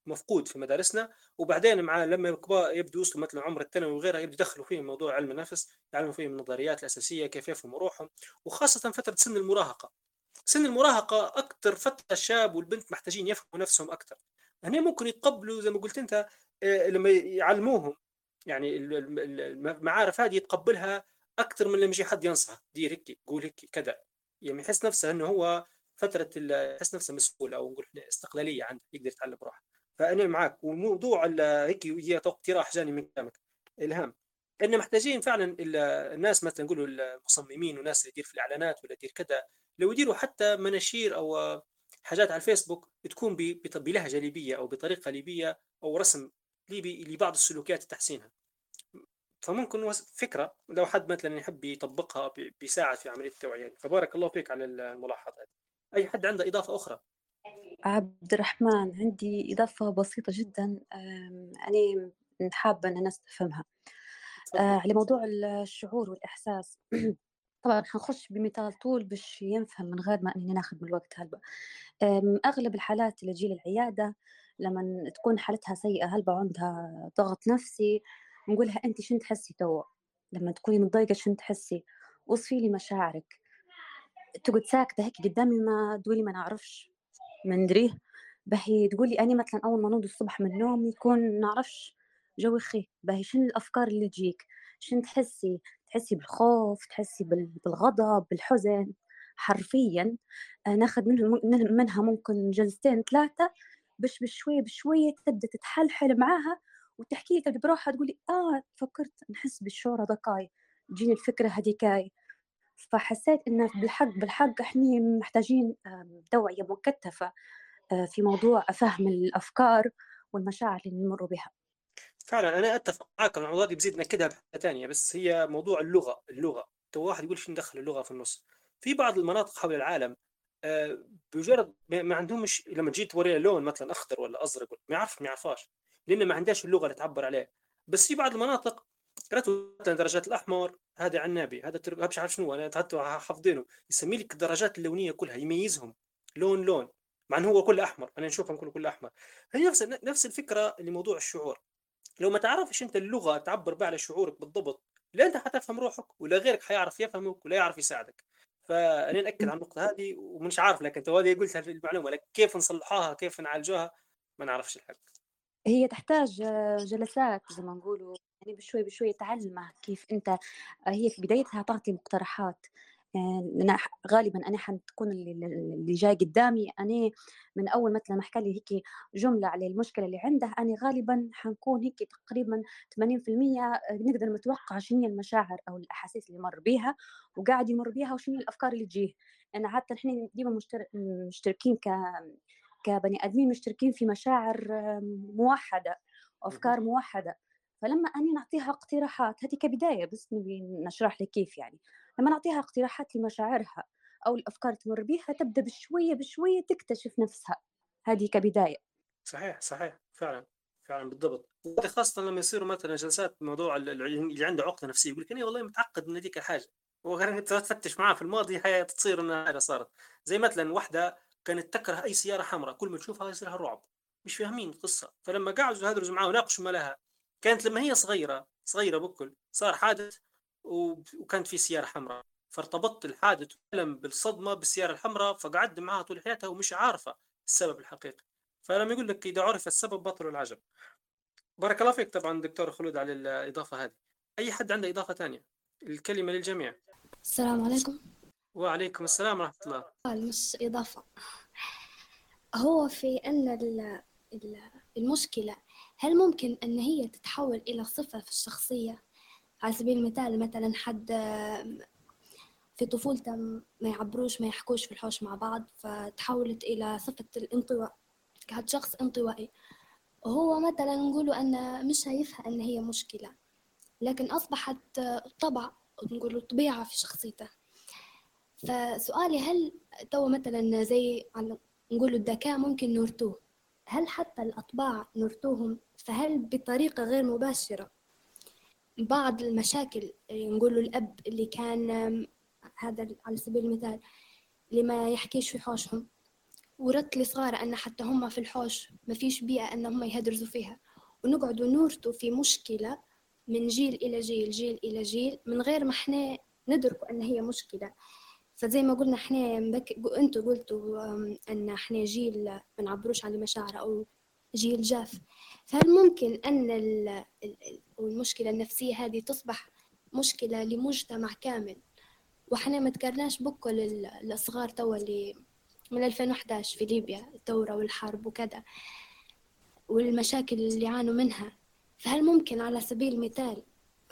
مفقود في مدارسنا، وبعدين مع لما يكبر يبدو يوصلوا مثلا عمر الثانوي وغيرها يبدو يدخلوا فيهم موضوع علم النفس، يعلموا فيهم النظريات الاساسيه كيف يفهموا روحهم، وخاصه فتره سن المراهقه. سن المراهقه اكثر فتره الشاب والبنت محتاجين يفهموا نفسهم اكثر. هنا ممكن يتقبلوا زي ما قلت انت لما يعلموهم، يعني المعارف هذه يتقبلها اكثر من لما يجي حد ينصحه دير هيك قول هيك كذا، يعني يحس نفسه انه هو فتره يحس نفسه مسؤول او نقول استقلاليه عنده يقدر يتعلم روحه. فانا معك. وموضوع هيك هي اقتراح جاني من كلامك الهام، ان محتاجين فعلا الناس مثلا نقولوا المصممين والناس اللي يدير في الاعلانات ولا يدير كذا، لو يديروا حتى مناشير او حاجات على الفيسبوك تكون بلهجه ليبيه او بطريقه ليبيه او رسم ليبي لبعض السلوكيات تحسينها. فممكن فكره لو حد مثلا يحب يطبقها بيساعد في عمليه التوعيه. فبارك الله فيك على الملاحظه هذه. اي حد عنده اضافه اخرى؟ عبد الرحمن، عندي إضافة بسيطة جدا أنا حابة أن الناس تفهمها على موضوع الشعور والإحساس. طبعا حنخش بمثال طول باش ينفهم من غير ما أني ناخذ من الوقت هلبا. أغلب الحالات اللي تجي للعيادة لما تكون حالتها سيئة هلبا عندها ضغط نفسي، نقولها أنت شن تحسي توا لما تكوني متضايقة، شن تحسي؟ وصفي لي مشاعرك. تقعد ساكتة هيك قدامي ما تقولي ما نعرفش ما ندريه. باهي تقولي أنا مثلا أول ما نوض الصبح من النوم يكون نعرفش جوي خي. باهي شن الأفكار اللي تجيك؟ شن تحسي؟ تحسي بالخوف، تحسي بالغضب، بالحزن. حرفيا ناخذ منها ممكن جلستين ثلاثة باش بشوية بشوية تبدأ تتحلحل معاها وتحكي لك بروحها، تقولي آه فكرت نحس بالشعور هذاكاي، تجيني الفكرة هذيكاي. فحسيت إن بالحق بالحق إحنا محتاجين توعية مكثفة في موضوع فهم الأفكار والمشاعر اللي نمر بها. فعلا أنا أتفق معك. الموضوع دي بزيد نكدها بحاجة ثانية، بس هي موضوع اللغة. اللغة تو واحد يقول شو ندخل اللغة في النص. في بعض المناطق حول العالم بمجرد ما عندهمش، لما تجي توريه لون مثلا أخضر ولا أزرق ما يعرف ما يعرفاش لأن ما عندهاش اللغة اللي تعبر عليه. بس في بعض المناطق مثلا درجات الأحمر هذا عنابي، هذا تر... مش عارف شنو، أنا حتى حافظينه يسمي لك الدرجات اللونية كلها، يميزهم لون لون مع أنه هو كله أحمر، أنا نشوفهم كله كله أحمر. هي نفس نفس الفكرة لموضوع الشعور. لو ما تعرفش أنت اللغة تعبر بها على شعورك بالضبط، لا أنت حتفهم روحك ولا غيرك حيعرف يفهمك ولا يعرف يساعدك. فأنا نأكد على النقطة هذه ومش عارف لكن تو هذه قلتها في المعلومة، لكن كيف نصلحوها كيف نعالجوها ما نعرفش الحق. هي تحتاج جلسات زي ما نقولوا، يعني بشوي بشوي تعلمه كيف أنت. هي في بدايتها تعطي مقترحات. يعني غالبا أنا حتكون اللي, اللي جاي قدامي أنا من أول مثلا ما حكى لي هيك جملة على المشكلة اللي عنده، أنا غالبا حنكون هيك تقريبا ثمانين بالمية نقدر نتوقع شنو المشاعر أو الأحاسيس اللي مر بيها وقاعد يمر بيها وشنو الأفكار اللي تجيه. لأن يعني حتى نحن ديما مشتر... مشتركين ك كبني آدمين مشتركين في مشاعر موحدة وأفكار موحدة. فلما أنا نعطيها اقتراحات هذه كبداية بس نبي نشرح لك كيف، يعني لما نعطيها اقتراحات لمشاعرها أو الأفكار تمر بها تبدأ بشوية بشوية تكتشف نفسها. هذه كبداية. صحيح صحيح فعلا فعلا بالضبط. خاصة لما يصيروا مثلا جلسات موضوع اللي عنده عقدة نفسية يقول لك أنا والله متعقد من هذيك الحاجة، وغير أنت تفتش معاه في الماضي هي تصير إنها حاجة صارت. زي مثلا واحدة كانت تكره أي سيارة حمراء، كل ما تشوفها يصيرها رعب، مش فاهمين القصة. فلما قعدوا يهدروا معاه وناقشوا ما لها، كانت لما هي صغيرة صغيرة بكل صار حادث وكانت في سيارة حمراء، فارتبطت الحادث والألم بالصدمة بالسيارة الحمراء، فقعد معها طول حياتها ومش عارفة السبب الحقيقي. فلما يقول لك إذا عرف السبب بطل العجب. بارك الله فيك طبعا دكتور خلود على الإضافة هذه. أي حد عنده إضافة ثانية؟ الكلمة للجميع. السلام عليكم. وعليكم السلام ورحمة الله. مش إضافة، هو في أن المشكلة هل ممكن أن هي تتحول إلى صفة في الشخصية؟ على سبيل المثال مثلا حد في طفولته ما يعبروش ما يحكوش في الحوش مع بعض فتحولت إلى صفة الانطواء، كهذا شخص انطوائي. هو مثلا نقوله أن مش شايفها أن هي مشكلة لكن أصبحت طبع نقوله طبيعة في شخصيته. فسؤالي هل تو مثلا زي نقوله الذكاء ممكن نورتوه، هل حتى الأطباع نورتوهم؟ فهل بطريقة غير مباشرة بعض المشاكل نقوله الأب اللي كان هذا على سبيل المثال اللي ما يحكيش في حوشهم ورت لي صغار أن حتى هم في الحوش ما فيش بيئة أن هم يهدرزوا فيها، ونقعدوا نورثوا في مشكلة من جيل إلى جيل جيل إلى جيل من غير ما احنا ندركوا أن هي مشكلة. فزي ما قلنا احنا مبك... انتوا قلتوا أن احنا جيل ما نعبروش عن المشاعر أو جيل جاف، فهل ممكن أن ال... المشكلة النفسية هذه تصبح مشكلة لمجتمع كامل، وحنا ما تكرناش بكل الصغار توا اللي من ألفين وإحدى عشر في ليبيا الثورة والحرب وكذا والمشاكل اللي يعانوا منها؟ فهل ممكن على سبيل المثال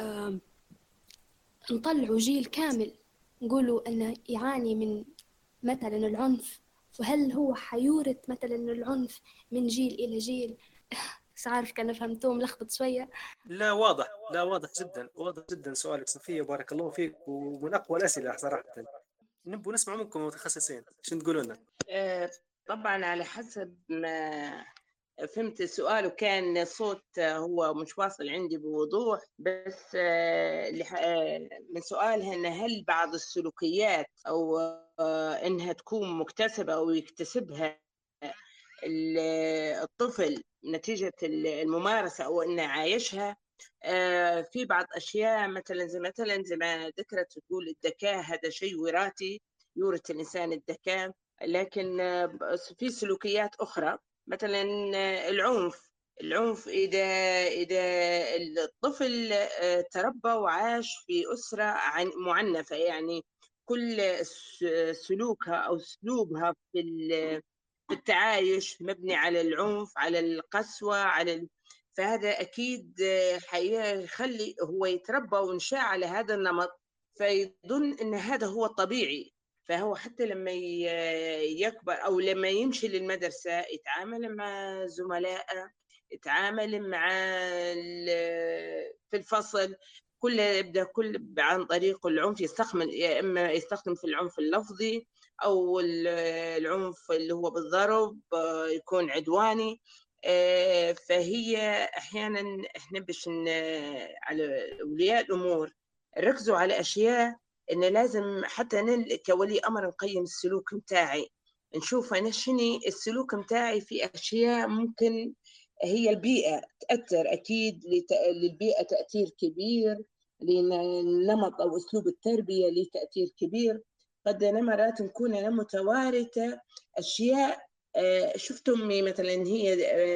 نطلعوا جيل كامل نقولوا أنه يعاني من مثلا العنف، وهل هو حيورث مثلا العنف من جيل إلى جيل؟ مش عارف كان فهمتوه ملخبط شوية. لا واضح، لا واضح جدا، واضح جدا سؤالك صفية، بارك الله فيك، ومن أقوى الأسئلة صراحة. نبغى نسمع منكم متخصصين شو تقولوا لنا. آه طبعا على حسب ما فهمت السؤال، وكان الصوت هو مش واصل عندي بوضوح، بس آه من سؤالها ان هل بعض السلوكيات او آه انها تكون مكتسبة او يكتسبها الطفل نتيجة الممارسة او انه عايشها. آه في بعض اشياء مثلا زي مثلا زي ما ذكرت تقول الذكاء هذا شيء وراثي يورث الانسان الذكاء، لكن آه في سلوكيات اخرى مثلا العنف. العنف إذا إذا الطفل تربى وعاش في أسرة معنفة، يعني كل سلوكها أو أسلوبها في في التعايش مبني على العنف، على القسوة، على ال... فهذا أكيد حيخلي هو يتربى وينشأ على هذا النمط، فيظن أن هذا هو الطبيعي. فهو حتى لما يكبر أو لما يمشي للمدرسة يتعامل مع زملائه، يتعامل مع في الفصل كله يبدأ كل عن طريق العنف، يستخدم يا إما يستخدم في العنف اللفظي أو العنف اللي هو بالضرب يكون عدواني. فهي أحيانا إحنا باش على أولياء الأمور ركزوا على أشياء إن لازم حتى أنا كولي أمر نقيم السلوك متاعي، نشوف أنا شني السلوك متاعي في أشياء ممكن هي البيئة تأثر، أكيد للبيئة تأثير كبير، لنمط أو أسلوب التربية له تأثير كبير. قد أنا مرات نكون أنا متوارثة أشياء شفت أمي مثلا هي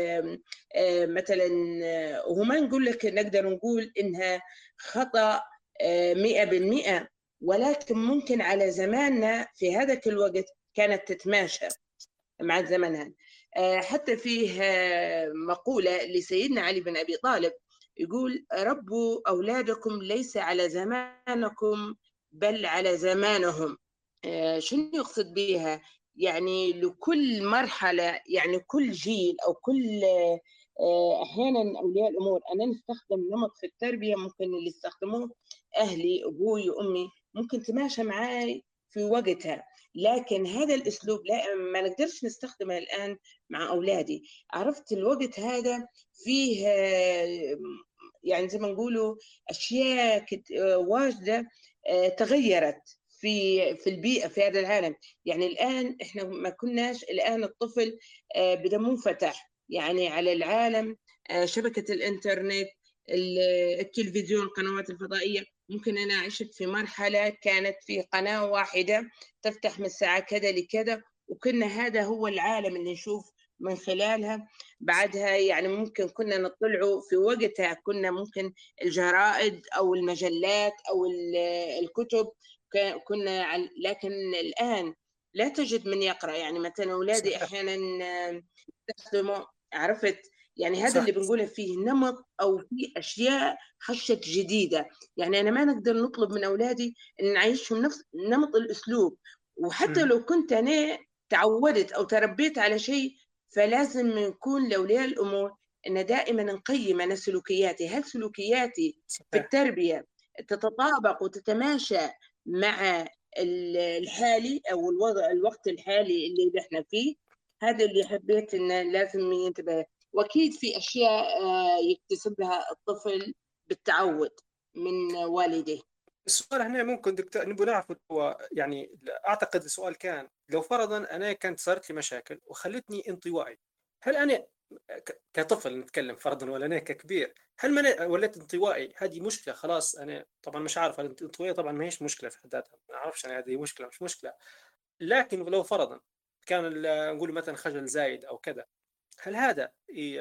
مثلا، وما نقول لك نقدر نقول إنها خطأ مئة بالمئة، ولكن ممكن على زماننا في هذاك الوقت كانت تتماشى مع زمنها. حتى فيه مقولة لسيدنا علي بن أبي طالب يقول ربوا أولادكم ليس على زمانكم بل على زمانهم. شنو يقصد بها؟ يعني لكل مرحلة، يعني كل جيل أو كل أحيانا أولياء الأمور أنا نستخدم نمط في التربية ممكن اللي يستخدموه أهلي أبوي وأمي ممكن تماشى معاي في وقتها، لكن هذا الأسلوب لا ما نقدرش نستخدمه الآن مع أولادي. عرفت الوقت هذا فيه يعني زي ما نقولوا أشياء واجدة تغيرت في في البيئة في هذا العالم. يعني الآن إحنا ما كناش، الآن الطفل بدأ منفتح يعني على العالم، شبكة الإنترنت، التلفزيون، القنوات الفضائية. ممكن أنا عشت في مرحلة كانت في قناة واحدة تفتح من الساعة كذا لكذا، وكنا هذا هو العالم اللي نشوف من خلالها. بعدها يعني ممكن كنا نطلعوا في وقتها كنا ممكن الجرائد أو المجلات أو الكتب كنا، لكن الآن لا تجد من يقرأ. يعني مثلا أولادي أحيانا يستخدموا، عرفت يعني هذا صح. اللي بنقوله فيه نمط أو فيه أشياء خشت جديدة. يعني أنا ما نقدر نطلب من أولادي أن نعيشهم نفس نمط الأسلوب، وحتى م. لو كنت أنا تعودت أو تربيت على شيء فلازم نكون لأولياء الأمور أن دائما نقيم أنا سلوكياتي، هل سلوكياتي صحيح. في التربية تتطابق وتتماشى مع الحالي أو الوضع الوقت الحالي اللي احنا فيه. هذا اللي حبيت إن لازم ينتبه. وأكيد في أشياء يكتسبها الطفل بالتعود من والديه. السؤال هنا ممكن دكتور نبغى نعرف هو يعني اعتقد السؤال كان لو فرضا انا كانت صارت لي مشاكل وخلتني انطوائي، هل انا كطفل نتكلم فرضا ولا انا ككبير، هل ما انا وليت انطوائي هذه مشكله خلاص؟ انا طبعا مش عارف الانطوائيه طبعا ما هيش مشكله في حد ذاتها، ما اعرفش انا هذه مشكله مش مشكله، لكن لو فرضا كان نقول مثلا خجل زايد او كذا، هل هذا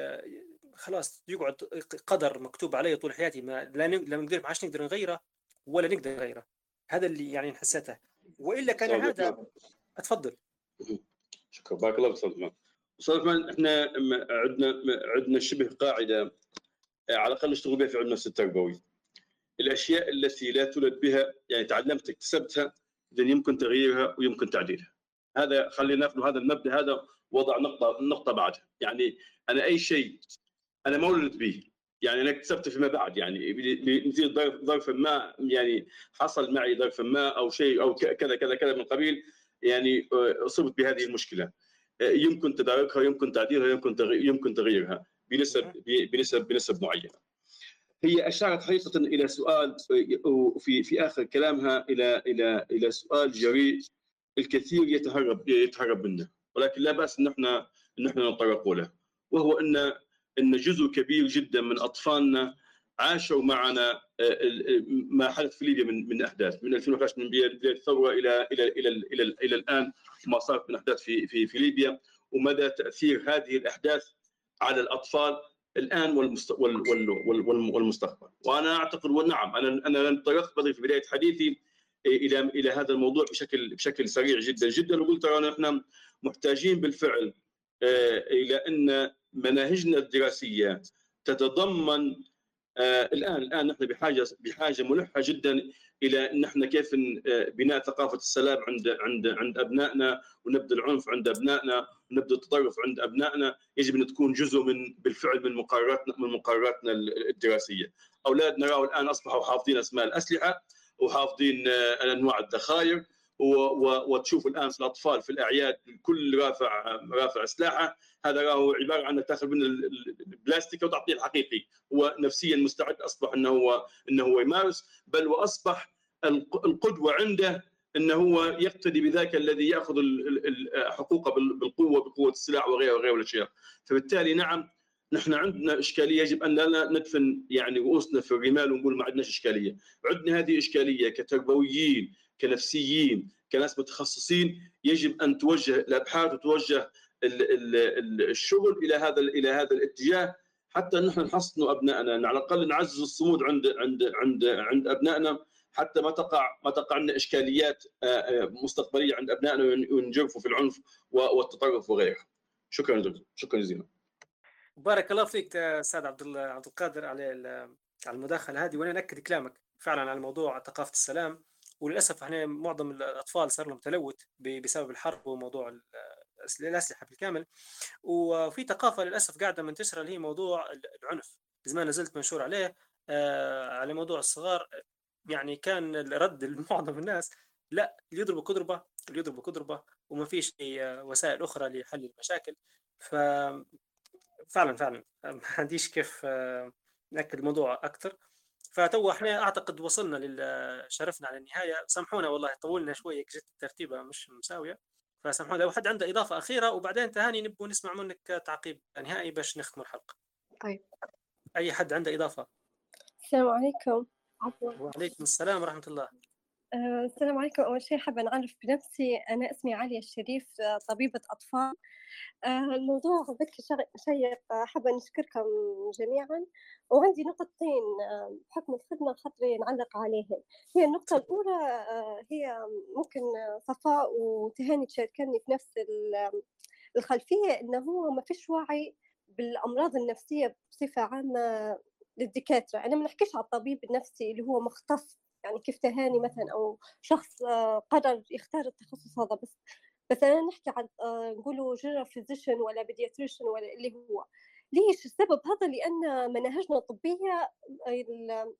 خلاص يقعد قدر مكتوب عليه طول حياتي ما لا نقدر ما عادش نقدر نغيره ولا نقدر نغيره؟ هذا اللي يعني حسيته. والا كان هذا اتفضل. شكرا بارك الله فيك استاذ. استاذ عثمان، احنا عندنا عندنا شبه قاعده على الاقل نشتغل بها في علم النفس التربوي. الاشياء التي لا تولد بها يعني تعلمت اكتسبتها اذا يمكن تغييرها ويمكن تعديلها. هذا خلينا ناخذ هذا المبدا هذا وضع نقطه نقطه بعدها. يعني انا اي شيء انا مولد به يعني انا اكتسبته فيما بعد، يعني مثل ظرف ما يعني حصل معي ظرف ما او شيء او كذا كذا كذا من قبيل، يعني اصبت بهذه المشكله يمكن تداركها يمكن تعديلها يمكن يمكن تغييرها بنسب بنسب بنسب معينه. هي اشارت حقيقه الى سؤال في في اخر كلامها الى الى الى سؤال جريء الكثير يتهرب يتهرب منه، ولكن لا باس ان احنا ان احنا نتطرق له، وهو ان ان جزء كبير جدا من اطفالنا عاشوا معنا ما حدث في ليبيا من من احداث من ألفين وأحد عشر من بدايه الثوره الى الى الى الى, إلى, إلى الان، وما صارت من احداث في في في ليبيا، ومدى تاثير هذه الاحداث على الاطفال الان والمستقبل. وانا اعتقد ونعم انا انا تطرقت بدري في بدايه حديثي الى الى هذا الموضوع بشكل بشكل سريع جدا جدا، وقلت ترى احنا محتاجين بالفعل الى ان مناهجنا الدراسيه تتضمن آه الان الان نحن بحاجه بحاجه ملحه جدا الى ان احنا كيف بناء ثقافه السلام عند عند عند ابنائنا، ونبدا العنف عند ابنائنا، ونبدا التطرف عند ابنائنا، يجب ان تكون جزء من بالفعل من مقرراتنا من مقرراتنا الدراسيه. اولادنا راوا الان اصبحوا حافظين اسماء الاسلحه وحافظين آه انواع الذخائر، وتشوف الان في الاطفال في الاعياد الكل رافع رافع سلاحه، هذا راهو عباره عن تاخذ من البلاستيك وتعطيه الحقيقي، هو نفسيا مستعد اصبح انه هو انه هو يمارس، بل واصبح القدوه عنده انه هو يقتدي بذاك الذي ياخذ حقوقه بالقوه بقوه السلاح وغيره وغيره الاشياء. فبالتالي نعم نحن عندنا اشكاليه يجب ان لا ندفن يعني رؤوسنا في الرمال ونقول ما عندناش اشكاليه، عندنا هذه اشكاليه كتربويين كنفسيين كناس متخصصين، يجب ان توجه الابحاث وتوجه الشغل الى هذا الى هذا الاتجاه حتى نحن نحصن ابنائنا، على الاقل نعزز الصمود عند عند عند عند ابنائنا حتى ما تقع ما تقع لنا اشكاليات مستقبليه عند ابنائنا ونجرفوا في العنف والتطرف وغيره. شكرا دكتور، شكرا جزيلا. بارك الله فيك استاذ عبد عبد القادر على على المداخله هذه، وانا ناكد كلامك فعلا على موضوع ثقافه السلام. وللاسف احنا معظم الاطفال صار لهم تلوث بسبب الحرب وموضوع الاسلحه بالكامل، وفي ثقافه للاسف قاعده منتشره اللي هي موضوع العنف. زمان نزلت منشور عليه على موضوع الصغار، يعني كان الرد لمعظم الناس لا اللي يضربوا كضربه اللي يضربوا كضربه وما فيش وسائل اخرى لحل المشاكل. ف فعلا فعلا ما عنديش كيف ناكد الموضوع اكثر. فتو احنا اعتقد وصلنا لل شرفنا على النهايه، سامحونا والله طولنا شويه جت الترتيبه مش مساويه، فسامحونا. لو حد عنده اضافه اخيره وبعدين تهاني نبغى نسمع منك تعقيب نهائي باش نختم الحلقه. طيب اي حد عنده اضافه؟ السلام عليكم. عفوا. وعليكم السلام ورحمه الله. أه السلام عليكم. اول شيء حابه نعرف بنفسي، انا اسمي عليا الشريف، طبيبه اطفال. أه الموضوع ذكي شيق، حابه نشكركم جميعا. وعندي نقطتين بحكم الخدمه خطري نعلق عليهم. هي النقطه الاولى هي ممكن صفاء وتهاني تشاركني في نفس الخلفيه، انه هو ما فيش وعي بالامراض النفسيه بصفه عامه للدكاتره. انا ما نحكيش على الطبيب النفسي اللي هو مختص، يعني كيف تهاني مثلا او شخص قرر يختار التخصص هذا، بس بس انا نحكي عن نقولوا جنرال فيزيشن ولا بيدياتريشن ولا اللي هو. ليش السبب هذا؟ لان مناهجنا الطبيه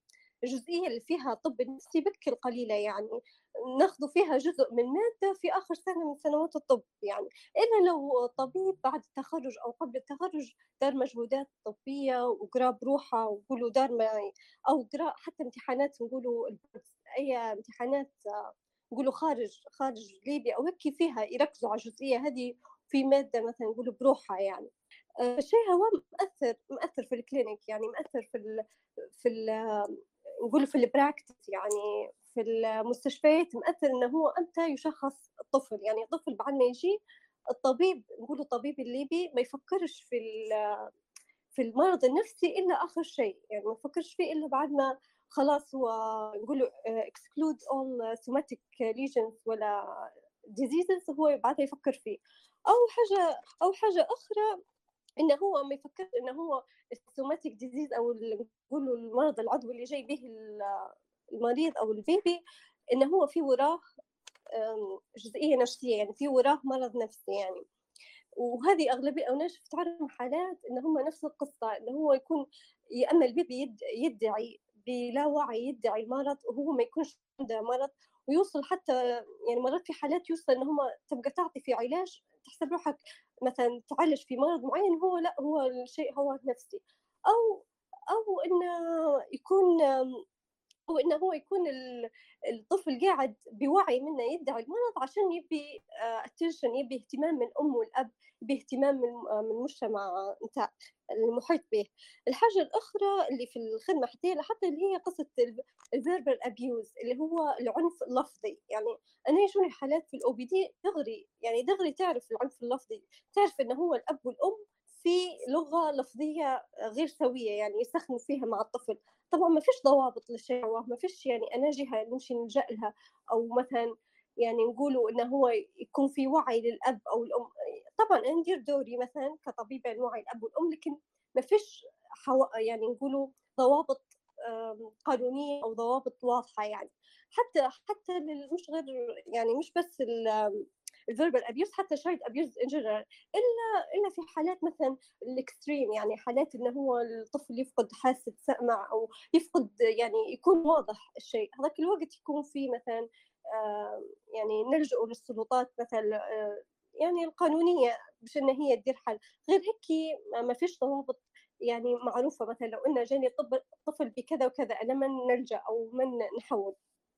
الجزئية اللي فيها طب النفسي بكل قليلة، يعني ناخذ فيها جزء من مادة في آخر سنة من سنوات الطب يعني. إلا لو طبيب بعد التخرج أو قبل التخرج دار مجهودات طبية وقرا بروحه وقولوا دار ما أو قرا حتى امتحانات نقولوا أي امتحانات نقولوا خارج خارج ليبيا أو هيك فيها يركزوا على الجزئية هذه في مادة مثلا نقولوا بروحها يعني. الشيء هو مؤثر مؤثر في الكلينيك يعني، مؤثر في ال في ال نقول في البراكتس يعني في المستشفيات، مؤثر انه هو امتى يشخص الطفل. يعني الطفل بعد ما يجي الطبيب نقول الطبيب الليبي ما يفكرش في في المرض النفسي الا اخر شيء، يعني ما يفكرش فيه الا بعد ما خلاص هو نقول exclude all somatic lesions ولا diseases، هو بعدها يفكر فيه. او حاجه او حاجه اخرى انه هو ما يفكر انه هو السوماتيك ديزيز او نقولوا المرض العضوي اللي جاي به المريض او البيبي انه هو في وراه جزئيه نفسيه، يعني في وراه مرض نفسي يعني. وهذه اغلبيه او انا شفت عنهم حالات ان هم نفس القصه، انه هو يكون يا اما البيبي يدعي بلا وعي يدعي المرض وهو ما يكونش عنده مرض، ويوصل حتى يعني مرات في حالات يوصل ان هم تبقى تعطي في علاج تحسب روحك مثلا تعالج في مرض معين هو لا هو الشيء هو نفسي، او او انه يكون أو إنه هو يكون الطفل قاعد بوعي منه يدعي المرض عشان يبي attention، يبي اهتمام من الأم والأب، يبي اهتمام من من المجتمع نتاع المحيط به. الحاجة الأخرى اللي في الخدمة حتى حتى اللي هي قصة الverbal abuse اللي هو العنف اللفظي. يعني أنا يجوني حالات في الأو بي دي دغري يعني دغري تعرف العنف اللفظي، تعرف إنه هو الأب والأم في لغة لفظية غير سوية يعني يستخدموا فيها مع الطفل. طبعا ما فيش ضوابط للشيء، ما فيش يعني أنا جهة نمشي نلجأ لها أو مثلا يعني نقولوا إنه هو يكون في وعي للأب أو الأم. طبعا أنا ندير دوري مثلا كطبيبة نوعي الأب والأم، لكن ما فيش حو... يعني نقولوا ضوابط قانونية أو ضوابط واضحة يعني. حتى حتى مش غير يعني مش بس الفيربال ابيوز، حتى شايلد ابيوز ان جنرال، الا الا في حالات مثلا الاكستريم، يعني حالات انه هو الطفل يفقد حاسه سمع او يفقد يعني يكون واضح الشيء، هذاك الوقت يكون في مثلا آه يعني نلجأ للسلطات مثلا آه يعني القانونيه باش ان هي تدير حل. غير هيك ما فيش ضوابط يعني معروفه. مثلا لو قلنا جاني طفل بكذا وكذا انا من نلجأ او من نحول.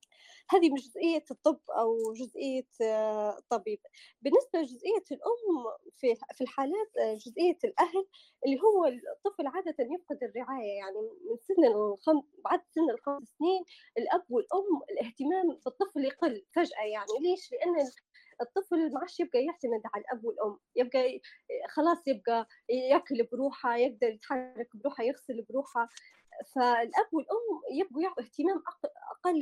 هذه مش جزئية الطب أو جزئية الطبيب. بالنسبة لجزئية الأم في في الحالات جزئية الأهل اللي هو الطفل عادة يفقد الرعاية، يعني من سن الخم بعد سن الخمس سنين الأب والأم الاهتمام بالطفل يقل فجأة. يعني ليش؟ لأن الطفل ما عادش يبقى يعتمد على الأب والأم، يبقى خلاص يبقى يأكل بروحه، يقدر يتحرك بروحه، يغسل بروحه. فالأب والأم يبقوا يعطوا اهتمام أقل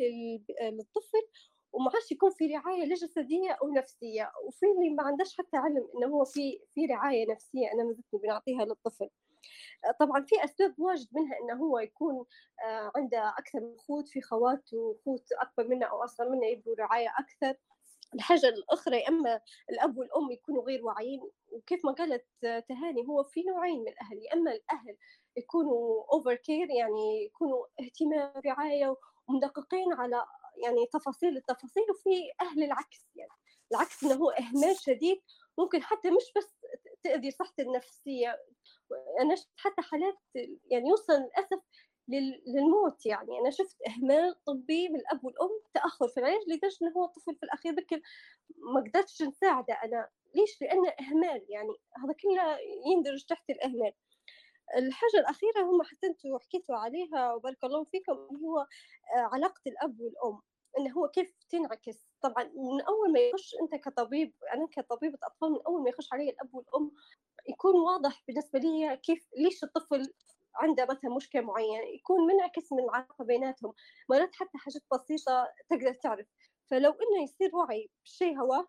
للطفل وما عادش يكون في رعاية لا جسدية أو نفسية. وفي اللي ما عندهش حتى علم إنه هو في في رعاية نفسية أنا مازلت بنعطيها للطفل. طبعا في أسباب واجد منها إنه هو يكون عنده أكثر من خوت، في خوات وخوت أكبر منه أو أصغر منه يبقوا رعاية أكثر. الحاجة الأخرى يا إما الأب والأم يكونوا غير واعيين، وكيف ما قالت تهاني هو في نوعين من الأهل، يا إما الأهل يكونوا أوفر كير يعني يكونوا اهتمام رعاية ومدققين على يعني تفاصيل التفاصيل، وفي أهل العكس يعني العكس إنه هو إهمال شديد ممكن حتى مش بس تأذي صحته النفسية. أنا شفت حتى حالات يعني يوصل للأسف للموت. يعني أنا شفت إهمال طبي من الأب والأم، تأخر في العلاج لدرجة إنه هو الطفل في الأخير بكل ما قدرتش نساعده أنا. ليش؟ لأنه إهمال، يعني هذا كله يندرج تحت الإهمال. الحاجة الأخيرة هم حتى أنتوا حكيتوا عليها وبارك الله فيكم، اللي هو علاقة الأب والأم، إنه هو كيف تنعكس. طبعا من أول ما يخش أنت كطبيب، أنا كطبيبة أطفال، من أول ما يخش علي الأب والأم يكون واضح بالنسبة لي كيف ليش الطفل عنده مثلا مشكلة معينة، يكون منعكس من العلاقة بيناتهم. مرات حتى حاجات بسيطة تقدر تعرف. فلو إنه يصير وعي بالشيء هو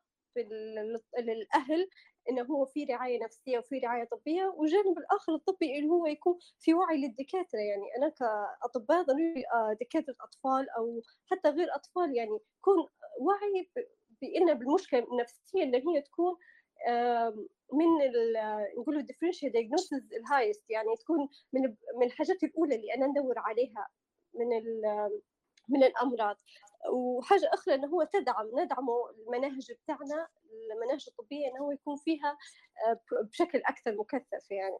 للأهل إنه هو في رعاية نفسية وفي رعاية طبية، والجانب الآخر الطبي اللي هو يكون في وعي للدكاترة. يعني أنا كأطباء ضروري دكاترة أطفال أو حتى غير أطفال يعني يكون وعي بأن بالمشكلة النفسية اللي هي تكون من نقولوا differential diagnosis الهايست، يعني تكون من من الحاجات الأولى اللي أنا ندور عليها من ال- من الأمراض. وحاجة أخرى إنه هو تدعم ندعمه المناهج بتاعنا، المناهج الطبية إنه هو يكون فيها آه، ب- بشكل أكثر مكثف يعني.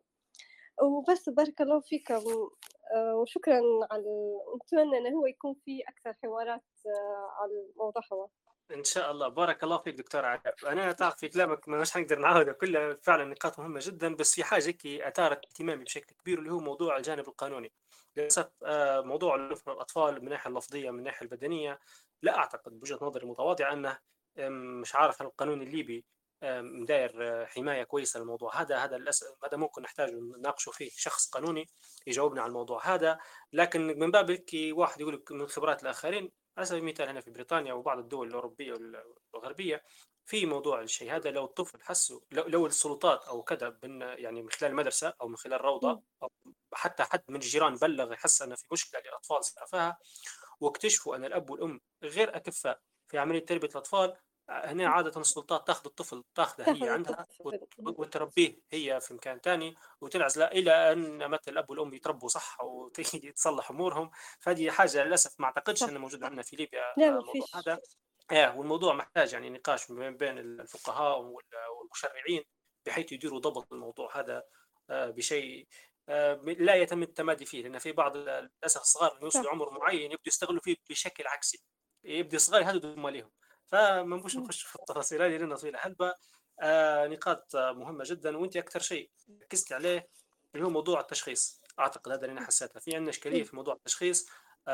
وبس بارك الله فيكم. آه، وشكرا على، نتمنى إنه هو يكون في أكثر حوارات آه، على الموضوع هو. ان شاء الله. بارك الله فيك دكتور علاء. انا تعرف في كلامك ما مش حنقدر نعاودها كلها، فعلا نقاط مهمه جدا، بس في حاجه كي اثارت اهتمامي بشكل كبير اللي هو موضوع الجانب القانوني. للاسف آه، موضوع العنف من الاطفال من الناحيه اللفظيه من الناحيه البدنيه، لا اعتقد بوجهه نظري المتواضعه انه آم، مش عارف هل القانون الليبي آم، داير آه، حمايه كويسه للموضوع هذا. هذا للاسف هذا ممكن نحتاج نناقشه فيه شخص قانوني يجاوبنا على الموضوع هذا. لكن من باب كي واحد يقول لك من خبرات الاخرين، على سبيل المثال هنا في بريطانيا وبعض الدول الأوروبية والغربية في موضوع الشيء هذا، لو الطفل حسوا لو, لو السلطات أو كذا من يعني من خلال المدرسة أو من خلال الروضة أو حتى حد من الجيران بلغ يحس أن في مشكلة للأطفال صرفها، واكتشفوا أن الأب والأم غير أكفاء في عملية تربية الأطفال، هنا عادة السلطات تأخذ الطفل تأخذه تاخذ هي عندها الطفل. وتربيه هي في مكان ثاني وتنعزله إلى أن مثل الأب والأم يتربوا صح ويتصلح أمورهم. فهذه حاجة للأسف ما أعتقدش صح. أنها موجودة عندنا في ليبيا لا آه، ما موضوع فيش. هذا. آه والموضوع محتاج يعني نقاش بين بين الفقهاء وال- والمشرعين بحيث يديروا ضبط الموضوع هذا آه بشيء آه لا يتم التمادي فيه، لأن في بعض ال- للأسف الصغار اللي يوصلوا صح. عمر معين يبدوا يستغلوا فيه بشكل عكسي، يبدوا الصغار يهددوا مالهم. فما نبوش مم. نخش في التفاصيل هذه لأنها طويلة هلبة. آه نقاط آه، مهمة جدا، وأنت أكثر شيء ركزت عليه اللي هو موضوع التشخيص. أعتقد هذا اللي أنا حسيتها في عندنا إشكالية مم. في موضوع التشخيص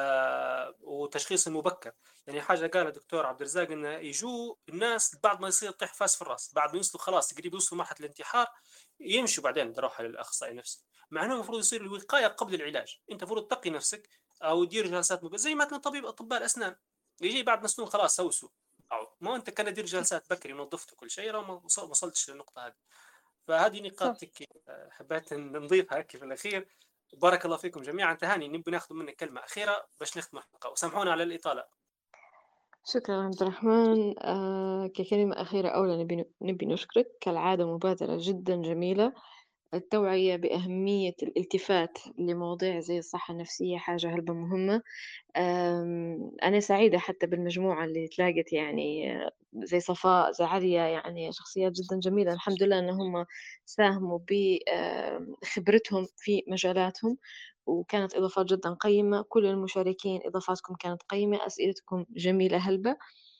آه وتشخيص المبكر. يعني حاجه قالها الدكتور عبد الرزاق انه يجوا الناس بعد ما يصير طيح فاس في الراس، بعد ما يوصلوا خلاص قريب يوصلوا مرحله الانتحار، يمشوا بعدين تروح للاخصائي النفسي، مع انه المفروض يصير الوقايه قبل العلاج. انت المفروض تقي نفسك او تدير جلسات مب... زي ما كان طبيب اطباء الاسنان يجي بعد مسنون خلاص سوسوا، أو ما انت كان دير جلسات بكري ونظفت كل شيء لو ما وصل- وصلتش للنقطه هذه. فهذه نقاط صح. تكي آه، حبيت إن نضيفها هيك في الاخير. بارك الله فيكم جميعا. تهاني نبي ناخذ منك كلمه اخيره باش نختم الحلقه، وسامحونا على الاطاله. شكرا عبد الرحمن. آه ككلمة أخيرة، أولا نبي نبي نشكرك كالعادة، مبادرة جدا جميلة. التوعية بأهمية الالتفات لمواضيع زي الصحة النفسية حاجة هلبة مهمة. آم، أنا سعيدة حتى بالمجموعة اللي تلاقت، يعني آه، زي صفاء زي عليا، يعني شخصيات جدا جميلة. الحمد لله أن هم ساهموا بخبرتهم في مجالاتهم، وكانت إضافات جدا قيمة. كل المشاركين إضافاتكم كانت قيمة، أسئلتكم جميلة هلبة.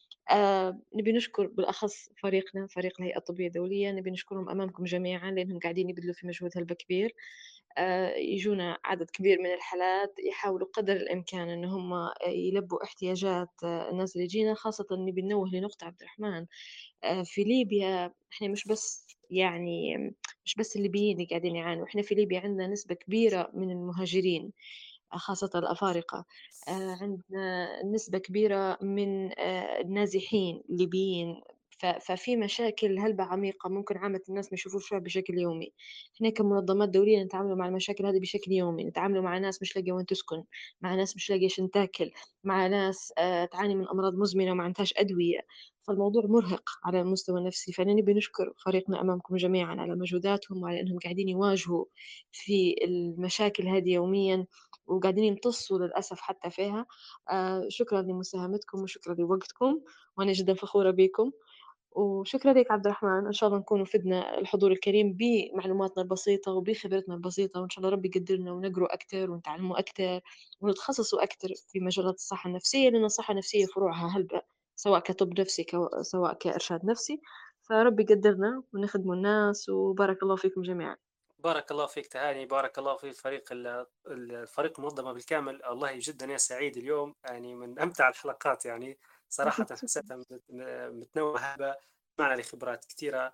آه نبي نشكر بالأخص فريقنا، فريق الهيئة الطبية الدولية، نبي نشكرهم أمامكم جميعا لأنهم قاعدين يبذلوا في مجهود هلبة كبير. آه يجونا عدد كبير من الحالات، يحاولوا قدر الإمكان أن هم يلبوا احتياجات آه، الناس اللي جينا. خاصة نبي ننوه لنقطة عبد الرحمن، آه، في ليبيا احنا مش بس يعني مش بس الليبيين اللي قاعدين يعانوا، احنا في ليبيا عندنا نسبة كبيرة من المهاجرين خاصة الأفارقة. آه، عندنا نسبة كبيرة من آه، النازحين الليبيين. ف- ففي مشاكل هلبة عميقة ممكن عامة الناس ما يشوفوش بشكل يومي. احنا كمنظمات دولية نتعامل مع المشاكل هذه بشكل يومي، نتعامل مع ناس مش لاقية وين تسكن، مع ناس مش لاقية شن تاكل، مع ناس آه، تعاني من أمراض مزمنة وما عندهاش أدوية. فالموضوع مرهق على المستوى النفسي. فأنا نبي نشكر فريقنا أمامكم جميعا على مجهوداتهم وعلى أنهم قاعدين يواجهوا في المشاكل هذه يوميا، وقاعدين يمتصوا للأسف حتى فيها. آه شكرا لمساهمتكم وشكرا لوقتكم، وأنا جدا فخورة بكم. وشكرا لك عبد الرحمن، إن شاء الله نكون فدنا الحضور الكريم بمعلوماتنا البسيطة وبخبرتنا البسيطة، وإن شاء الله ربي يقدرنا ونقروا أكثر ونتعلموا أكثر ونتخصصوا أكثر في مجالات الصحة النفسية، لأن الصحة النفسية فروعها هلبة، سواء كطب نفسي كو- سواء كإرشاد نفسي. فربي يقدرنا ونخدموا الناس، وبارك الله فيكم جميعا. بارك الله فيك تهاني. بارك الله في فريق ال- الفريق المنظمة بالكامل. الله جدا يا سعيد اليوم، يعني من أمتع الحلقات يعني صراحة حسيتها مت- متنوعة هبة، معنا لخبرات كثيرة.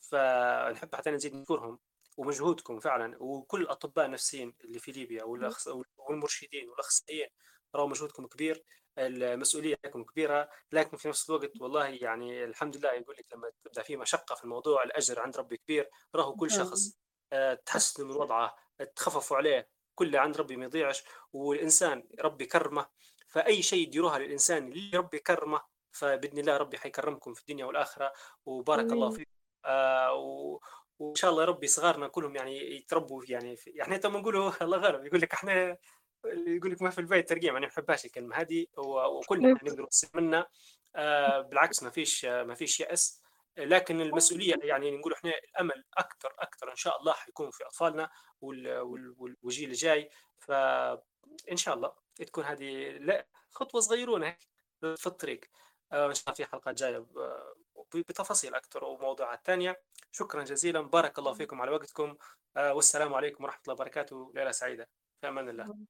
فنحب حتى نزيد نشكرهم ومجهودكم فعلا، وكل الأطباء النفسيين اللي في ليبيا والأخص والمرشدين والأخصائيين، راهو مجهودكم كبير، المسؤولية عليكم كبيرة، لكن في نفس الوقت والله يعني الحمد لله يقول لك لما تبدأ في مشقة في الموضوع الأجر عند ربي كبير. راهو كل شخص آه، تحسنوا من وضعه، تخففوا عليه، كله عند ربي ما يضيعش، والإنسان ربي كرمه. فأي شيء يديروها للإنسان اللي ربي كرمه فبإذن الله ربي حيكرمكم في الدنيا والآخرة. وبارك الله آمين. فيكم. آه و... وإن شاء الله ربي صغارنا كلهم يعني يتربوا يعني في... يعني انت ما نقولوا الله غالب يقول لك احنا اللي يقول لك ما في البيت ترقيع، أنا ما بحبهاش الكلمة هذه، وكلنا نقدر نصير منها. آه بالعكس ما فيش ما فيش يأس، لكن المسؤولية يعني نقول احنا الأمل أكثر أكثر إن شاء الله حيكون في أطفالنا والجيل الجاي. فإن شاء الله تكون هذه لا خطوة صغيرونة في الطريق. آه إن شاء الله في حلقات جاية بتفاصيل أكثر وموضوعات ثانية. شكرا جزيلا، بارك الله فيكم على وقتكم. آه والسلام عليكم ورحمة الله وبركاته. ليلة سعيدة، في أمان الله.